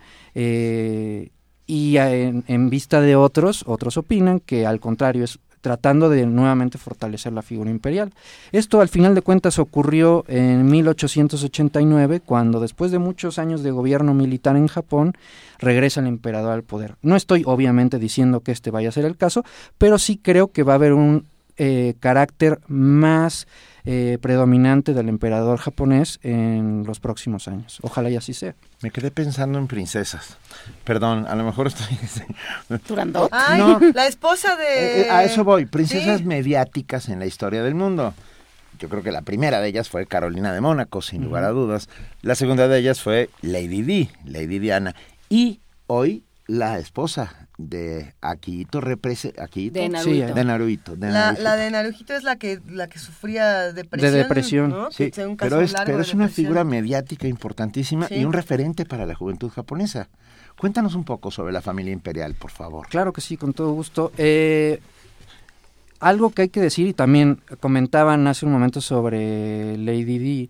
eh, y a, en, en vista de otros, otros opinan que al contrario es tratando de nuevamente fortalecer la figura imperial. Esto al final de cuentas ocurrió en mil ochocientos ochenta y nueve, cuando después de muchos años de gobierno militar en Japón, regresa el emperador al poder. No estoy obviamente diciendo que este vaya a ser el caso, pero sí creo que va a haber un eh, carácter más eh, predominante del emperador japonés en los próximos años. Ojalá y así sea. Me quedé pensando en princesas. Perdón, a lo mejor estoy... Turandot. Ay, no, la esposa de... Eh, a eso voy. Princesas sí. mediáticas en la historia del mundo. Yo creo que la primera de ellas fue Carolina de Mónaco, sin uh-huh. lugar a dudas. La segunda de ellas fue Lady Di, Lady Diana. Y hoy la esposa de Akihito, represe, Akihito, de Naruhito. Sí, de Naruhito, de la, Naruhito. la de Naruhito es la que la que sufría depresión. De depresión, ¿no? Sí, un pero es, pero de es una depresión. figura mediática importantísima Sí. y un referente para la juventud japonesa. Cuéntanos un poco sobre la familia imperial, por favor. Claro que sí, con todo gusto. Eh, algo que hay que decir, y también comentaban hace un momento sobre Lady Di,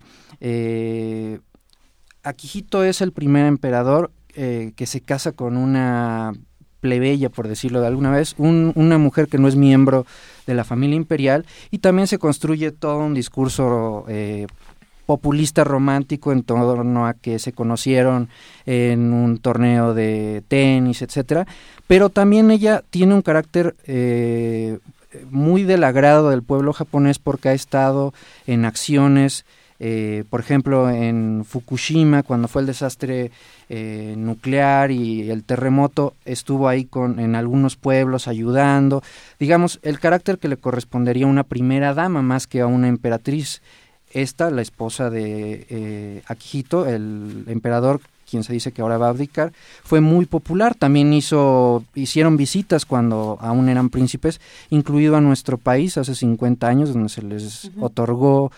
eh, Akihito es el primer emperador eh, que se casa con una plebeya, por decirlo de alguna vez, un, una mujer que no es miembro de la familia imperial, y también se construye todo un discurso eh, populista romántico en torno a que se conocieron en un torneo de tenis, etcétera, pero también ella tiene un carácter eh, muy del agrado del pueblo japonés porque ha estado en acciones, eh, por ejemplo en Fukushima, cuando fue el desastre eh, nuclear y el terremoto, estuvo ahí con en algunos pueblos ayudando, digamos, el carácter que le correspondería a una primera dama más que a una emperatriz. Esta, la esposa de eh, Akihito, el emperador, quien se dice que ahora va a abdicar, fue muy popular. También hizo, hicieron visitas cuando aún eran príncipes, incluido a nuestro país hace cincuenta años, donde se les uh-huh. otorgó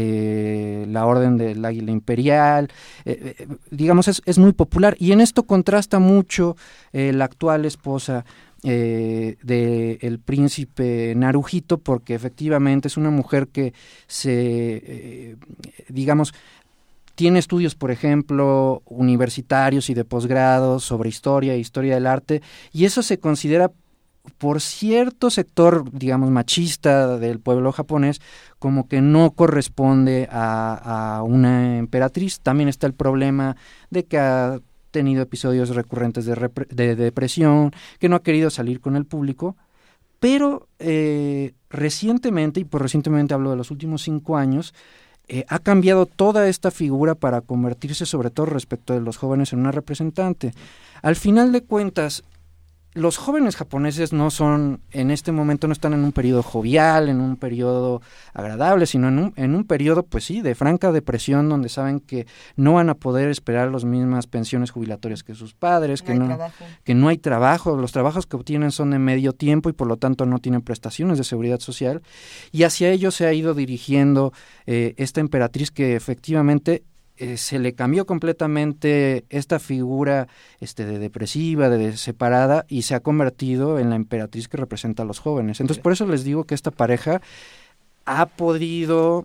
eh, la Orden del Águila Imperial. Eh, eh, digamos, es, es muy popular. Y en esto contrasta mucho eh, la actual esposa Eh, de el príncipe Naruhito, porque efectivamente es una mujer que se, eh, digamos, tiene estudios, por ejemplo, universitarios y de posgrado sobre historia e historia del arte, y eso se considera por cierto sector, digamos, machista del pueblo japonés, como que no corresponde a, a una emperatriz. También está el problema de que a tenido episodios recurrentes de, repre- de depresión, que no ha querido salir con el público, pero eh, recientemente, y por recientemente hablo de los últimos cinco años, eh, ha cambiado toda esta figura para convertirse, sobre todo respecto de los jóvenes, en una representante. Al final de cuentas, los jóvenes japoneses no son, en este momento no están en un periodo jovial, en un periodo agradable, sino en un, en un periodo, pues sí, de franca depresión, donde saben que no van a poder esperar las mismas pensiones jubilatorias que sus padres, no que, hay no, trabajo. que no hay trabajo, los trabajos que obtienen son de medio tiempo y por lo tanto no tienen prestaciones de seguridad social, y hacia ellos se ha ido dirigiendo eh, esta emperatriz que efectivamente Eh, se le cambió completamente esta figura este, de depresiva, de separada, y se ha convertido en la emperatriz que representa a los jóvenes. Entonces, por eso les digo que esta pareja ha podido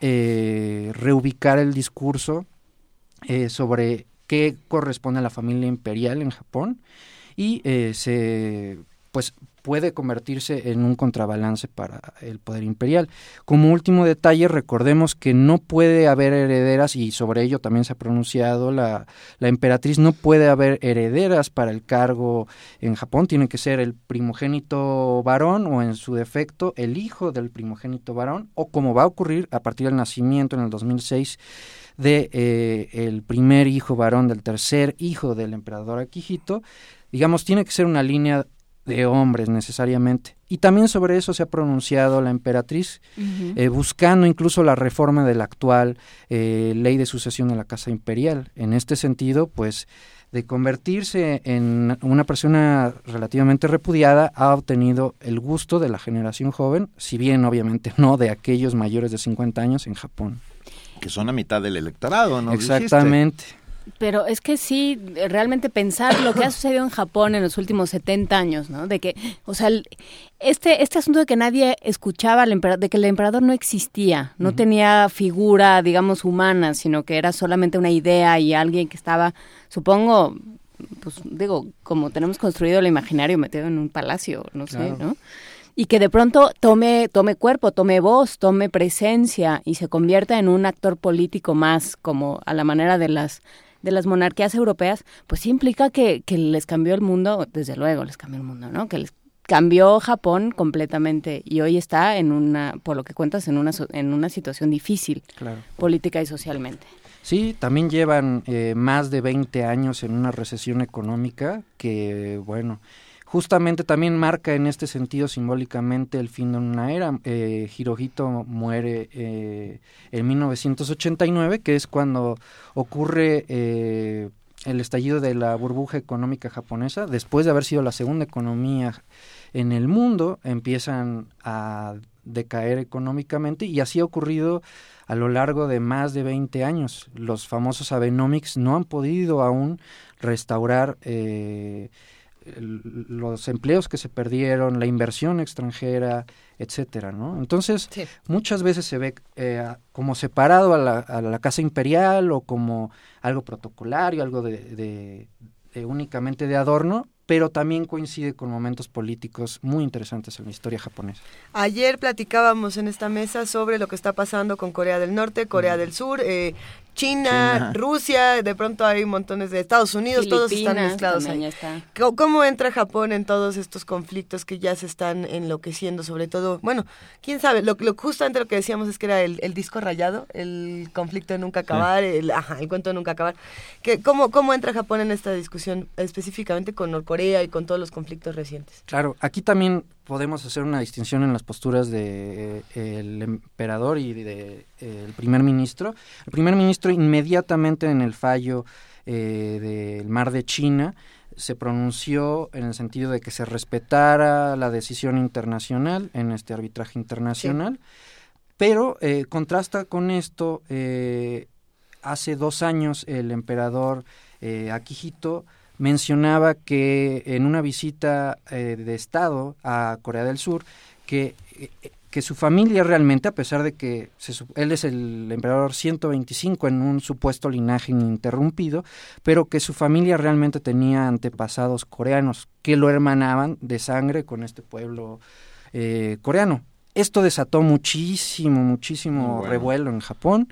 eh, reubicar el discurso eh, sobre qué corresponde a la familia imperial en Japón, y eh, se pues puede convertirse en un contrabalance para el poder imperial. Como último detalle, recordemos que no puede haber herederas, y sobre ello también se ha pronunciado la, la emperatriz, no puede haber herederas para el cargo en Japón, tiene que ser el primogénito varón o en su defecto el hijo del primogénito varón, o como va a ocurrir a partir del nacimiento en el dos mil seis de eh, el primer hijo varón del tercer hijo del emperador Akihito, digamos, tiene que ser una línea de hombres necesariamente. Y también sobre eso se ha pronunciado la emperatriz, uh-huh. eh, buscando incluso la reforma de la actual eh, ley de sucesión de la Casa Imperial. En este sentido, pues, de convertirse en una persona relativamente repudiada, ha obtenido el gusto de la generación joven, si bien obviamente no de aquellos mayores de cincuenta años en Japón. Que son a mitad del electorado, ¿no? Exactamente. Dijiste. Pero es que sí, realmente pensar lo que ha sucedido en Japón en los últimos setenta años, ¿no? De que, o sea, este este asunto de que nadie escuchaba al emperador, de que el emperador no existía, no uh-huh. tenía figura, digamos, humana, sino que era solamente una idea y alguien que estaba, supongo, pues digo, como tenemos construido el imaginario metido en un palacio, no claro. sé, ¿no? Y que de pronto tome tome cuerpo, tome voz, tome presencia y se convierta en un actor político más, como a la manera de las de las monarquías europeas, pues sí implica que, que les cambió el mundo, desde luego les cambió el mundo, ¿no? Que les cambió Japón completamente y hoy está en una, por lo que cuentas, en una en una situación difícil, claro. política y socialmente. Sí, también llevan eh, más de veinte años en una recesión económica que, bueno, justamente también marca en este sentido simbólicamente el fin de una era. Eh, Hirohito muere eh, en mil novecientos ochenta y nueve, que es cuando ocurre eh, el estallido de la burbuja económica japonesa, después de haber sido la segunda economía en el mundo, empiezan a decaer económicamente, y así ha ocurrido a lo largo de más de veinte años. Los famosos Abenomics no han podido aún restaurar eh, el, los empleos que se perdieron, la inversión extranjera, etcétera, ¿no? Entonces, sí. muchas veces se ve eh, como separado a la, a la casa imperial, o como algo protocolario, algo de, de, de únicamente de adorno, pero también coincide con momentos políticos muy interesantes en la historia japonesa. Ayer platicábamos en esta mesa sobre lo que está pasando con Corea del Norte, Corea mm. del Sur, eh, China, China, Rusia, de pronto hay montones de Estados Unidos, Filipinas, todos están mezclados ahí. Está. ¿Cómo entra Japón en todos estos conflictos que ya se están enloqueciendo, sobre todo? Bueno, quién sabe, lo, lo justamente lo que decíamos es que era el, el disco rayado, el conflicto de nunca acabar, sí. el, ajá, el cuento de nunca acabar. Que, ¿cómo, ¿Cómo entra Japón en esta discusión específicamente con Norcorea y con todos los conflictos recientes? Claro, aquí también podemos hacer una distinción en las posturas de eh, el emperador y de eh, el primer ministro. El primer ministro inmediatamente en el fallo eh, del Mar de China se pronunció en el sentido de que se respetara la decisión internacional en este arbitraje internacional, sí. pero eh, contrasta con esto, eh, hace dos años el emperador eh, Akihito mencionaba que en una visita eh, de Estado a Corea del Sur, que, eh, que su familia realmente, a pesar de que se, él es el emperador ciento veinticinco en un supuesto linaje ininterrumpido, pero que su familia realmente tenía antepasados coreanos que lo hermanaban de sangre con este pueblo eh, coreano. Esto desató muchísimo, muchísimo bueno. revuelo en Japón,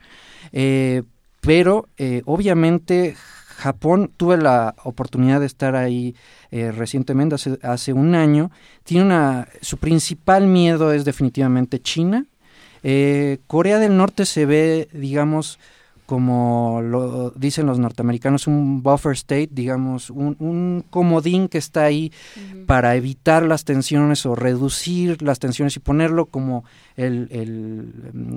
eh, pero eh, obviamente Japón, tuve la oportunidad de estar ahí eh, recientemente, hace, hace un año. Tiene una, su principal miedo es definitivamente China. Eh, Corea del Norte se ve, digamos, como lo dicen los norteamericanos, un buffer state, digamos, un, un comodín que está ahí uh-huh. para evitar las tensiones o reducir las tensiones y ponerlo como el, el,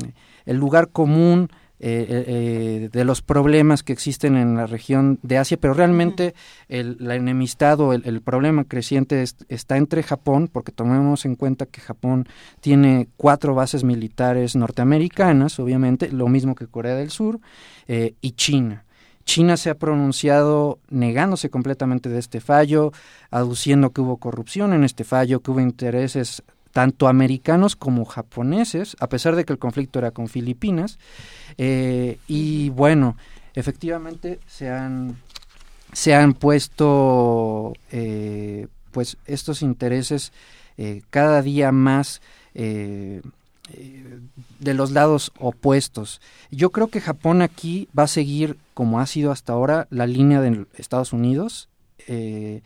el lugar común Eh, eh, de los problemas que existen en la región de Asia, pero realmente el, la enemistad o el, el problema creciente es, está entre Japón, porque tomemos en cuenta que Japón tiene cuatro bases militares norteamericanas, obviamente, lo mismo que Corea del Sur, eh, y China. China se ha pronunciado negándose completamente de este fallo, aduciendo que hubo corrupción en este fallo, que hubo intereses tanto americanos como japoneses, a pesar de que el conflicto era con Filipinas, eh, y bueno, efectivamente se han, se han puesto eh, pues estos intereses eh, cada día más eh, eh, de los lados opuestos. Yo creo que Japón aquí va a seguir, como ha sido hasta ahora, la línea de Estados Unidos, eh,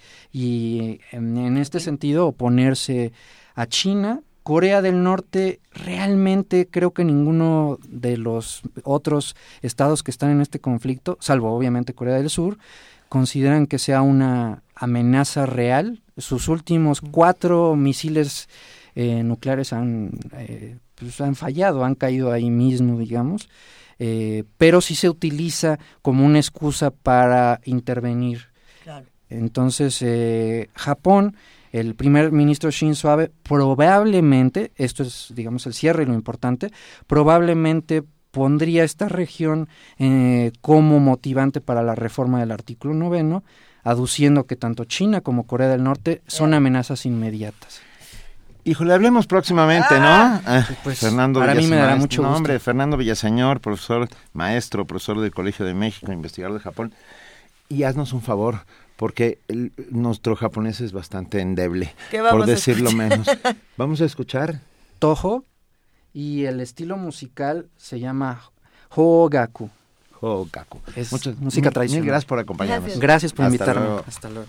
y en, en este sentido oponerse a China. Corea del Norte, realmente creo que ninguno de los otros estados que están en este conflicto, salvo obviamente Corea del Sur, consideran que sea una amenaza real. Sus últimos cuatro misiles eh, nucleares han, eh, pues han fallado, han caído ahí mismo, digamos, eh, pero sí se utiliza como una excusa para intervenir. Claro. Entonces, eh, Japón, el primer ministro Shinzo Abe, probablemente, esto es, digamos, el cierre y lo importante, probablemente pondría esta región eh, como motivante para la reforma del artículo noveno, aduciendo que tanto China como Corea del Norte son amenazas inmediatas. Híjole, hablemos próximamente, ¿no? Ah, pues, Fernando para mí me dará mucho gusto. No, hombre, Fernando Villaseñor, profesor, maestro, profesor del Colegio de México, investigador de Japón. Y haznos un favor, porque el, nuestro japonés es bastante endeble, por decirlo menos. Vamos a escuchar Toho, y el estilo musical se llama Hogaku. Hogaku. Es Muchas, música mil, tradicional. Mil gracias por acompañarnos. Gracias, gracias por Hasta invitarme. Luego. Hasta luego.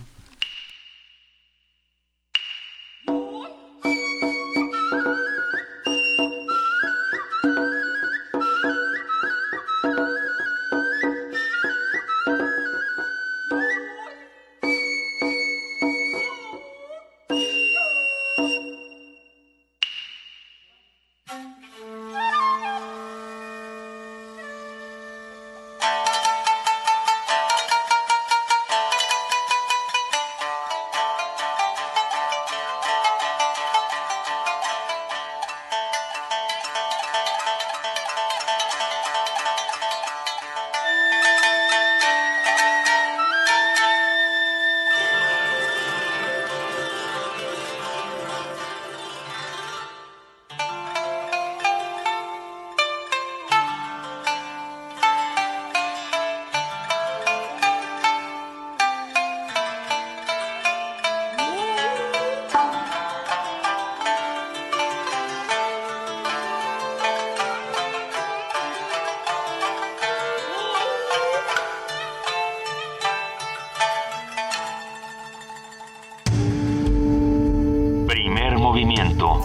movimiento.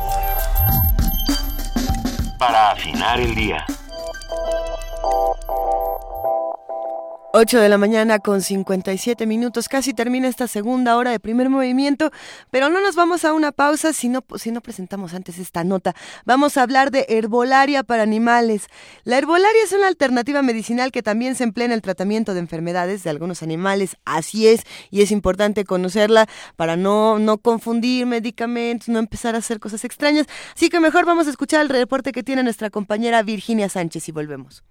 Para afinar el día. ocho de la mañana con cincuenta y siete minutos, casi termina esta segunda hora de Primer Movimiento, pero no nos vamos a una pausa si no, si no presentamos antes esta nota. Vamos a hablar de herbolaria para animales. La herbolaria es una alternativa medicinal que también se emplea en el tratamiento de enfermedades de algunos animales, así es, y es importante conocerla para no, no confundir medicamentos, no empezar a hacer cosas extrañas. Así que mejor vamos a escuchar el reporte que tiene nuestra compañera Virginia Sánchez y volvemos.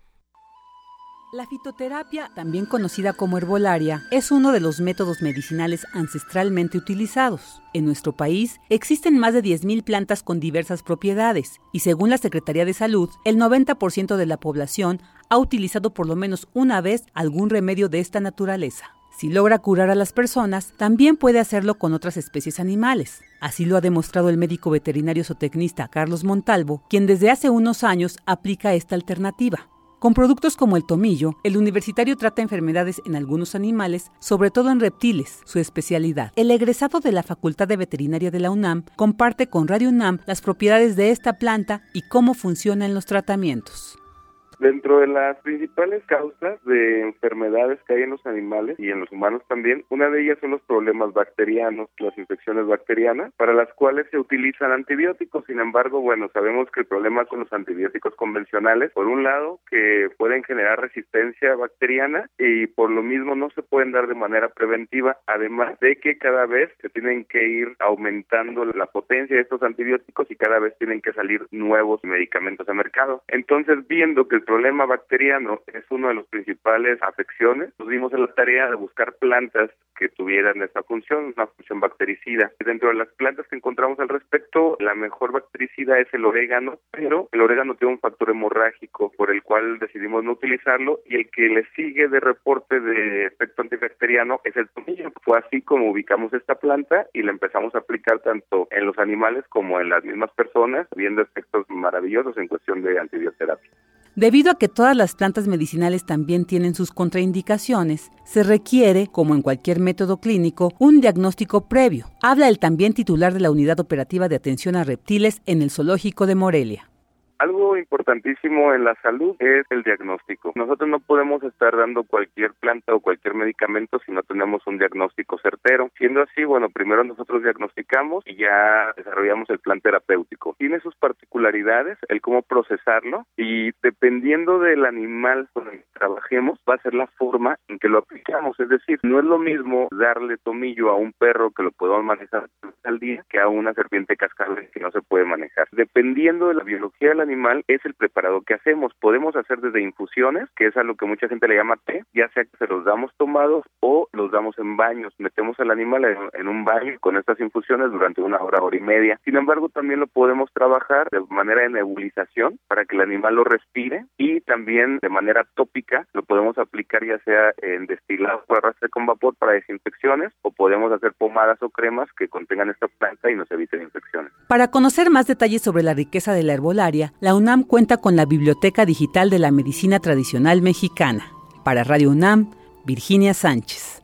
La fitoterapia, también conocida como herbolaria, es uno de los métodos medicinales ancestralmente utilizados. En nuestro país existen más de diez mil plantas con diversas propiedades y según la Secretaría de Salud, el noventa por ciento de la población ha utilizado por lo menos una vez algún remedio de esta naturaleza. Si logra curar a las personas, también puede hacerlo con otras especies animales. Así lo ha demostrado el médico veterinario zootecnista Carlos Montalvo, quien desde hace unos años aplica esta alternativa. Con productos como el tomillo, el universitario trata enfermedades en algunos animales, sobre todo en reptiles, su especialidad. El egresado de la Facultad de Veterinaria de la UNAM comparte con Radio UNAM las propiedades de esta planta y cómo funciona en los tratamientos. Dentro de las principales causas de enfermedades que hay en los animales y en los humanos también, una de ellas son los problemas bacterianos, las infecciones bacterianas, para las cuales se utilizan antibióticos. Sin embargo, bueno, sabemos que el problema con los antibióticos convencionales, por un lado, que pueden generar resistencia bacteriana y por lo mismo no se pueden dar de manera preventiva, además de que cada vez se tienen que ir aumentando la potencia de estos antibióticos y cada vez tienen que salir nuevos medicamentos al mercado. Entonces, viendo que el problema bacteriano es una de las principales afecciones, nos dimos en la tarea de buscar plantas que tuvieran esta función, una función bactericida. Dentro de las plantas que encontramos al respecto, la mejor bactericida es el orégano, pero el orégano tiene un factor hemorrágico por el cual decidimos no utilizarlo, y el que le sigue de reporte de efecto antibacteriano es el tomillo. Fue así como ubicamos esta planta y la empezamos a aplicar tanto en los animales como en las mismas personas, viendo efectos maravillosos en cuestión de antibioterapia. Debido a que todas las plantas medicinales también tienen sus contraindicaciones, se requiere, como en cualquier método clínico, un diagnóstico previo. Habla el también titular de la Unidad Operativa de Atención a Reptiles en el Zoológico de Morelia. Algo importantísimo en la salud es el diagnóstico. Nosotros no podemos estar dando cualquier planta o cualquier medicamento si no tenemos un diagnóstico certero. Siendo así, bueno, primero nosotros diagnosticamos y ya desarrollamos el plan terapéutico. Tiene sus particularidades, el cómo procesarlo, y dependiendo del animal con el que trabajemos, va a ser la forma en que lo aplicamos. Es decir, no es lo mismo darle tomillo a un perro que lo podemos manejar al día que a una serpiente cascabel que no se puede manejar. Dependiendo de la biología del animal, es el preparado que hacemos. Podemos hacer desde infusiones, que es a lo que mucha gente le llama té, ya sea que se los damos tomados o los damos en baños. Metemos al animal en, en un baño con estas infusiones durante una hora, hora y media. Sin embargo, también lo podemos trabajar de manera de nebulización para que el animal lo respire, y también de manera tópica lo podemos aplicar ya sea en destilado o arrastre con vapor para desinfecciones, o podemos hacer pomadas o cremas que contengan esta planta y nos eviten infecciones. Para conocer más detalles sobre la riqueza de la herbolaria, la UNAM cuenta con la Biblioteca Digital de la Medicina Tradicional Mexicana. Para Radio UNAM, Virginia Sánchez.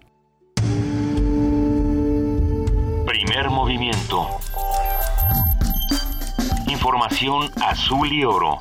Primer movimiento. Información azul y oro.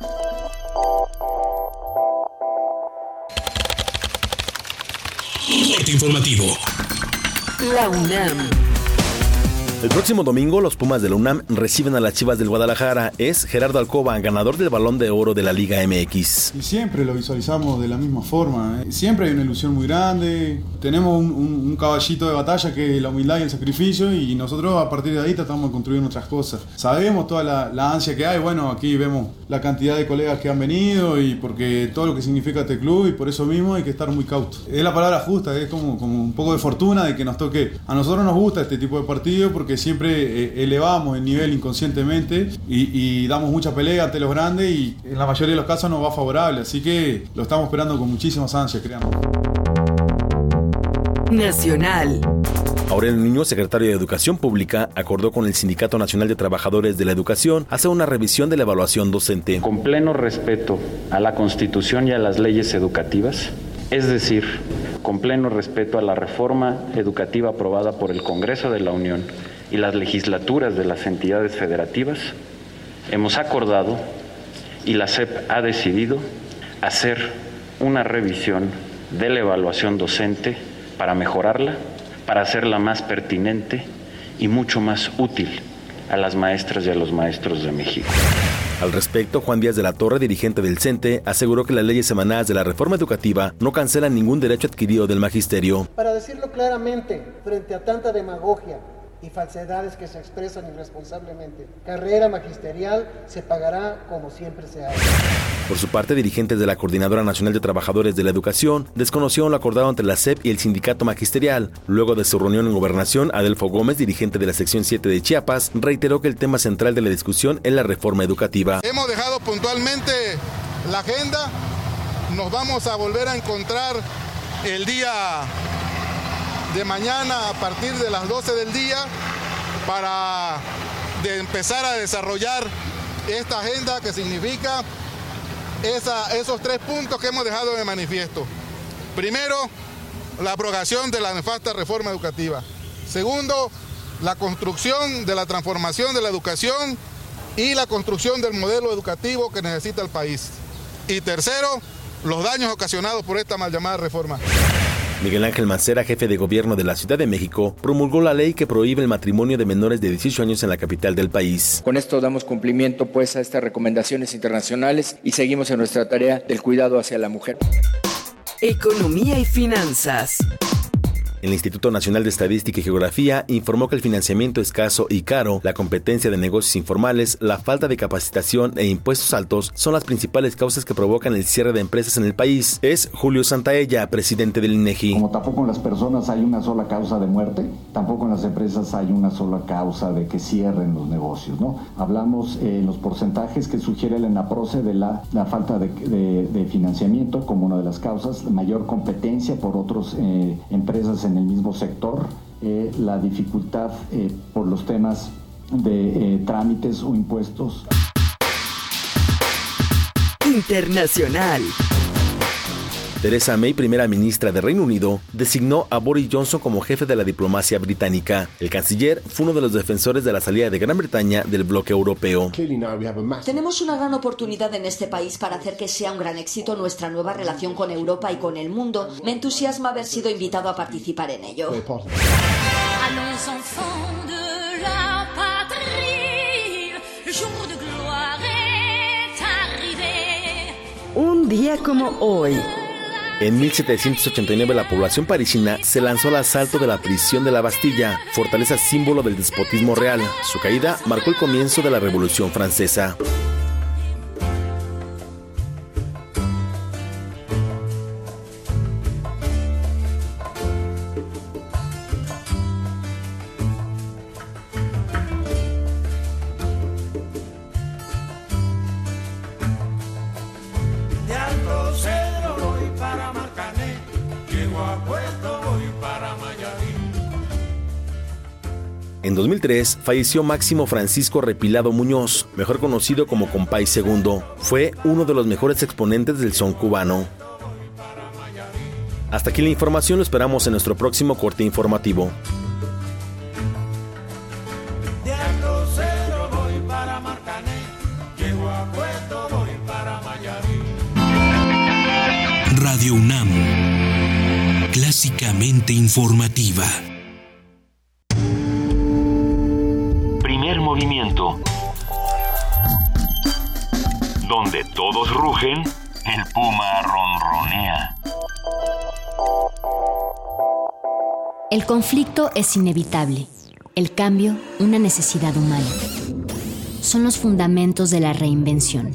Corte informativo. La UNAM. El próximo domingo, los Pumas de la UNAM reciben a las Chivas del Guadalajara. Es Gerardo Alcoba, ganador del Balón de Oro de la Liga M X. Y siempre lo visualizamos de la misma forma, ¿eh? Siempre hay una ilusión muy grande. Tenemos un, un, un caballito de batalla que es la humildad y el sacrificio, y nosotros a partir de ahí tratamos de construir nuestras cosas. Sabemos toda la, la ansia que hay. Bueno, aquí vemos la cantidad de colegas que han venido, y porque todo lo que significa este club, y por eso mismo hay que estar muy cautos. Es la palabra justa, es como, como un poco de fortuna de que nos toque. A nosotros nos gusta este tipo de partido porque que siempre elevamos el nivel inconscientemente y, y damos mucha pelea ante los grandes, y en la mayoría de los casos nos va favorable, así que lo estamos esperando con muchísimas ansias, creamos. Nacional. Aurelio Nuño, secretario de Educación Pública, acordó con el Sindicato Nacional de Trabajadores de la Educación hacer una revisión de la evaluación docente. Con pleno respeto a la Constitución y a las leyes educativas, es decir, con pleno respeto a la reforma educativa aprobada por el Congreso de la Unión y las legislaturas de las entidades federativas, hemos acordado y la S E P ha decidido hacer una revisión de la evaluación docente para mejorarla, para hacerla más pertinente y mucho más útil a las maestras y a los maestros de México. Al respecto, Juan Díaz de la Torre, dirigente del CENTE, aseguró que las leyes emanadas de la reforma educativa no cancelan ningún derecho adquirido del magisterio. Para decirlo claramente, frente a tanta demagogia y falsedades que se expresan irresponsablemente, carrera magisterial se pagará como siempre se hace. Por su parte, dirigentes de la Coordinadora Nacional de Trabajadores de la Educación desconocieron lo acordado entre la S E P y el Sindicato Magisterial. Luego de su reunión en Gobernación, Adelfo Gómez, dirigente de la sección siete de Chiapas, reiteró que el tema central de la discusión es la reforma educativa. Hemos dejado puntualmente la agenda, nos vamos a volver a encontrar el día de mañana a partir de las doce del día para de empezar a desarrollar esta agenda que significa esa, esos tres puntos que hemos dejado de manifiesto. Primero, la abrogación de la nefasta reforma educativa. Segundo, la construcción de la transformación de la educación y la construcción del modelo educativo que necesita el país. Y tercero, los daños ocasionados por esta mal llamada reforma. Miguel Ángel Mancera, jefe de gobierno de la Ciudad de México, promulgó la ley que prohíbe el matrimonio de menores de dieciocho años en la capital del país. Con esto damos cumplimiento pues a estas recomendaciones internacionales y seguimos en nuestra tarea del cuidado hacia la mujer. Economía y finanzas. El Instituto Nacional de Estadística y Geografía informó que el financiamiento escaso y caro, la competencia de negocios informales, la falta de capacitación e impuestos altos son las principales causas que provocan el cierre de empresas en el país. Es Julio Santaella, presidente del INEGI. Como tampoco en las personas hay una sola causa de muerte, tampoco en las empresas hay una sola causa de que cierren los negocios, ¿no? Hablamos en eh, los porcentajes que sugiere el ENAPROCE de la, la falta de, de, de financiamiento como una de las causas, mayor competencia por otras eh, empresas en el mismo sector, eh, la dificultad eh, por los temas de eh, trámites o impuestos. Internacional. Theresa May, primera ministra de Reino Unido, designó a Boris Johnson como jefe de la diplomacia británica. El canciller fue uno de los defensores de la salida de Gran Bretaña del bloque europeo. Tenemos una gran oportunidad en este país para hacer que sea un gran éxito nuestra nueva relación con Europa y con el mundo. Me entusiasma haber sido invitado a participar en ello. Un día como hoy. En mil setecientos ochenta y nueve la población parisina se lanzó al asalto de la prisión de la Bastilla, fortaleza símbolo del despotismo real. Su caída marcó el comienzo de la Revolución Francesa. En dos mil tres falleció Máximo Francisco Repilado Muñoz, mejor conocido como Compay segundo. Fue uno de los mejores exponentes del son cubano. Hasta aquí la información, lo esperamos en nuestro próximo corte informativo. Radio UNAM, clásicamente informativa. Primer movimiento. Donde todos rugen, el puma ronronea. El conflicto es inevitable. El cambio, una necesidad humana. Son los fundamentos de la reinvención.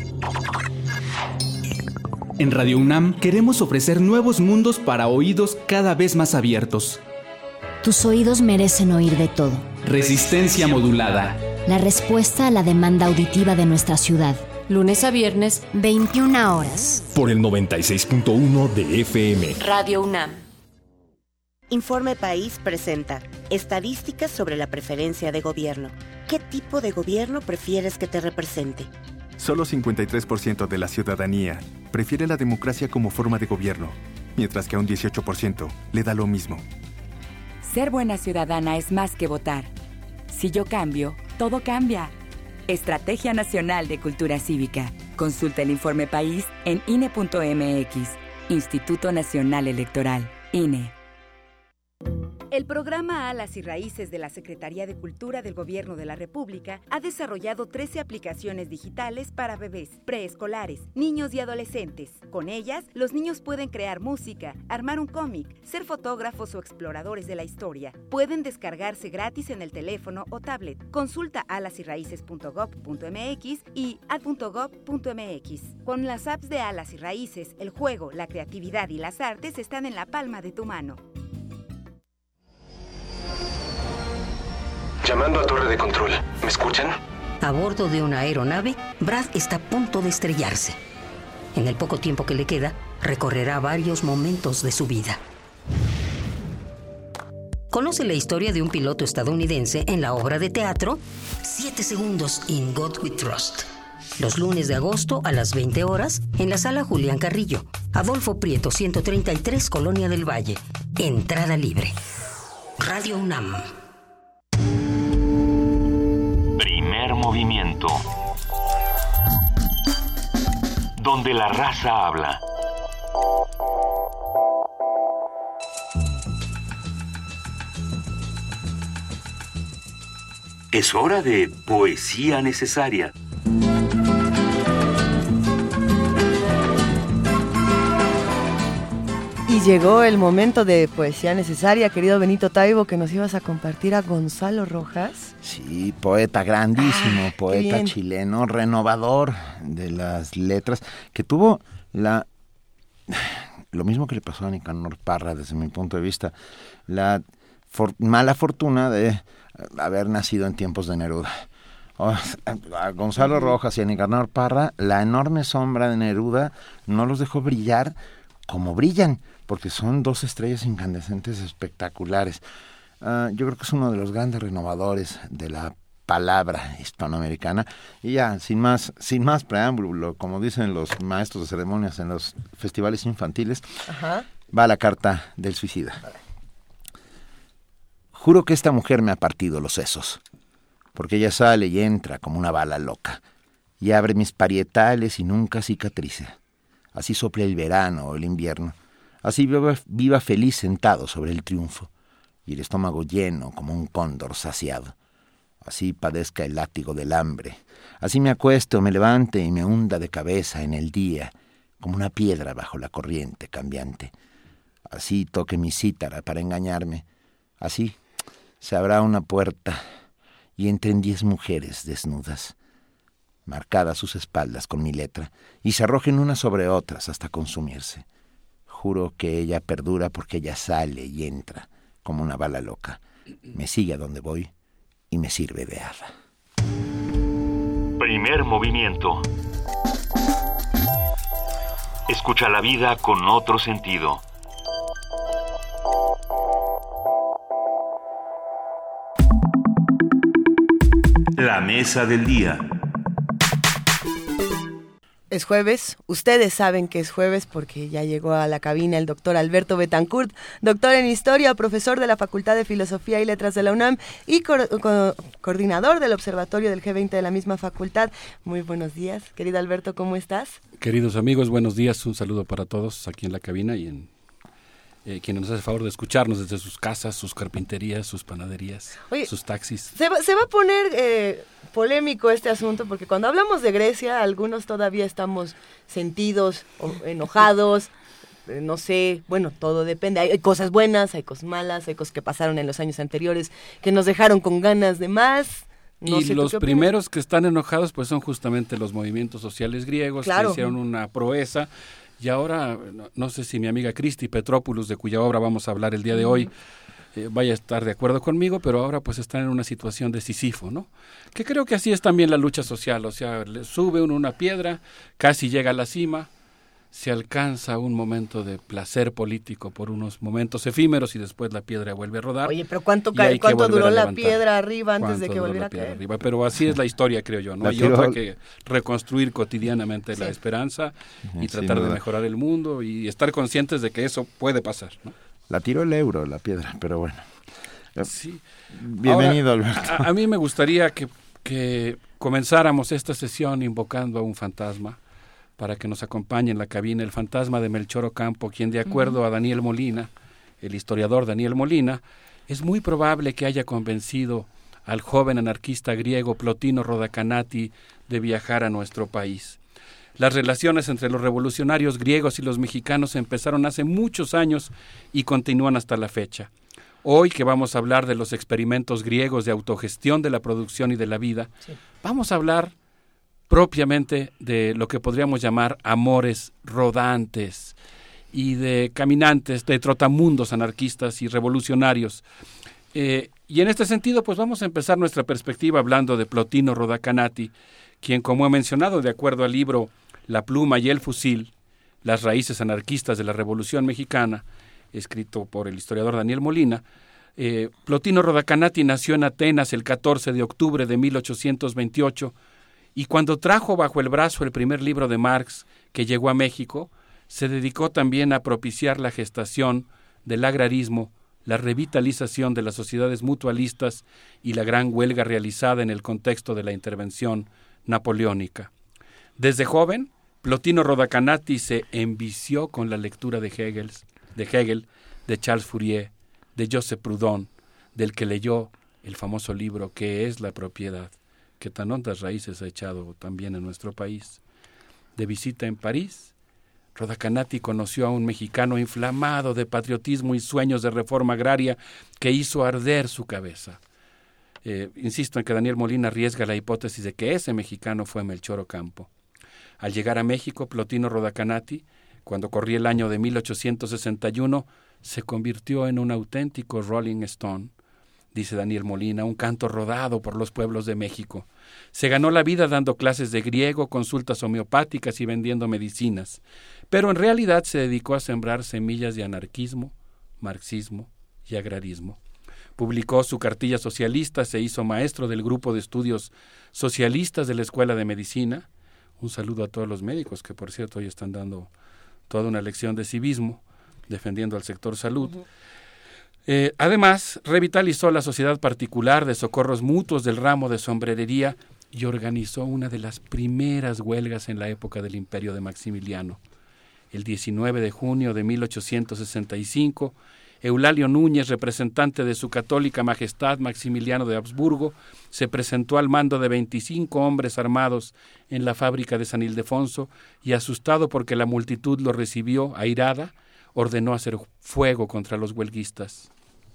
En Radio UNAM queremos ofrecer nuevos mundos para oídos cada vez más abiertos. Tus oídos merecen oír de todo. Resistencia modulada. La respuesta a la demanda auditiva de nuestra ciudad. Lunes a viernes, veintiuna horas. Por el noventa y seis punto uno de F M. Radio UNAM. Informe País presenta estadísticas sobre la preferencia de gobierno. ¿Qué tipo de gobierno prefieres que te represente? Solo cincuenta y tres por ciento de la ciudadanía prefiere la democracia como forma de gobierno, mientras que a un dieciocho por ciento le da lo mismo. Ser buena ciudadana es más que votar. Si yo cambio, todo cambia. Estrategia Nacional de Cultura Cívica. Consulta el informe país en I N E punto M X. Instituto Nacional Electoral. I N E. El programa Alas y Raíces de la Secretaría de Cultura del Gobierno de la República ha desarrollado trece aplicaciones digitales para bebés, preescolares, niños y adolescentes. Con ellas, los niños pueden crear música, armar un cómic, ser fotógrafos o exploradores de la historia. Pueden descargarse gratis en el teléfono o tablet. Consulta alas y raíces punto gob punto m x y ad punto gob punto m x. Con las apps de Alas y Raíces, el juego, la creatividad y las artes están en la palma de tu mano. Llamando a torre de control. ¿Me escuchan? A bordo de una aeronave, Brad está a punto de estrellarse. En el poco tiempo que le queda, recorrerá varios momentos de su vida. Conoce la historia de un piloto estadounidense en la obra de teatro Siete Segundos in God We Trust. Los lunes de agosto a las veinte horas en la sala Julián Carrillo, Adolfo Prieto ciento treinta y tres, Colonia del Valle. Entrada libre. Radio UNAM. Primer movimiento. Donde la raza habla. Es hora de poesía necesaria. Y llegó el momento de poesía necesaria, querido Benito Taibo, que nos ibas a compartir a Gonzalo Rojas. Sí, poeta grandísimo, ah, poeta chileno, renovador de las letras, que tuvo la lo mismo que le pasó a Nicanor Parra desde mi punto de vista, la for, mala fortuna de haber nacido en tiempos de Neruda. Oh, a Gonzalo Rojas y a Nicanor Parra, la enorme sombra de Neruda no los dejó brillar como brillan, porque son dos estrellas incandescentes espectaculares. Uh, yo creo que es uno de los grandes renovadores de la palabra hispanoamericana. Y ya, sin más, sin más preámbulo, como dicen los maestros de ceremonias en los festivales infantiles, Ajá. va la carta del suicida. Vale. Juro que esta mujer me ha partido los sesos, porque ella sale y entra como una bala loca, y abre mis parietales y nunca cicatriza. Así sopla el verano o el invierno, así viva, viva feliz sentado sobre el triunfo, y el estómago lleno como un cóndor saciado. Así padezca el látigo del hambre, así me acuesto, me levante y me hunda de cabeza en el día, como una piedra bajo la corriente cambiante. Así toque mi cítara para engañarme, así se abra una puerta y entren diez mujeres desnudas, marcadas sus espaldas con mi letra, y se arrojen unas sobre otras hasta consumirse. Juro que ella perdura porque ella sale y entra como una bala loca, me sigue a donde voy y me sirve de hada. Primer movimiento. Escucha la vida con otro sentido. La mesa del día. Es jueves, ustedes saben que es jueves porque ya llegó a la cabina el doctor Alberto Betancourt, doctor en Historia, profesor de la Facultad de Filosofía y Letras de la UNAM y co- co- coordinador del Observatorio del G veinte de la misma facultad. Muy buenos días, querido Alberto, ¿cómo estás? Queridos amigos, buenos días, un saludo para todos aquí en la cabina y en eh, quienes nos hacen el favor de escucharnos desde sus casas, sus carpinterías, sus panaderías, Oye, sus taxis. Se va, se va a poner eh, polémico este asunto porque cuando hablamos de Grecia, algunos todavía estamos sentidos, o enojados, eh, no sé, bueno, todo depende. Hay, hay cosas buenas, hay cosas malas, hay cosas que pasaron en los años anteriores que nos dejaron con ganas de más. No y sé, los primeros que están enojados pues son justamente los movimientos sociales griegos, claro, que hicieron una proeza. Y ahora, no, no sé si mi amiga Cristi Petrópoulou, de cuya obra vamos a hablar el día de hoy, eh, vaya a estar de acuerdo conmigo, pero ahora pues están en una situación de Sísifo, ¿no? Que creo que así es también la lucha social, o sea, le sube uno una piedra, casi llega a la cima, se alcanza un momento de placer político por unos momentos efímeros y después la piedra vuelve a rodar. Oye, pero ¿cuánto, ca- ¿cuánto duró la piedra arriba antes de que volviera a caer? Arriba? Pero así es la historia, creo yo, ¿no? La Hay tiró... otra que reconstruir cotidianamente sí. la esperanza y Sin tratar duda. de mejorar el mundo y estar conscientes de que eso puede pasar, ¿no? La tiró el euro, la piedra, pero bueno. Sí. Bienvenido, Ahora, Alberto. A, a mí me gustaría que, que comenzáramos esta sesión invocando a un fantasma para que nos acompañe en la cabina, el fantasma de Melchor Ocampo, quien de acuerdo uh-huh. a Daniel Molina, el historiador Daniel Molina, es muy probable que haya convencido al joven anarquista griego Plotino Rodacanati de viajar a nuestro país. Las relaciones entre los revolucionarios griegos y los mexicanos empezaron hace muchos años y continúan hasta la fecha. Hoy que vamos a hablar de los experimentos griegos de autogestión de la producción y de la vida, sí. vamos a hablar propiamente de lo que podríamos llamar amores rodantes y de caminantes, de trotamundos anarquistas y revolucionarios. Eh, y en este sentido, pues vamos a empezar nuestra perspectiva hablando de Plotino Rodacanati, quien, como he mencionado, de acuerdo al libro La pluma y el fusil, las raíces anarquistas de la Revolución Mexicana, escrito por el historiador Daniel Molina, eh, Plotino Rodacanati nació en Atenas el catorce de octubre de mil ochocientos veintiocho y cuando trajo bajo el brazo el primer libro de Marx que llegó a México, se dedicó también a propiciar la gestación del agrarismo, la revitalización de las sociedades mutualistas y la gran huelga realizada en el contexto de la intervención napoleónica. Desde joven, Plotino Rodacanati se envició con la lectura de Hegel, de Hegel, de Charles Fourier, de Joseph Proudhon, del que leyó el famoso libro ¿Qué es la propiedad?, que tan hondas raíces ha echado también en nuestro país. De visita en París, Rodacanati conoció a un mexicano inflamado de patriotismo y sueños de reforma agraria que hizo arder su cabeza. Eh, insisto en que Daniel Molina arriesga la hipótesis de que ese mexicano fue Melchor Ocampo. Al llegar a México, Plotino Rodacanati, cuando corría el año de mil ochocientos sesenta y uno, se convirtió en un auténtico Rolling Stone, dice Daniel Molina, un canto rodado por los pueblos de México. Se ganó la vida dando clases de griego, consultas homeopáticas y vendiendo medicinas, pero en realidad se dedicó a sembrar semillas de anarquismo, marxismo y agrarismo. Publicó su cartilla socialista, se hizo maestro del grupo de estudios socialistas de la Escuela de Medicina. Un saludo a todos los médicos que, por cierto, hoy están dando toda una lección de civismo, defendiendo al sector salud. Uh-huh. Eh, además, revitalizó la sociedad particular de socorros mutuos del ramo de sombrerería y organizó una de las primeras huelgas en la época del imperio de Maximiliano. El diecinueve de junio de mil ochocientos sesenta y cinco, Eulalio Núñez, representante de su católica majestad Maximiliano de Habsburgo, se presentó al mando de veinticinco hombres armados en la fábrica de San Ildefonso y, asustado porque la multitud lo recibió airada, ordenó hacer fuego contra los huelguistas.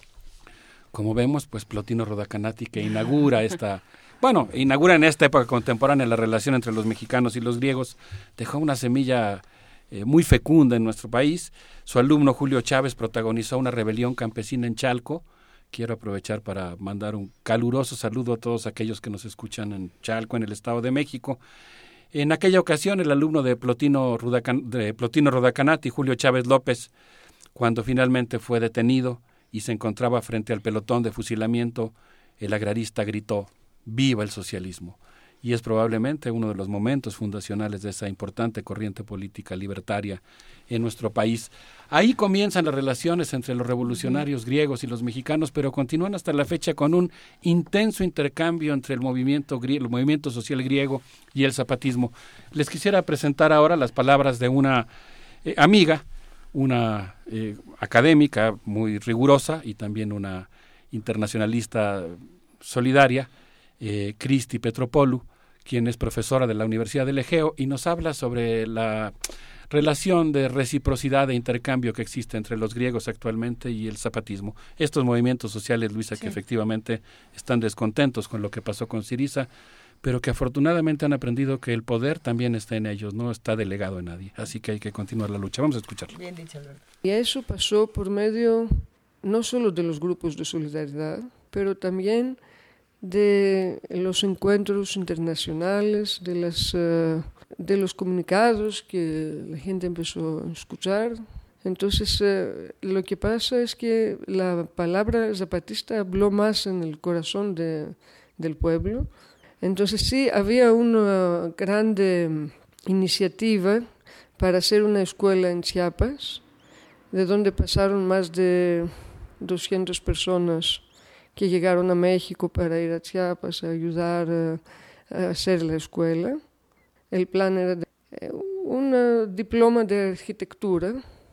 Como vemos, pues Plotino Rodacanati, que inaugura esta, bueno, inaugura en esta época contemporánea la relación entre los mexicanos y los griegos, dejó una semilla eh, muy fecunda en nuestro país. Su alumno Julio Chávez protagonizó una rebelión campesina en Chalco. Quiero aprovechar para mandar un caluroso saludo a todos aquellos que nos escuchan en Chalco, en el Estado de México. En aquella ocasión, el alumno de Plotino, Rodacan, de Plotino Rodacanati, Julio Chávez López, cuando finalmente fue detenido y se encontraba frente al pelotón de fusilamiento, el agrarista gritó: ¡Viva el socialismo! Y es probablemente uno de los momentos fundacionales de esa importante corriente política libertaria en nuestro país. Ahí comienzan las relaciones entre los revolucionarios griegos y los mexicanos, pero continúan hasta la fecha con un intenso intercambio entre el movimiento, grie- el movimiento social griego y el zapatismo. Les quisiera presentar ahora las palabras de una eh, amiga, una eh, académica muy rigurosa y también una internacionalista solidaria, eh, Cristi Petropoulou, quien es profesora de la Universidad del Egeo y nos habla sobre la relación de reciprocidad e intercambio que existe entre los griegos actualmente y el zapatismo. Estos movimientos sociales, Luisa, sí, que efectivamente están descontentos con lo que pasó con Syriza, pero que afortunadamente han aprendido que el poder también está en ellos, no está delegado en nadie. Así que hay que continuar la lucha. Vamos a escucharlo. Bien dicho, Alberto. Y eso pasó por medio no solo de los grupos de solidaridad, pero también de los encuentros internacionales, de, las, uh, de los comunicados que la gente empezó a escuchar. Entonces, uh, lo que pasa es que la palabra zapatista habló más en el corazón de, del pueblo. Entonces, sí, había una grande iniciativa para hacer una escuela en Chiapas, de donde pasaron más de doscientas personas que llegaron a México para ir a Chiapas a ayudar a, a hacer la escuela. El plan era de, un diploma de arquitectura,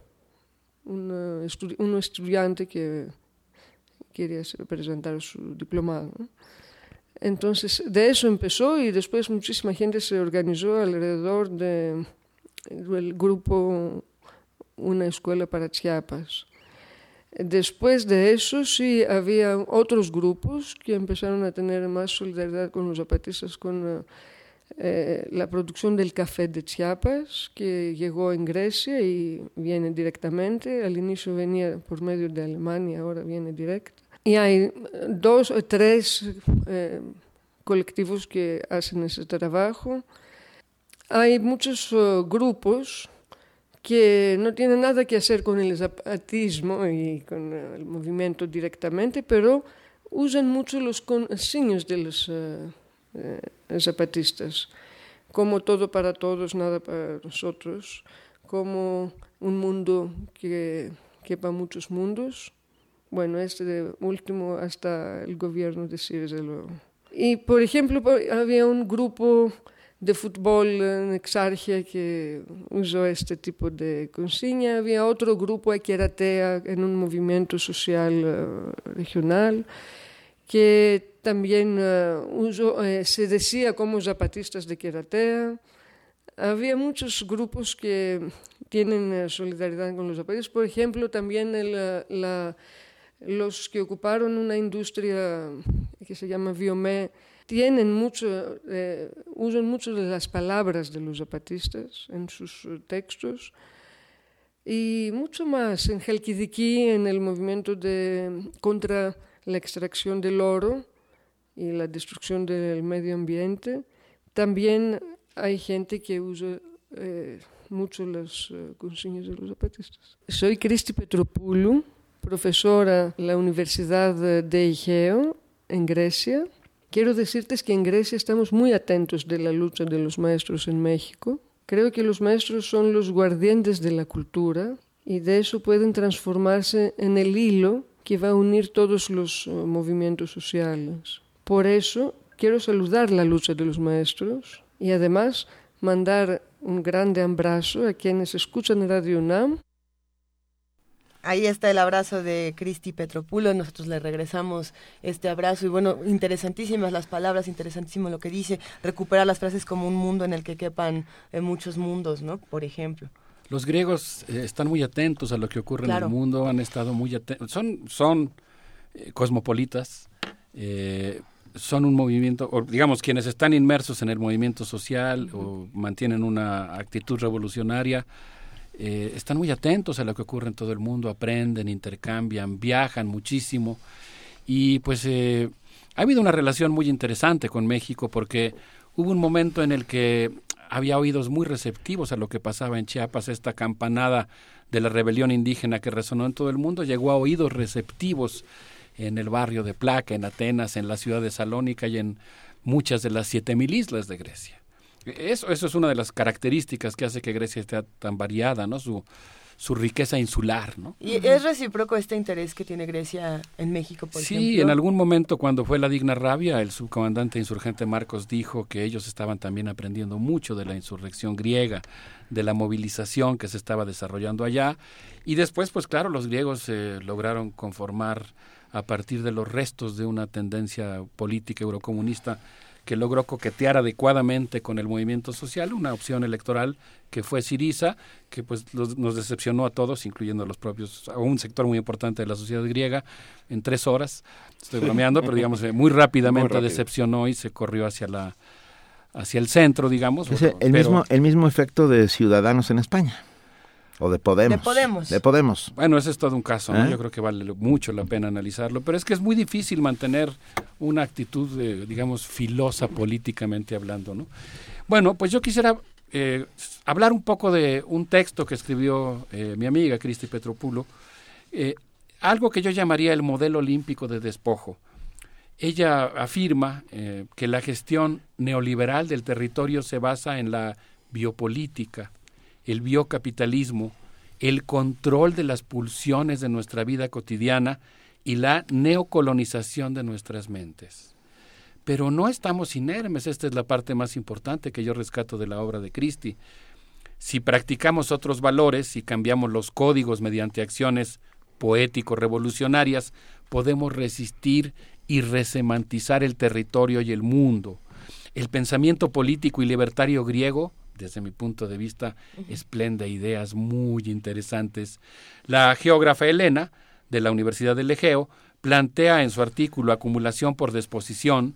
una estu- un estudiante que quería presentar su diplomado, ¿no? Entonces, de eso empezó y después muchísima gente se organizó alrededor de, del grupo Una Escuela para Chiapas. Después de eso, sí, había otros grupos que empezaron a tener más solidaridad con los zapatistas, con eh, la producción del café de Chiapas, que llegó en Grecia y viene directamente. Al inicio venía por medio de Alemania, ahora viene directo. Y hay dos o tres eh, colectivos que hacen ese trabajo. Hay muchos uh, grupos que no tienen nada que hacer con el zapatismo y con uh, el movimiento directamente, pero usan mucho los consignios de los uh, uh, zapatistas, como todo para todos, nada para nosotros, como un mundo que quepa muchos mundos. Bueno, este último hasta el gobierno de Syriza. Y, por ejemplo, había un grupo de fútbol en Exarchia que usó este tipo de consigna. Había otro grupo aquí en Queratea, en un movimiento social uh, regional, que también uh, usó, eh, se decía como zapatistas de Queratea. Había muchos grupos que tienen uh, solidaridad con los zapatistas. Por ejemplo, también el, uh, la... los que ocuparon una industria que se llama Biomé tienen mucho, eh, usan mucho de las palabras de los zapatistas en sus textos y mucho más. En Jalquidiquí, en el movimiento de, contra la extracción del oro y la destrucción del medio ambiente, también hay gente que usa eh, mucho las uh, consignas de los zapatistas. Soy Cristi Petropoulou, profesora en la Universidad de Egeo, en Grecia. Quiero decirte que en Grecia estamos muy atentos de la lucha de los maestros en México. Creo que los maestros son los guardianes de la cultura y de eso pueden transformarse en el hilo que va a unir todos los uh, movimientos sociales. Por eso quiero saludar la lucha de los maestros y además mandar un grande abrazo a quienes escuchan Radio UNAM. Ahí está el abrazo de Cristi Petropoulou, nosotros le regresamos este abrazo y bueno, interesantísimas las palabras, interesantísimo lo que dice, recuperar las frases como un mundo en el que quepan eh, muchos mundos, ¿no? Por ejemplo. Los griegos eh, están muy atentos a lo que ocurre claro. en el mundo, han estado muy atentos, son, son eh, cosmopolitas, eh, son un movimiento, o digamos quienes están inmersos en el movimiento social uh-huh. o mantienen una actitud revolucionaria, Eh, están muy atentos a lo que ocurre en todo el mundo, aprenden, intercambian, viajan muchísimo y pues eh, ha habido una relación muy interesante con México porque hubo un momento en el que había oídos muy receptivos a lo que pasaba en Chiapas, esta campanada de la rebelión indígena que resonó en todo el mundo, llegó a oídos receptivos en el barrio de Placa, en Atenas, en la ciudad de Salónica y en muchas de las siete mil islas de Grecia. Eso, eso es una de las características que hace que Grecia esté tan variada, ¿no? Su, su riqueza insular, ¿no? ¿Y es recíproco este interés que tiene Grecia en México, por sí, ejemplo? Sí, en algún momento cuando fue la Digna Rabia, el subcomandante insurgente Marcos dijo que ellos estaban también aprendiendo mucho de la insurrección griega, de la movilización que se estaba desarrollando allá, y después, pues claro, los griegos eh, lograron conformar a partir de los restos de una tendencia política eurocomunista que logró coquetear adecuadamente con el movimiento social, una opción electoral que fue Syriza, que pues los, nos decepcionó a todos, incluyendo a los propios, a un sector muy importante de la sociedad griega, en tres horas, estoy bromeando, pero digamos, muy rápidamente muy decepcionó y se corrió hacia la hacia el centro, digamos. Es el, el, pero, mismo, el mismo efecto de Ciudadanos en España. O de Podemos. De Podemos. De Podemos. Bueno, ese es todo un caso, ¿no? ¿Eh? Yo creo que vale mucho la pena analizarlo, pero es que es muy difícil mantener una actitud, eh, digamos, filosa políticamente hablando, ¿no? Bueno, pues yo quisiera eh, hablar un poco de un texto que escribió eh, mi amiga Cristi Petropoulou, eh, algo que yo llamaría el modelo olímpico de despojo. Ella afirma eh, que la gestión neoliberal del territorio se basa en la biopolítica, el biocapitalismo, el control de las pulsiones de nuestra vida cotidiana y la neocolonización de nuestras mentes. Pero no estamos inermes, esta es la parte más importante que yo rescato de la obra de Christie. Si practicamos otros valores y cambiamos los códigos mediante acciones poético-revolucionarias, podemos resistir y resemantizar el territorio y el mundo. El pensamiento político y libertario griego, desde mi punto de vista, uh-huh. esplende ideas muy interesantes. La geógrafa Helena, de la Universidad del Egeo, plantea en su artículo Acumulación por Desposición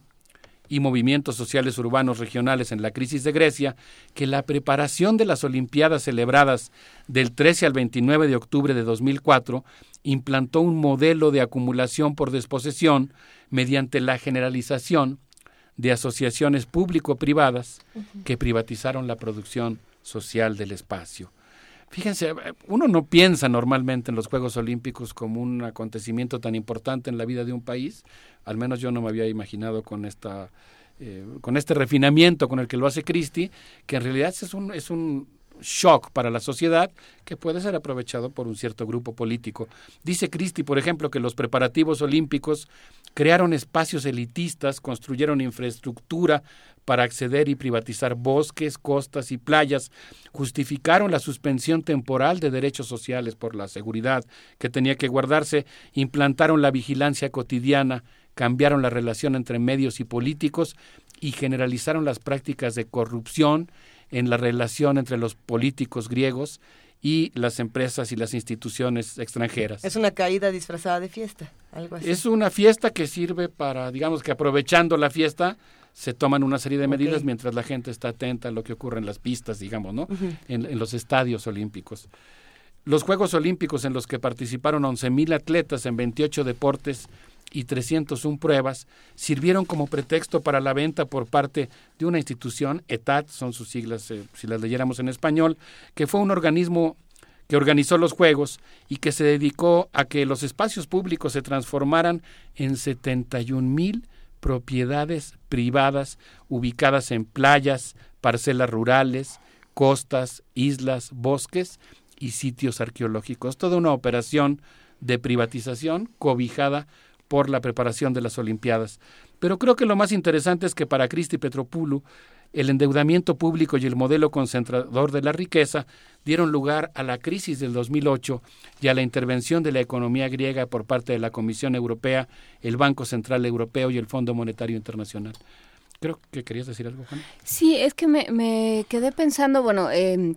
y Movimientos Sociales Urbanos Regionales en la Crisis de Grecia, que la preparación de las Olimpiadas celebradas del trece al veintinueve de octubre de dos mil cuatro implantó un modelo de acumulación por desposesión mediante la generalización de asociaciones público-privadas uh-huh. que privatizaron la producción social del espacio. Fíjense, uno no piensa normalmente en los Juegos Olímpicos como un acontecimiento tan importante en la vida de un país, al menos yo no me había imaginado con esta eh, con este refinamiento con el que lo hace Christie, que en realidad es un, es un shock para la sociedad que puede ser aprovechado por un cierto grupo político. Dice Christie, por ejemplo, que los preparativos olímpicos crearon espacios elitistas, construyeron infraestructura para acceder y privatizar bosques, costas y playas, justificaron la suspensión temporal de derechos sociales por la seguridad que tenía que guardarse, implantaron la vigilancia cotidiana, cambiaron la relación entre medios y políticos y generalizaron las prácticas de corrupción en la relación entre los políticos griegos y las empresas y las instituciones extranjeras. Es una caída disfrazada de fiesta, algo así. Es una fiesta que sirve para, digamos que aprovechando la fiesta, se toman una serie de medidas okay. mientras la gente está atenta a lo que ocurre en las pistas, digamos, ¿no? Uh-huh. En, en los estadios olímpicos. Los Juegos Olímpicos, en los que participaron once mil atletas en veintiocho deportes y trescientas una pruebas, sirvieron como pretexto para la venta por parte de una institución, ETAD, son sus siglas, eh, si las leyéramos en español, que fue un organismo que organizó los Juegos y que se dedicó a que los espacios públicos se transformaran en setenta y un mil propiedades privadas ubicadas en playas, parcelas rurales, costas, islas, bosques y sitios arqueológicos. Toda una operación de privatización cobijada por la preparación de las Olimpiadas. Pero creo que lo más interesante es que para Christie Petropoulou el endeudamiento público y el modelo concentrador de la riqueza dieron lugar a la crisis del dos mil ocho y a la intervención de la economía griega por parte de la Comisión Europea, el Banco Central Europeo y el Fondo Monetario Internacional. Creo que querías decir algo, Juan. Sí, es que me, me quedé pensando, bueno, eh,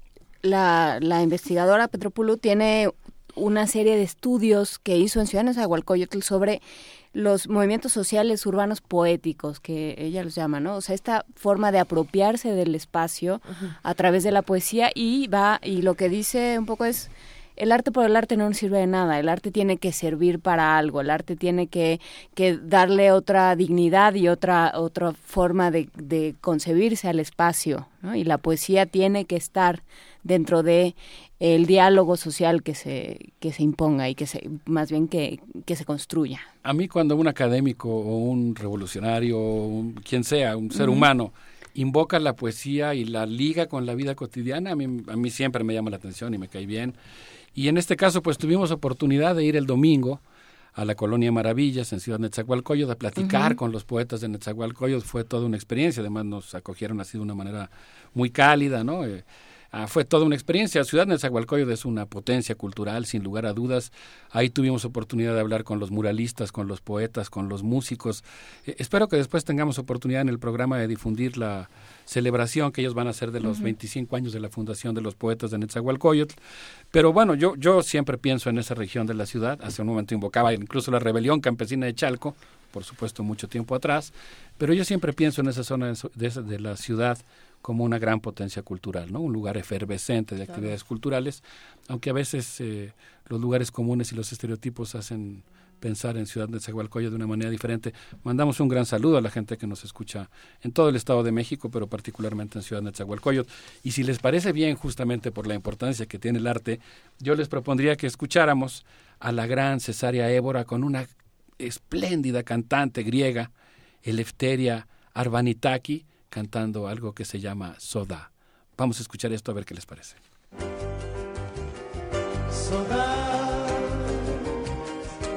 la, la investigadora Petropoulou tiene una serie de estudios que hizo en Ciudad de Nezahualcóyotl sobre los movimientos sociales urbanos poéticos, que ella los llama, ¿no? O sea, esta forma de apropiarse del espacio uh-huh. a través de la poesía, y va, y lo que dice un poco es, el arte por el arte no nos sirve de nada, el arte tiene que servir para algo, el arte tiene que, que darle otra dignidad y otra, otra forma de, de concebirse al espacio, ¿no? Y la poesía tiene que estar dentro de el diálogo social que se que se imponga y que se más bien que, que se construya. A mí cuando un académico o un revolucionario o un, quien sea, un ser uh-huh. humano invoca la poesía y la liga con la vida cotidiana, a mí, a mí siempre me llama la atención y me cae bien. Y en este caso pues tuvimos oportunidad de ir el domingo a la Colonia Maravillas en Ciudad Nezahualcóyotl a platicar uh-huh. con los poetas de Nezahualcóyotl. Fue toda una experiencia, además nos acogieron así de una manera muy cálida, ¿no? Eh, Ah, fue toda una experiencia. Ciudad Nezahualcóyotl es una potencia cultural, sin lugar a dudas. Ahí tuvimos oportunidad de hablar con los muralistas, con los poetas, con los músicos. Eh, espero que después tengamos oportunidad en el programa de difundir la celebración que ellos van a hacer de los uh-huh. veinticinco años de la fundación de los poetas de Nezahualcóyotl. Pero bueno, yo, yo siempre pienso en esa región de la ciudad. Hace un momento invocaba incluso la rebelión campesina de Chalco, por supuesto mucho tiempo atrás, pero yo siempre pienso en esa zona de, de, de la ciudad como una gran potencia cultural, ¿no? Un lugar efervescente de actividades claro. culturales, aunque a veces eh, los lugares comunes y los estereotipos hacen pensar en Ciudad de Nezahualcóyotl de una manera diferente. Mandamos un gran saludo a la gente que nos escucha en todo el Estado de México, pero particularmente en Ciudad de Nezahualcóyotl. Y si les parece bien, justamente por la importancia que tiene el arte, yo les propondría que escucháramos a la gran Cesárea Évora con una espléndida cantante griega, Eleftheria Arvanitaki, cantando algo que se llama Soda. Vamos a escuchar esto a ver qué les parece. Soda,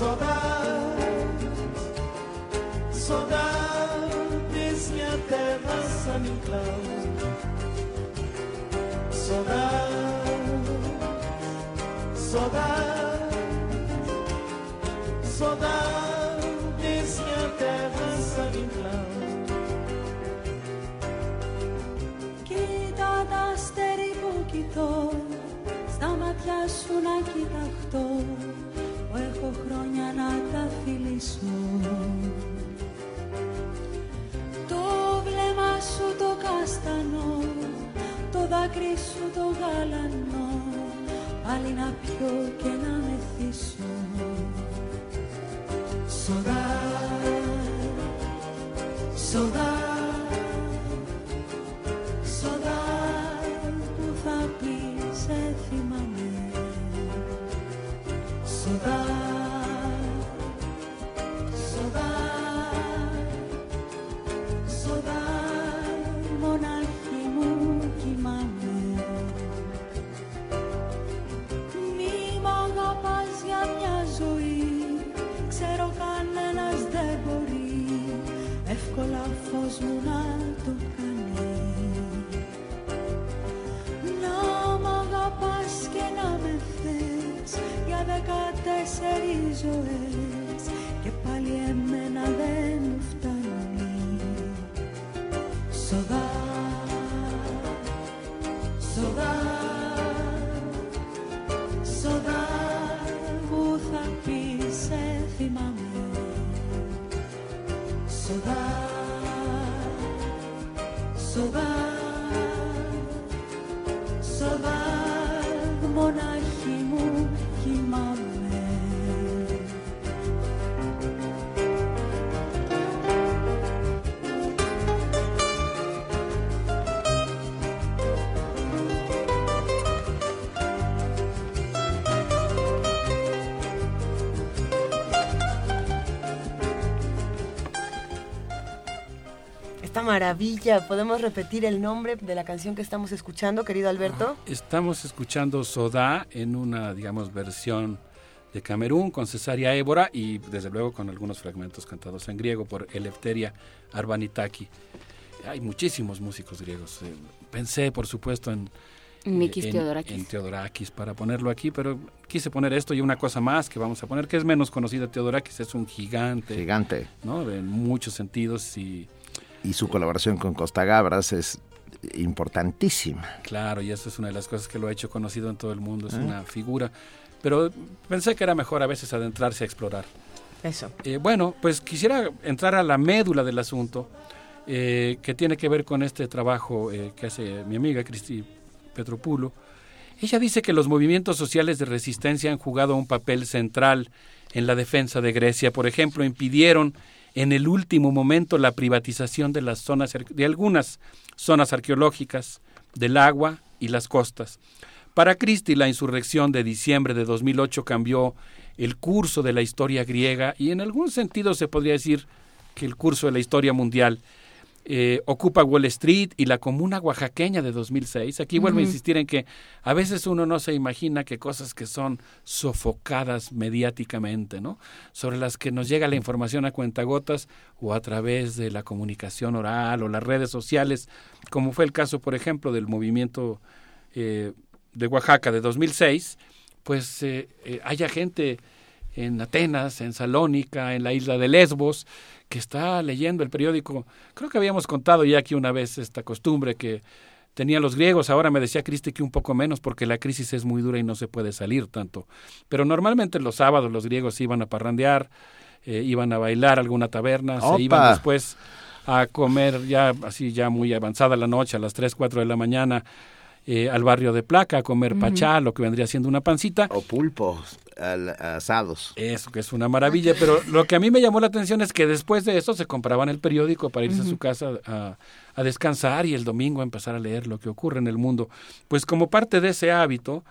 Saudade, saudades minha terra São Inclau. Saudade, saudade, saudades minha terra São Inclau. Κοίτα τα αστέρι που κοιτώ, στα μάτια σου να κοιταχτώ, που έχω χρόνια να τα φιλήσω. Το βλέμμα σου το καστανό, το δάκρυ σου το γαλανό, πάλι να πιω και να μεθύσω. Saudade, saudade, saudade που θα πει σε θυμάμαι. Saudade, saudade, saudade, μονάχη μου κοιμάμαι. Μη μ' αγαπάς για μια ζωή, ξέρω κανένας δεν μπορεί εύκολα φως μου να το κάνει. Να μ' αγαπάς και να με θες για δεκατέσσερις ζωές και πάλι εμένα δεν μου φτάνει. Saudade, saudade, saudade που θα πει σε θυμάμαι. Saudade, saudade, saudade, μονάχη μου κοιμάμαι. Esta maravilla, ¿podemos repetir el nombre de la canción que estamos escuchando, querido Alberto? Estamos escuchando Sodá en una, digamos, versión de Camerún con Cesárea Évora y desde luego con algunos fragmentos cantados en griego por Eleftheria Arvanitaki. Hay muchísimos músicos griegos. Eh, pensé, por supuesto, en Mikis en, Theodorakis. en Theodorakis para ponerlo aquí, pero quise poner esto y una cosa más que vamos a poner, que es menos conocida. Theodorakis es un gigante. Gigante. ¿No? En muchos sentidos y... Y su colaboración con Costa Gabras es importantísima. Claro, y eso es una de las cosas que lo ha hecho conocido en todo el mundo, es ¿Eh? una figura. Pero pensé que era mejor a veces adentrarse a explorar. Eso. Eh, bueno, pues quisiera entrar a la médula del asunto, eh, que tiene que ver con este trabajo eh, que hace mi amiga Cristi Petropoulou. Ella dice que los movimientos sociales de resistencia han jugado un papel central en la defensa de Grecia. Por ejemplo, impidieron en el último momento la privatización de las zonas de algunas zonas arqueológicas, del agua y las costas. Para Cristi, la insurrección de diciembre de dos mil ocho cambió el curso de la historia griega y en algún sentido se podría decir que el curso de la historia mundial. Eh, ocupa Wall Street y la comuna oaxaqueña de dos mil seis. Aquí vuelvo uh-huh. a insistir en que a veces uno no se imagina que cosas que son sofocadas mediáticamente, ¿no? Sobre las que nos llega la información a cuentagotas o a través de la comunicación oral o las redes sociales, como fue el caso, por ejemplo, del movimiento eh, de Oaxaca de dos mil seis, pues eh, eh, haya gente en Atenas, en Salónica, en la isla de Lesbos, que está leyendo el periódico. Creo que habíamos contado ya aquí una vez esta costumbre que tenían los griegos. Ahora me decía Cristi que un poco menos porque la crisis es muy dura y no se puede salir tanto. Pero normalmente los sábados los griegos iban a parrandear, eh, iban a bailar a alguna taberna, ¡Opa! Se iban después a comer ya así ya muy avanzada la noche, a las tres, cuatro de la mañana, eh, al barrio de Placa a comer uh-huh. pachá, lo que vendría siendo una pancita. O pulpos al, asados. Eso, que es una maravilla, pero lo que a mí me llamó la atención es que después de eso se compraban el periódico para irse uh-huh. a su casa a, a descansar y el domingo a empezar a leer lo que ocurre en el mundo. Pues como parte de ese hábito,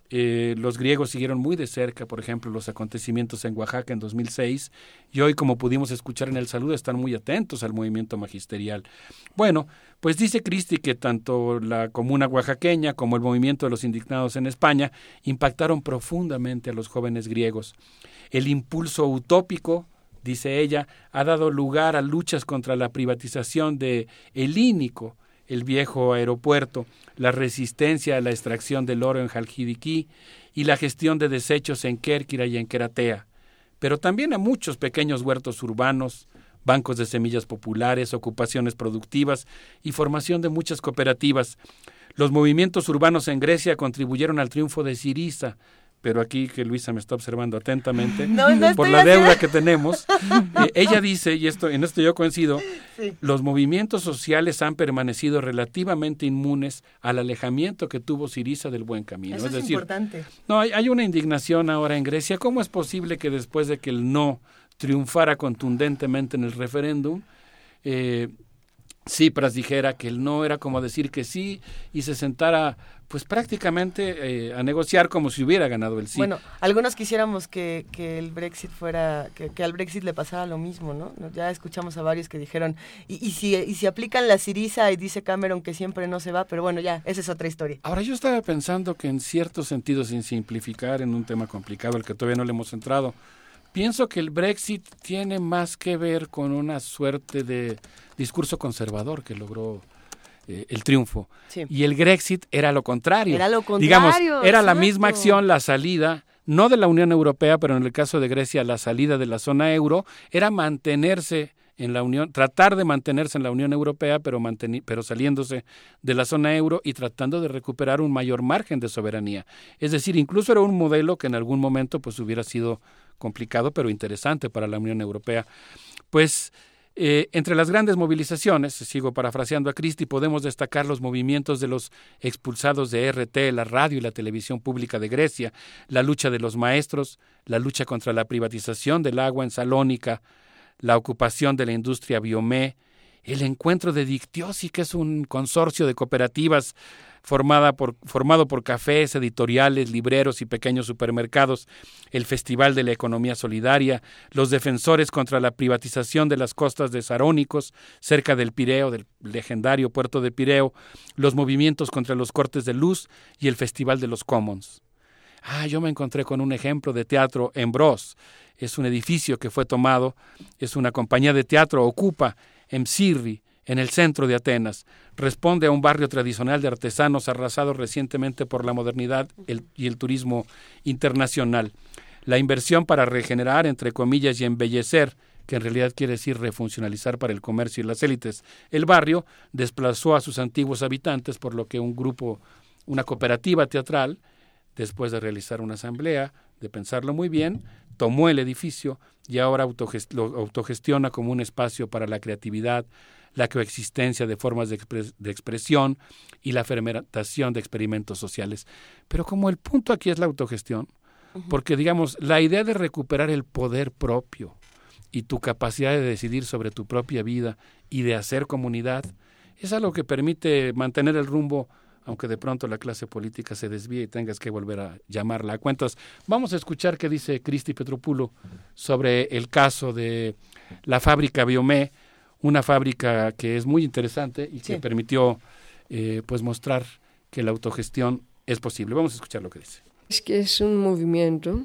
Eh, los griegos siguieron muy de cerca, por ejemplo, los acontecimientos en Oaxaca en dos mil seis, y hoy, como pudimos escuchar en el saludo, están muy atentos al movimiento magisterial. Bueno, pues dice Cristi que tanto la comuna oaxaqueña como el movimiento de los indignados en España impactaron profundamente a los jóvenes griegos. El impulso utópico, dice ella, ha dado lugar a luchas contra la privatización de Helínico, el viejo aeropuerto, la resistencia a la extracción del oro en Jalgidiquí y la gestión de desechos en Kérkira y en Keratea, pero también a muchos pequeños huertos urbanos, bancos de semillas populares, ocupaciones productivas y formación de muchas cooperativas. Los movimientos urbanos en Grecia contribuyeron al triunfo de Siriza, pero aquí que Luisa me está observando atentamente, no, no por la deuda que tenemos, eh, ella dice, y esto en esto yo coincido, sí. Los movimientos sociales han permanecido relativamente inmunes al alejamiento que tuvo Siriza del buen camino. Eso es, es decir, importante. No, hay, hay una indignación ahora en Grecia. ¿Cómo es posible que después de que el no triunfara contundentemente en el referéndum, eh, Tsipras dijera que el no era como decir que sí y se sentara pues prácticamente eh, a negociar como si hubiera ganado el sí? Bueno, algunos quisiéramos que, que el Brexit fuera, que, que al Brexit le pasara lo mismo, ¿no? Ya escuchamos a varios que dijeron, y, y si y si aplican la Syriza y dice Cameron que siempre no se va, pero bueno, ya, esa es otra historia. Ahora, yo estaba pensando que en cierto sentido, sin simplificar en un tema complicado, el que todavía no le hemos entrado, pienso que el Brexit tiene más que ver con una suerte de discurso conservador que logró eh, el triunfo. Sí. Y el Grexit era lo contrario. Era lo contrario. Digamos, era exacto. la misma acción, la salida, no de la Unión Europea, pero en el caso de Grecia, la salida de la zona euro, era mantenerse en la Unión, tratar de mantenerse en la Unión Europea, pero, manteni- pero saliéndose de la zona euro y tratando de recuperar un mayor margen de soberanía. Es decir, incluso era un modelo que en algún momento pues hubiera sido complicado, pero interesante para la Unión Europea. Pues eh, entre las grandes movilizaciones, sigo parafraseando a Cristi, podemos destacar los movimientos de los expulsados de R T, la radio y la televisión pública de Grecia, la lucha de los maestros, la lucha contra la privatización del agua en Salónica, la ocupación de la industria Biomé, el encuentro de Dictiosi, que es un consorcio de cooperativas formada por, formado por cafés, editoriales, libreros y pequeños supermercados, el Festival de la Economía Solidaria, los defensores contra la privatización de las costas de Sarónicos, cerca del Pireo, del legendario puerto de Pireo, los movimientos contra los cortes de luz y el Festival de los Commons. Ah, yo me encontré con un ejemplo de teatro en Bros. Es un edificio que fue tomado, es una compañía de teatro, ocupa en Sirri, en el centro de Atenas. Responde a un barrio tradicional de artesanos arrasado recientemente por la modernidad el, y el turismo internacional. La inversión para regenerar, entre comillas, y embellecer, que en realidad quiere decir refuncionalizar para el comercio y las élites, el barrio desplazó a sus antiguos habitantes, por lo que un grupo, una cooperativa teatral, después de realizar una asamblea, de pensarlo muy bien, tomó el edificio y ahora autogest- lo autogestiona como un espacio para la creatividad, la coexistencia de formas de, expres- de expresión y la fermentación de experimentos sociales. Pero como el punto aquí es la autogestión, uh-huh. porque digamos, la idea de recuperar el poder propio y tu capacidad de decidir sobre tu propia vida y de hacer comunidad, es algo que permite mantener el rumbo, aunque de pronto la clase política se desvíe y tengas que volver a llamarla a cuentas. Vamos a escuchar qué dice Cristi Petropoulou sobre el caso de la fábrica Biomé, una fábrica que es muy interesante y que sí. permitió eh, pues mostrar que la autogestión es posible. Vamos a escuchar lo que dice. Es que es un movimiento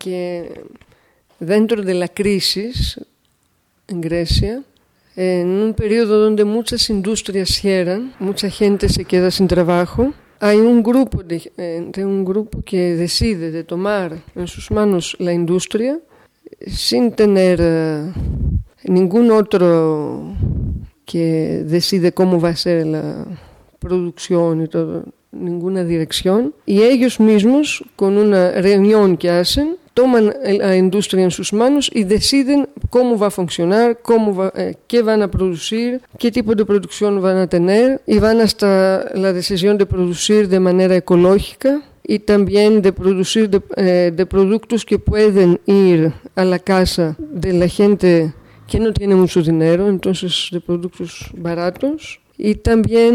que dentro de la crisis en Grecia, en un periodo donde muchas industrias cierran, mucha gente se queda sin trabajo, hay un grupo de, de un grupo que decide de tomar en sus manos la industria sin tener uh, ningún otro que decide cómo va a ser la producción y todo, ninguna dirección, y ellos mismos con una reunión que hacen toman la industria en sus manos y deciden cómo va a funcionar, cómo va, eh, qué van a producir, qué tipo de producción van a tener, y van hasta la decisión de producir de manera ecológica y también de producir de, eh, de productos que pueden ir a la casa de la gente que no tiene mucho dinero, entonces de productos baratos. Y también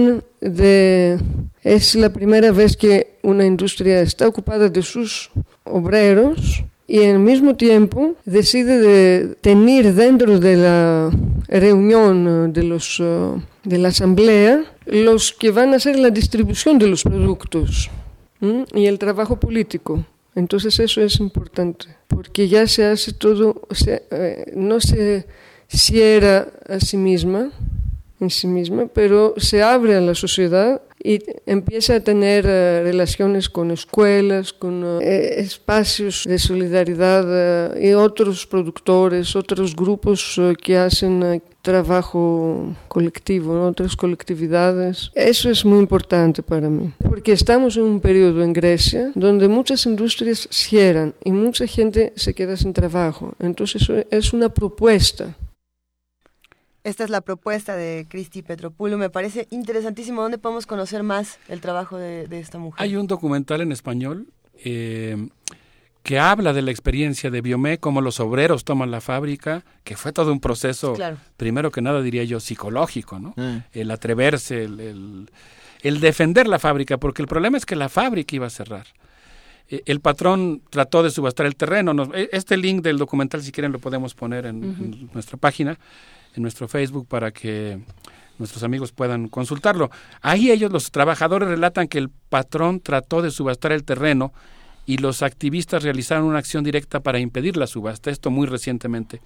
de, es la primera vez que una industria está ocupada de sus obreros y al mismo tiempo decide de tener dentro de la reunión de, los, de la asamblea los que van a hacer la distribución de los productos, ¿m? Y el trabajo político. Entonces eso es importante, porque ya se hace todo, se, eh, no se cierra a sí misma, en sí misma, pero se abre a la sociedad y empieza a tener uh, relaciones con escuelas, con uh, espacios de solidaridad uh, y otros productores, otros grupos uh, que hacen uh, trabajo colectivo, ¿no? Otras colectividades. Eso es muy importante para mí, porque estamos en un periodo en Grecia donde muchas industrias cierran y mucha gente se queda sin trabajo. Entonces eso es una propuesta. Esta es la propuesta de Cristi Petropoulou. Me parece interesantísimo. ¿Dónde podemos conocer más el trabajo de, de esta mujer? Hay un documental en español eh, que habla de la experiencia de Biomé, cómo los obreros toman la fábrica, que fue todo un proceso, claro. Primero que nada diría yo, psicológico, ¿no? Mm. El atreverse, el, el, el defender la fábrica, porque el problema es que la fábrica iba a cerrar. El patrón trató de subastar el terreno. Nos, este link del documental, si quieren, lo podemos poner en, uh-huh. en nuestra página, en nuestro Facebook, para que nuestros amigos puedan consultarlo. Ahí ellos, los trabajadores, relatan que el patrón trató de subastar el terreno y los activistas realizaron una acción directa para impedir la subasta, esto muy recientemente.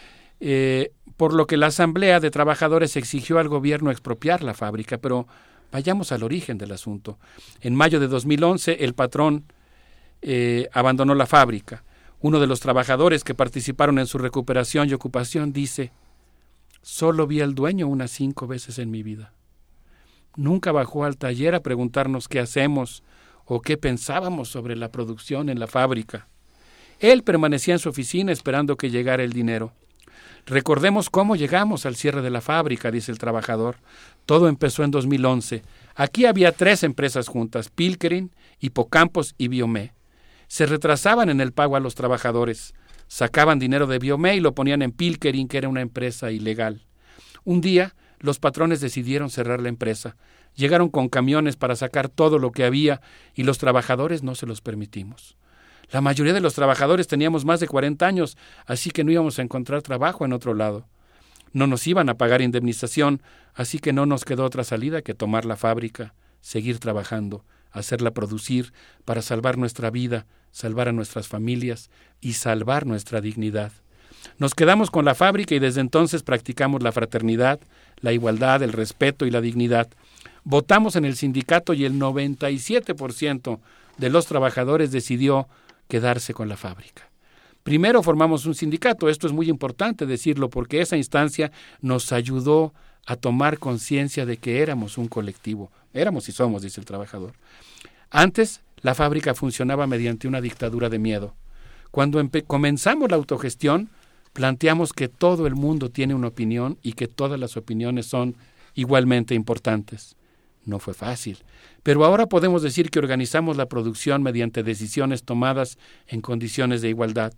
Eh, por lo que la Asamblea de Trabajadores exigió al gobierno expropiar la fábrica, pero vayamos al origen del asunto. En mayo de dos mil once, el patrón eh, abandonó la fábrica. Uno de los trabajadores que participaron en su recuperación y ocupación dice: solo vi al dueño unas cinco veces en mi vida. Nunca bajó al taller a preguntarnos qué hacemos o qué pensábamos sobre la producción en la fábrica. Él permanecía en su oficina esperando que llegara el dinero. Recordemos cómo llegamos al cierre de la fábrica, dice el trabajador. Todo empezó en dos mil once. Aquí había tres empresas juntas, Pilkering, Hipocampos y Biomé. Se retrasaban en el pago a los trabajadores. Sacaban dinero de Biomé y lo ponían en Pilkering, que era una empresa ilegal. Un día, los patrones decidieron cerrar la empresa. Llegaron con camiones para sacar todo lo que había y los trabajadores no se los permitimos. La mayoría de los trabajadores teníamos más de cuarenta años, así que no íbamos a encontrar trabajo en otro lado. No nos iban a pagar indemnización, así que no nos quedó otra salida que tomar la fábrica, seguir trabajando, hacerla producir para salvar nuestra vida, salvar a nuestras familias y salvar nuestra dignidad. Nos quedamos con la fábrica y desde entonces practicamos la fraternidad, la igualdad, el respeto y la dignidad. Votamos en el sindicato y el noventa y siete por ciento de los trabajadores decidió quedarse con la fábrica. Primero formamos un sindicato, esto es muy importante decirlo porque esa instancia nos ayudó a tomar conciencia de que éramos un colectivo. Éramos y somos, dice el trabajador. Antes, la fábrica funcionaba mediante una dictadura de miedo. Cuando empe- comenzamos la autogestión, planteamos que todo el mundo tiene una opinión y que todas las opiniones son igualmente importantes. No fue fácil, pero ahora podemos decir que organizamos la producción mediante decisiones tomadas en condiciones de igualdad.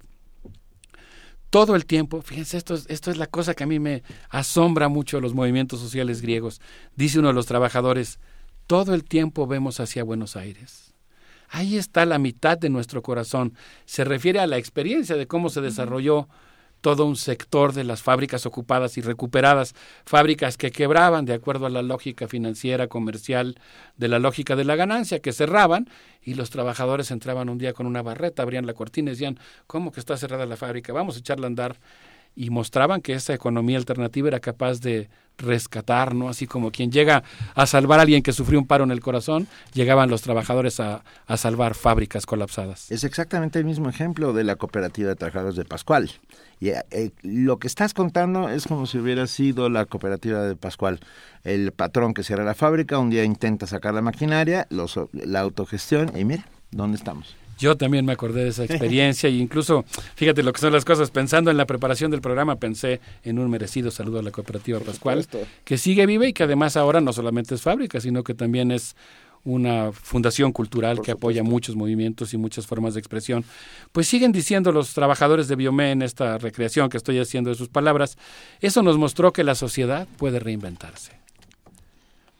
Todo el tiempo, fíjense, esto es, esto es la cosa que a mí me asombra mucho de los movimientos sociales griegos. Dice uno de los trabajadores: todo el tiempo vemos hacia Buenos Aires. Ahí está la mitad de nuestro corazón. Se refiere a la experiencia de cómo se desarrolló todo un sector de las fábricas ocupadas y recuperadas, fábricas que quebraban de acuerdo a la lógica financiera, comercial, de la lógica de la ganancia, que cerraban y los trabajadores entraban un día con una barreta, abrían la cortina y decían: ¿cómo que está cerrada la fábrica? Vamos a echarla a andar. Y mostraban que esa economía alternativa era capaz de rescatar, ¿no? Así como quien llega a salvar a alguien que sufrió un paro en el corazón, llegaban los trabajadores a, a salvar fábricas colapsadas. Es exactamente el mismo ejemplo de la cooperativa de trabajadores de Pascual. Y eh, lo que estás contando es como si hubiera sido la cooperativa de Pascual. El patrón que cierra la fábrica, un día intenta sacar la maquinaria, los, la autogestión, y mira, ¿dónde estamos? Yo también me acordé de esa experiencia y incluso, fíjate lo que son las cosas, pensando en la preparación del programa, pensé en un merecido saludo a la cooperativa Pascual, que sigue viva y que además ahora no solamente es fábrica, sino que también es una fundación cultural Por que supuesto. apoya muchos movimientos y muchas formas de expresión. Pues siguen diciendo los trabajadores de Biomé en esta recreación que estoy haciendo de sus palabras, eso nos mostró que la sociedad puede reinventarse.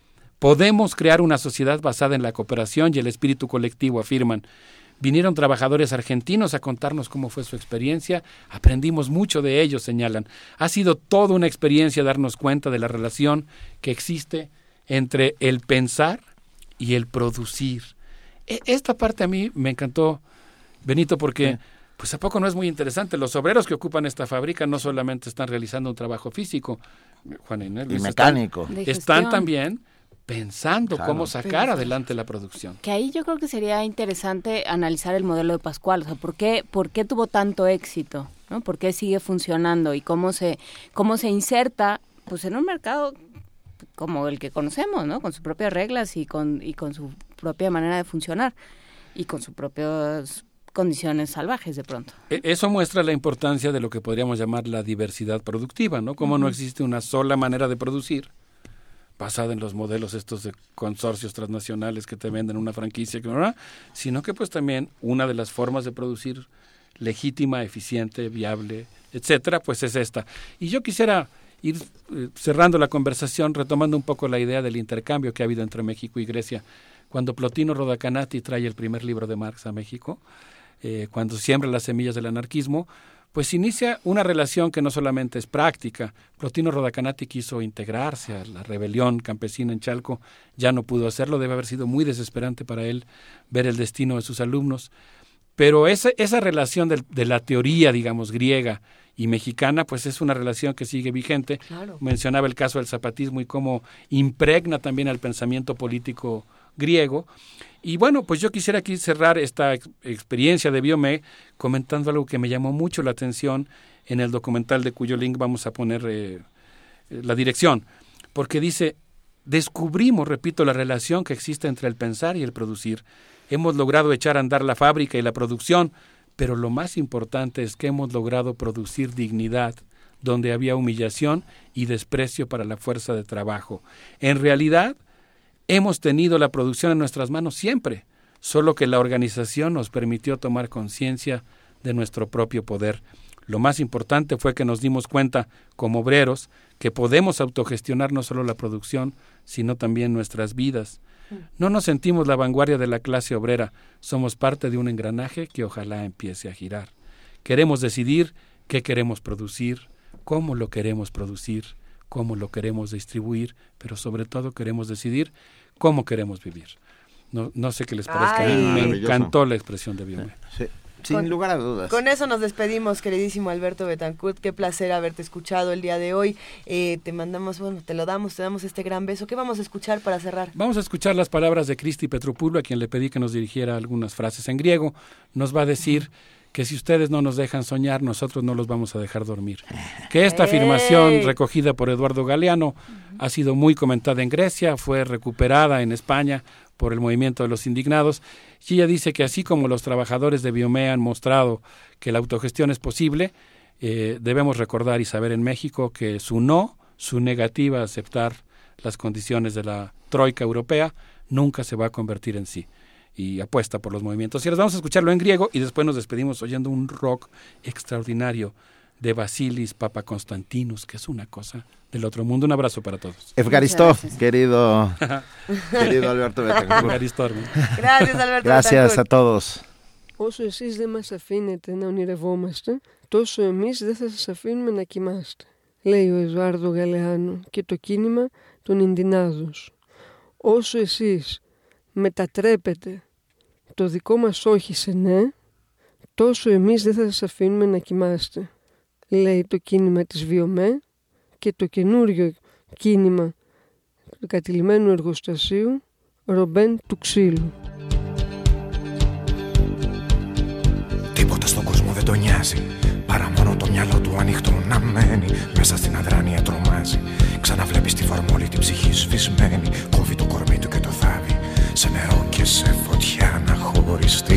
Podemos crear una sociedad basada en la cooperación y el espíritu colectivo, afirman. Vinieron trabajadores argentinos a contarnos cómo fue su experiencia. Aprendimos mucho de ellos, señalan. Ha sido toda una experiencia darnos cuenta de la relación que existe entre el pensar y el producir. Esta parte a mí me encantó, Benito, porque pues a poco no es muy interesante. Los obreros que ocupan esta fábrica no solamente están realizando un trabajo físico, Juan Inés, y mecánico. Están, están también pensando claro. cómo sacar Pensar. adelante la producción. Que ahí yo creo que sería interesante analizar el modelo de Pascual, o sea, ¿por qué, por qué tuvo tanto éxito? ¿No? ¿Por qué sigue funcionando? Y cómo se, cómo se inserta pues en un mercado como el que conocemos, ¿no? Con sus propias reglas y con, y con su propia manera de funcionar y con sus propias condiciones salvajes de pronto. Eso muestra la importancia de lo que podríamos llamar la diversidad productiva, ¿no? Como uh-huh. no existe una sola manera de producir basada en los modelos estos de consorcios transnacionales que te venden una franquicia, sino que pues también una de las formas de producir legítima, eficiente, viable, etcétera, pues es esta. Y yo quisiera ir eh, cerrando la conversación retomando un poco la idea del intercambio que ha habido entre México y Grecia. Cuando Plotino Rodacanati trae el primer libro de Marx a México, eh, cuando siembra las semillas del anarquismo, pues inicia una relación que no solamente es práctica. Plotino Rodacanati quiso integrarse a la rebelión campesina en Chalco, ya no pudo hacerlo, debe haber sido muy desesperante para él ver el destino de sus alumnos. Pero esa, esa relación de, de la teoría, digamos, griega y mexicana, pues es una relación que sigue vigente. Claro. Mencionaba el caso del zapatismo y cómo impregna también al pensamiento político griego. Y bueno, pues yo quisiera aquí cerrar esta ex- experiencia de Biomé comentando algo que me llamó mucho la atención en el documental de cuyo link vamos a poner eh, la dirección, porque dice, descubrimos, repito, la relación que existe entre el pensar y el producir. Hemos logrado echar a andar la fábrica y la producción, pero lo más importante es que hemos logrado producir dignidad donde había humillación y desprecio para la fuerza de trabajo. En realidad, hemos tenido la producción en nuestras manos siempre, solo que la organización nos permitió tomar conciencia de nuestro propio poder. Lo más importante fue que nos dimos cuenta, como obreros, que podemos autogestionar no solo la producción, sino también nuestras vidas. No nos sentimos la vanguardia de la clase obrera, somos parte de un engranaje que ojalá empiece a girar. Queremos decidir qué queremos producir, cómo lo queremos producir, cómo lo queremos distribuir, pero sobre todo queremos decidir cómo queremos vivir. No, no sé qué les parezca, Ay, me encantó la expresión de Biomé. Sí, sí, sin con, lugar a dudas. Con eso nos despedimos, queridísimo Alberto Betancourt, qué placer haberte escuchado el día de hoy. Eh, te mandamos, bueno, te lo damos, te damos este gran beso. ¿Qué vamos a escuchar para cerrar? Vamos a escuchar las palabras de Cristi Petropoulou, a quien le pedí que nos dirigiera algunas frases en griego. Nos va a decir que si ustedes no nos dejan soñar, nosotros no los vamos a dejar dormir. Que esta afirmación, ¡Ey! recogida por Eduardo Galeano, uh-huh. ha sido muy comentada en Grecia, fue recuperada en España por el movimiento de los indignados, y ella dice que así como los trabajadores de Biomé han mostrado que la autogestión es posible, eh, debemos recordar y saber en México que su no, su negativa a aceptar las condiciones de la troika europea, nunca se va a convertir en sí. Y apuesta por los movimientos. Y ahora vamos a escucharlo en griego y después nos despedimos oyendo un rock extraordinario de Vasilis Papakonstantinos, que es una cosa del otro mundo. Un abrazo para todos. Evgaristo, querido, querido Alberto Betancourt. Gracias, Alberto. Gracias a todos. Όσο εσείς δεν μας αφήνετε να ονειρευόμαστε, τόσο εμείς δεν θα σας αφήνουμε να κοιμάστε, λέει ο Εδουάρδο Γαλεάνο και το κίνημα των Ινδινάδος. Όσο εσείς μετατρέπετε το δικό μας όχι σε ναι, τόσο εμείς δεν θα σας αφήνουμε να κοιμάστε, λέει το κίνημα της Βιομέ και το καινούριο κίνημα του κατηλημένου εργοστασίου Ρομπέν του Ξύλου. Τίποτα στον κόσμο δεν τον νοιάζει, παρά μόνο το μυαλό του ανοιχτό να μένει. Μέσα στην αδράνεια τρομάζει, ξαναβλέπεις τη φορμόλη την ψυχή σβησμένη. Κόβει το κορμί του και το θάβει σε νερό και σε φωτιά να χωριστεί.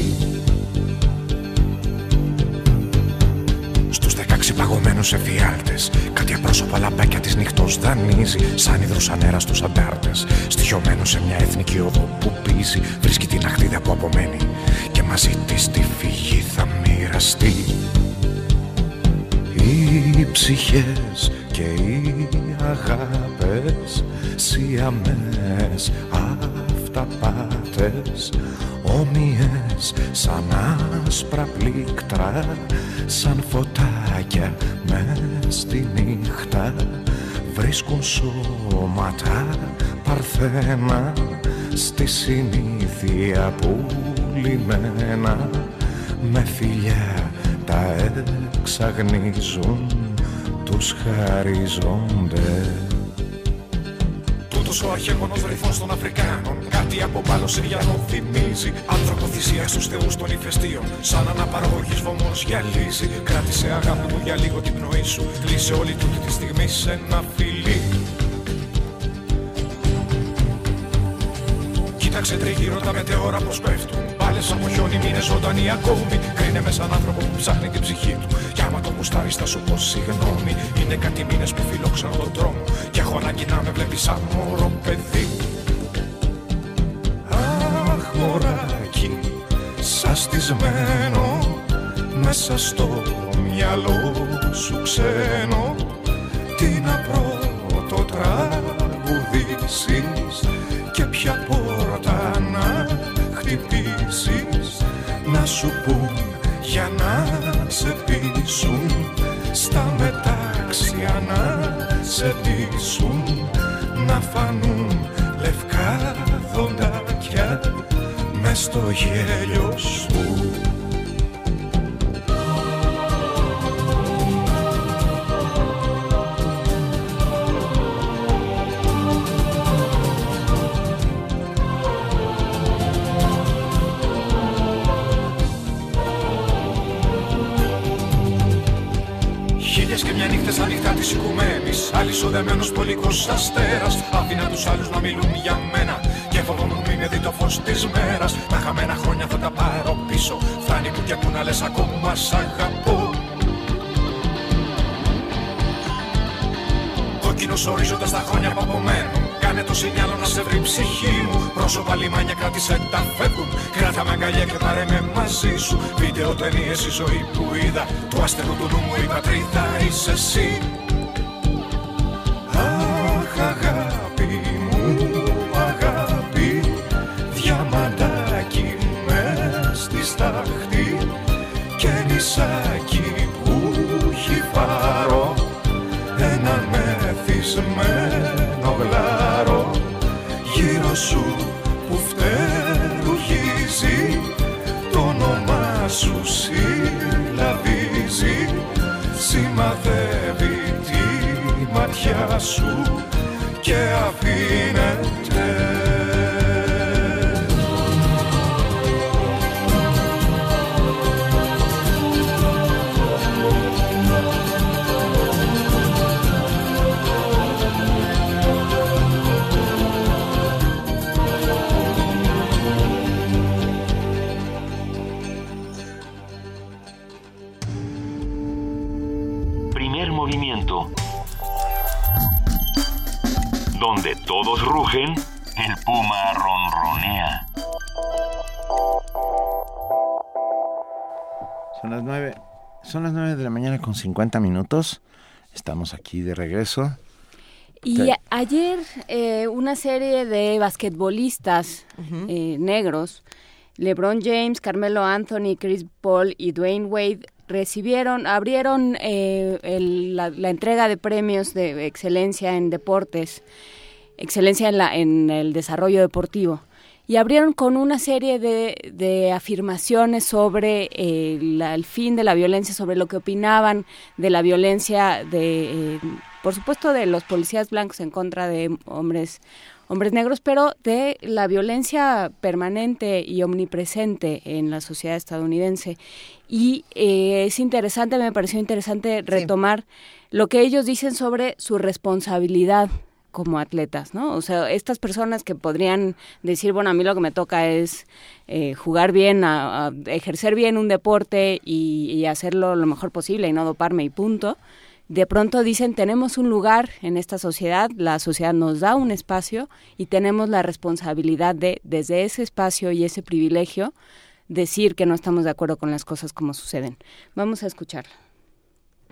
Στους δεκάξι παγωμένους εφιάλτες, κάτι απρόσωπα λαμπάκια της νύχτος δανείζει. Σαν υδρούς ανέραστους αντάρτες, στοιχειωμένους σε μια εθνική οδό που πίζει. Βρίσκει την αχτίδα που απομένει και μαζί της τη φυγή θα μοιραστεί. Οι ψυχές και οι αγάπες, σιαμές αυταπάτες, όμοιες σαν άσπρα πλήκτρα, σαν φωτάκια μες στη νύχτα, βρίσκουν σώματα παρθένα στη συνήθεια πουλημένα, με φιλιά τα εξαγνίζουν, τους χαρίζονται. Τούτος ο αρχαίγονος ρυθμός των Αφρικάνων, κάτι από πάνω Συριανό θυμίζει. Άνθρωπο θυσία στους θεούς των ηφαιστείων, σαν αναπαραγωγής βωμός γυαλίζει. Κράτησε αγάπη μου για λίγο την πνοή σου, κλείσε όλη τούτη τη στιγμή σε ένα φιλί. Κοίταξε τριγύρω τα μετεώρα πως πέφτουν, πάλες από χιόνι μείνε ζωντανή ακόμη. Κρίνε με σαν άνθρωπο που ψάχνει την ψυχή του, κι άμα το γουστάρεις θα σου πω συγγνώμη. Είναι κάτι μήνες που φιλόξενο τον δρόμο, κι έχω ανάγκη να με βλέπεις σαν μωρό παιδί. Αχ μωράκι, σαστισμένο μέσα στο μυαλό σου ξένο, τι να πρώτο τραγουδήσεις και ποια πόρτα να χτυπήσεις, να σου πουν για να σε πείσουν, στα μετάξια να σε ντύσουν, να φανούν λευκά δοντάκια μες στο γέλιο σου. Και μια νύχτες ανοιχτά της οικουμένης, αλυσοδεμένος πολικός αστέρας, άφηνα τους άλλους να μιλούν για μένα και φοβόμουν μην με δει το φως της μέρας. Τα χαμένα χρόνια θα τα πάρω πίσω, φτάνει που και που να λες ακόμα σ' αγαπώ. Κόκκινος ορίζοντας τα χρόνια που απομένουν, κάνε το σινιάλο να σε βρει ψυχή μου. Πρόσωπα λιμάνια κράτησε τα φεύγουν, κράτα με αγκαλιά και πάρε με μαζί σου. Βίντεο ταινίες η ζωή που είδα, του άστερου του νου μου η πατρίδα είσαι εσύ. Αχ αγάπη μου, αγάπη, διαμαντάκι μες στη στάχτη και νησάκι που έχει φάρο, έναν μεθυσμένο γλάρο γύρω σου που φτερουγίζει, το όνομά σου συλλαβίζει, σημαδεύει τη ματιά σου και αφήνεται. Movimiento. Donde todos rugen, el puma ronronea. Son las nueve, son las nueve de la mañana con cincuenta minutos. Estamos aquí de regreso. Y a- ayer eh, una serie de basquetbolistas uh-huh. eh, negros, LeBron James, Carmelo Anthony, Chris Paul y Dwayne Wade, recibieron, abrieron eh, el, la, la entrega de premios de excelencia en deportes, excelencia en, la, en el desarrollo deportivo, y abrieron con una serie de, de afirmaciones sobre eh, la, el fin de la violencia, sobre lo que opinaban de la violencia, de, eh, por supuesto, de los policías blancos en contra de hombres hombres negros, pero de la violencia permanente y omnipresente en la sociedad estadounidense. Y eh, es interesante, me pareció interesante retomar sí. lo que ellos dicen sobre su responsabilidad como atletas, ¿no? O sea, estas personas que podrían decir, bueno, a mí lo que me toca es eh, jugar bien, a, a ejercer bien un deporte y, y hacerlo lo mejor posible y no doparme y punto. De pronto dicen, tenemos un lugar en esta sociedad, la sociedad nos da un espacio y tenemos la responsabilidad de, desde ese espacio y ese privilegio, decir que no estamos de acuerdo con las cosas como suceden. Vamos a escucharla.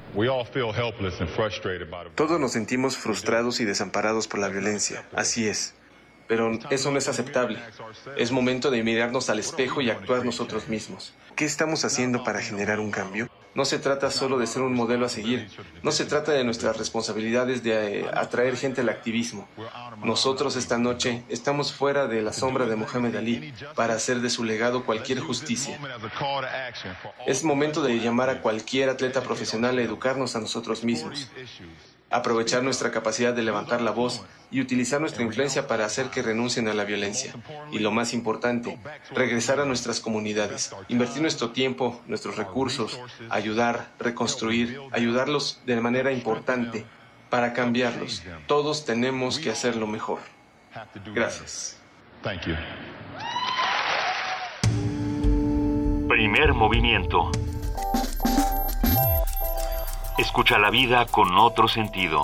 Todos nos sentimos frustrados y desamparados por la violencia, así es. Pero eso no es aceptable. Es momento de mirarnos al espejo y actuar nosotros mismos. ¿Qué estamos haciendo para generar un cambio? No se trata solo de ser un modelo a seguir. No se trata de nuestras responsabilidades de eh, atraer gente al activismo. Nosotros esta noche estamos fuera de la sombra de Mohamed Ali para hacer de su legado cualquier justicia. Es momento de llamar a cualquier atleta profesional a educarnos a nosotros mismos. Aprovechar nuestra capacidad de levantar la voz y utilizar nuestra influencia para hacer que renuncien a la violencia. Y lo más importante, regresar a nuestras comunidades, invertir nuestro tiempo, nuestros recursos, ayudar, reconstruir, ayudarlos de manera importante para cambiarlos. Todos tenemos que hacerlo mejor. Gracias. Primer movimiento. Escucha la vida con otro sentido.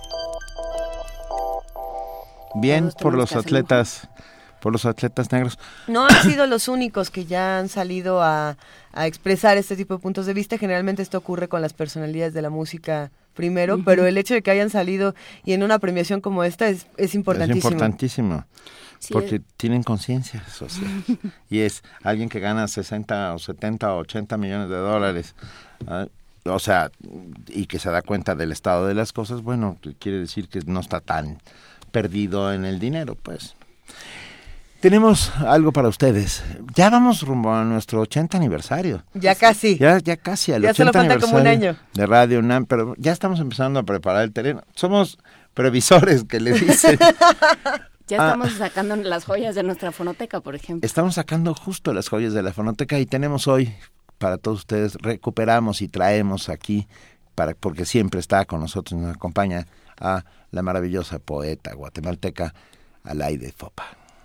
Bien por los atletas, por los atletas negros. No han sido los únicos que ya han salido a, a expresar este tipo de puntos de vista. Generalmente esto ocurre con las personalidades de la música primero, uh-huh. pero el hecho de que hayan salido y en una premiación como esta es, es importantísimo. Es importantísimo, sí, porque es... tienen conciencia social. Y es alguien que gana sesenta o setenta o ochenta millones de dólares, ¿eh? O sea, y que se da cuenta del estado de las cosas, bueno, quiere decir que no está tan perdido en el dinero, pues. Tenemos algo para ustedes. Ya vamos rumbo a nuestro ochenta aniversario. Ya casi. Ya, ya casi al ya ochenta solo falta como un año de Radio UNAM, pero ya estamos empezando a preparar el terreno. Somos previsores que le dicen. Ya estamos ah, sacando las joyas de nuestra fonoteca, por ejemplo. Estamos sacando justo las joyas de la fonoteca y tenemos hoy, para todos ustedes, recuperamos y traemos aquí, para porque siempre está con nosotros, nos acompaña a la maravillosa poeta guatemalteca Alaide Fopa.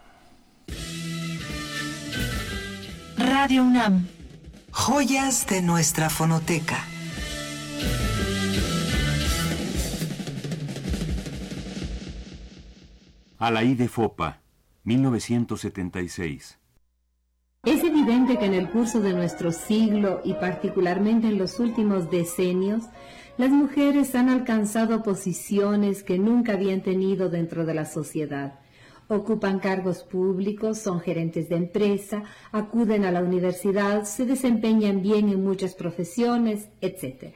Radio UNAM, joyas de nuestra fonoteca. Alaide Fopa, mil novecientos setenta y seis. Es evidente que en el curso de nuestro siglo y particularmente en los últimos decenios, las mujeres han alcanzado posiciones que nunca habían tenido dentro de la sociedad. Ocupan cargos públicos, son gerentes de empresa, acuden a la universidad, se desempeñan bien en muchas profesiones, etcétera.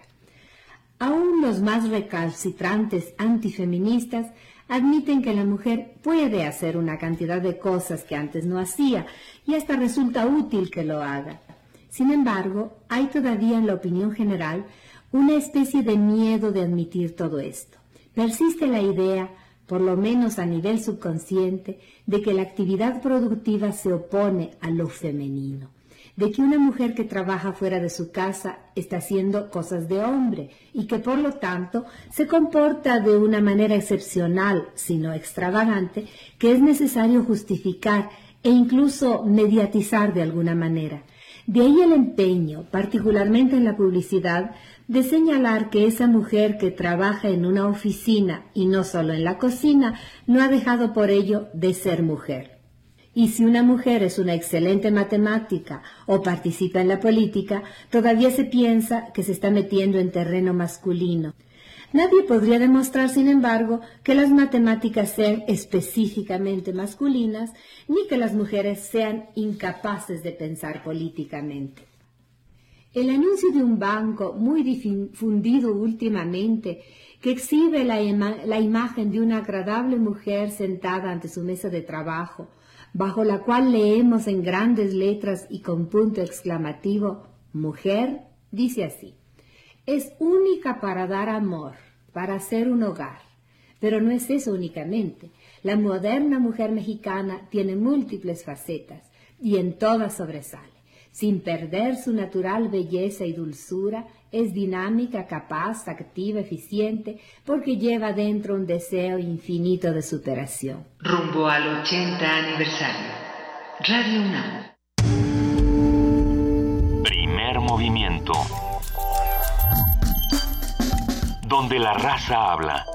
Aún los más recalcitrantes antifeministas admiten que la mujer puede hacer una cantidad de cosas que antes no hacía y hasta resulta útil que lo haga. Sin embargo, hay todavía en la opinión general una especie de miedo de admitir todo esto. Persiste la idea, por lo menos a nivel subconsciente, de que la actividad productiva se opone a lo femenino, de que una mujer que trabaja fuera de su casa está haciendo cosas de hombre y que por lo tanto se comporta de una manera excepcional, sino extravagante, que es necesario justificar e incluso mediatizar de alguna manera. De ahí el empeño, particularmente en la publicidad, de señalar que esa mujer que trabaja en una oficina y no solo en la cocina, no ha dejado por ello de ser mujer. Y si una mujer es una excelente matemática o participa en la política, todavía se piensa que se está metiendo en terreno masculino. Nadie podría demostrar, sin embargo, que las matemáticas sean específicamente masculinas, ni que las mujeres sean incapaces de pensar políticamente. El anuncio de un banco muy difundido últimamente, que exhibe la, ima- la imagen de una agradable mujer sentada ante su mesa de trabajo, bajo la cual leemos en grandes letras y con punto exclamativo, mujer, dice así: es única para dar amor, para hacer un hogar. Pero no es eso únicamente. La moderna mujer mexicana tiene múltiples facetas y en todas sobresale. Sin perder su natural belleza y dulzura, es dinámica, capaz, activa, eficiente, porque lleva dentro un deseo infinito de superación. Rumbo al ochenta aniversario. Radio UNAM. Primer movimiento. Donde la raza habla.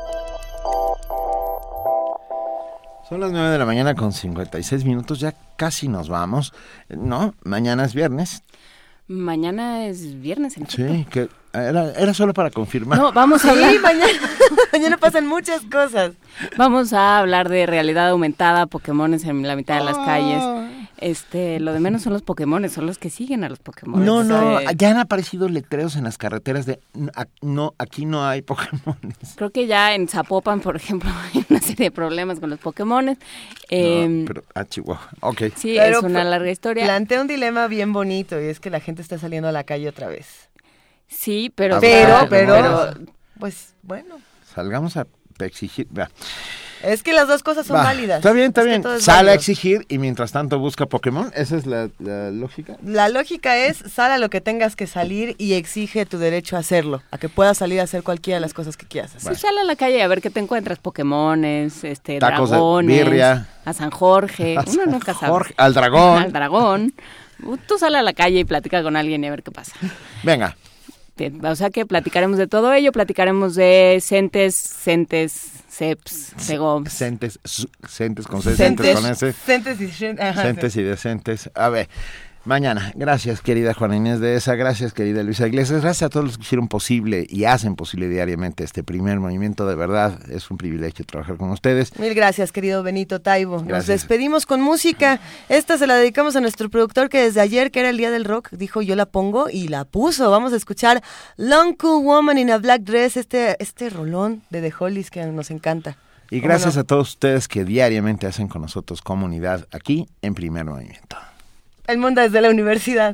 Son las nueve de la mañana con cincuenta y seis minutos, ya casi nos vamos. No, mañana es viernes. Mañana es viernes, en Sí, que Era, era solo para confirmar. No, vamos a hablar. Sí, mañana, mañana pasan muchas cosas. Vamos a hablar de realidad aumentada, Pokémones en la mitad de las calles. Este, lo de menos son los Pokémones, son los que siguen a los Pokémones. No, no, Eh, ya han aparecido letreros en las carreteras de "N- a- no, aquí no hay Pokémones". Creo que ya en Zapopan, por ejemplo, hay una serie de problemas con los Pokémones. Eh, No, pero a Chihuahua. Ok. sí, Pero es una pl- larga historia. Plantea un dilema bien bonito y es que la gente está saliendo a la calle otra vez. Sí, pero... A Pero, ver, pero, pero- pues bueno. Salgamos a exigir. Va. Es que las dos cosas son Va, válidas. Está bien, está Es que bien. todo es Sale a válido. exigir y mientras tanto busca Pokémon. Esa es la, la lógica. La lógica es, sal a lo que tengas que salir y exige tu derecho a hacerlo, a que puedas salir a hacer cualquiera de las cosas que quieras hacer. Sí, sale a la calle a ver qué te encuentras, Pokémones, este, Tacos de dragones, birria. a San Jorge, A uno San nunca sabe. Jorge, al dragón. Al dragón. Tú sale a la calle y platica con alguien y a ver qué pasa. Venga. Te- O sea que platicaremos de todo ello, platicaremos de Centes, Centes, Ceps, Segobs. Centes, su- centes con C, Centes, centes con S. centes y shen- ajá, Centes y decentes. A ver, mañana. Gracias, querida Juana Inés de esa. Gracias, querida Luisa Iglesias. Gracias a todos los que hicieron posible y hacen posible diariamente este primer movimiento. De verdad, es un privilegio trabajar con ustedes. Mil gracias, querido Benito Taibo. Nos Gracias. despedimos con música. Esta se la dedicamos a nuestro productor que desde ayer, que era el Día del Rock, dijo yo la pongo y la puso. Vamos a escuchar Long Cool Woman in a Black Dress, este, este rolón de The Hollies que nos encanta. Y ¿Cómo gracias no? a todos ustedes que diariamente hacen con nosotros comunidad aquí en Primer Movimiento. El mundo desde la universidad.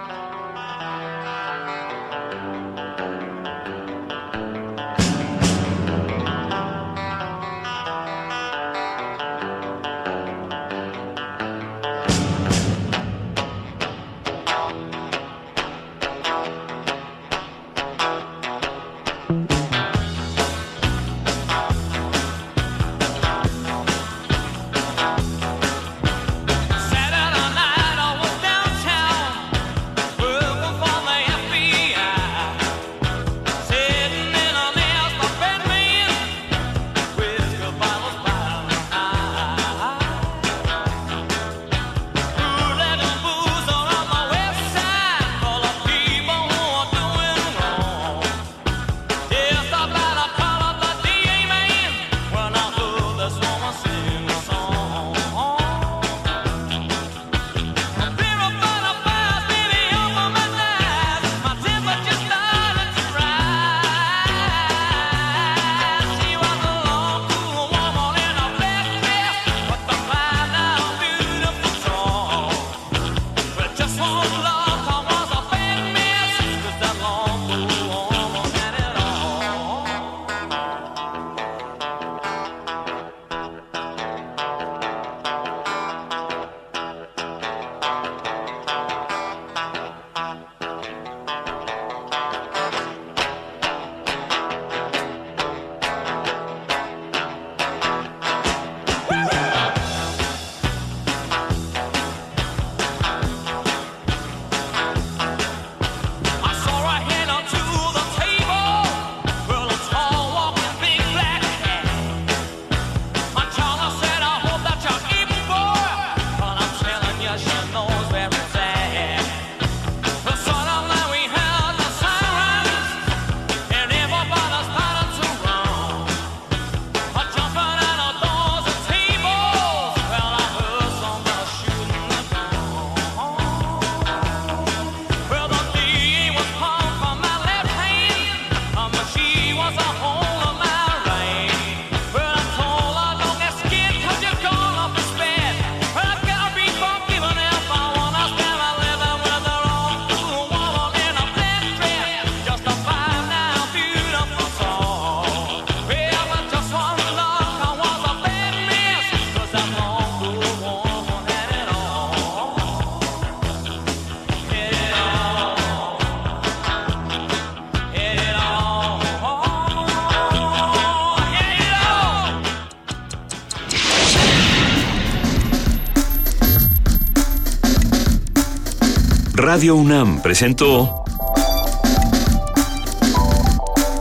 Saturday night I was downtown working for the F B I, sitting in an Alphabet man, whiskey bottles by my eye. Bootlegging booze on the west side, full of people who are doing wrong. Just about to call up the D A man when I heard this woman sing a song. I saw her head up to the table, well, a tall, walking, big black cat. My Charlie said, I hope that you're keeping boy, but I'm telling you, she knows where it's at. But suddenly we heard the sirens, and everybody started to run. A jumping out of doors and tables, well, I heard somebody shooting the gun. Well, the D A was palm from my left hand, um, but she was a hold of my right. Well, I told her, don't get scared, cause you're gonna be spared. Well, I gotta be forgiven if I wanna spend my living with the wrong cool woman in a black dress. Just a fine now, beautiful song. Well, I just want love, I was a bad mess, cause that wrong cool woman had it all. Had it all. Had it all. Had it all. Radio UNAM presentó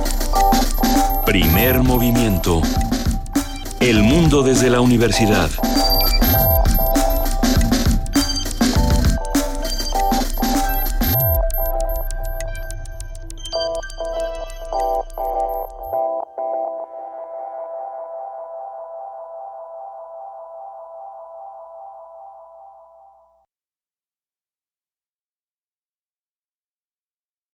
Primer Movimiento. El mundo desde la universidad.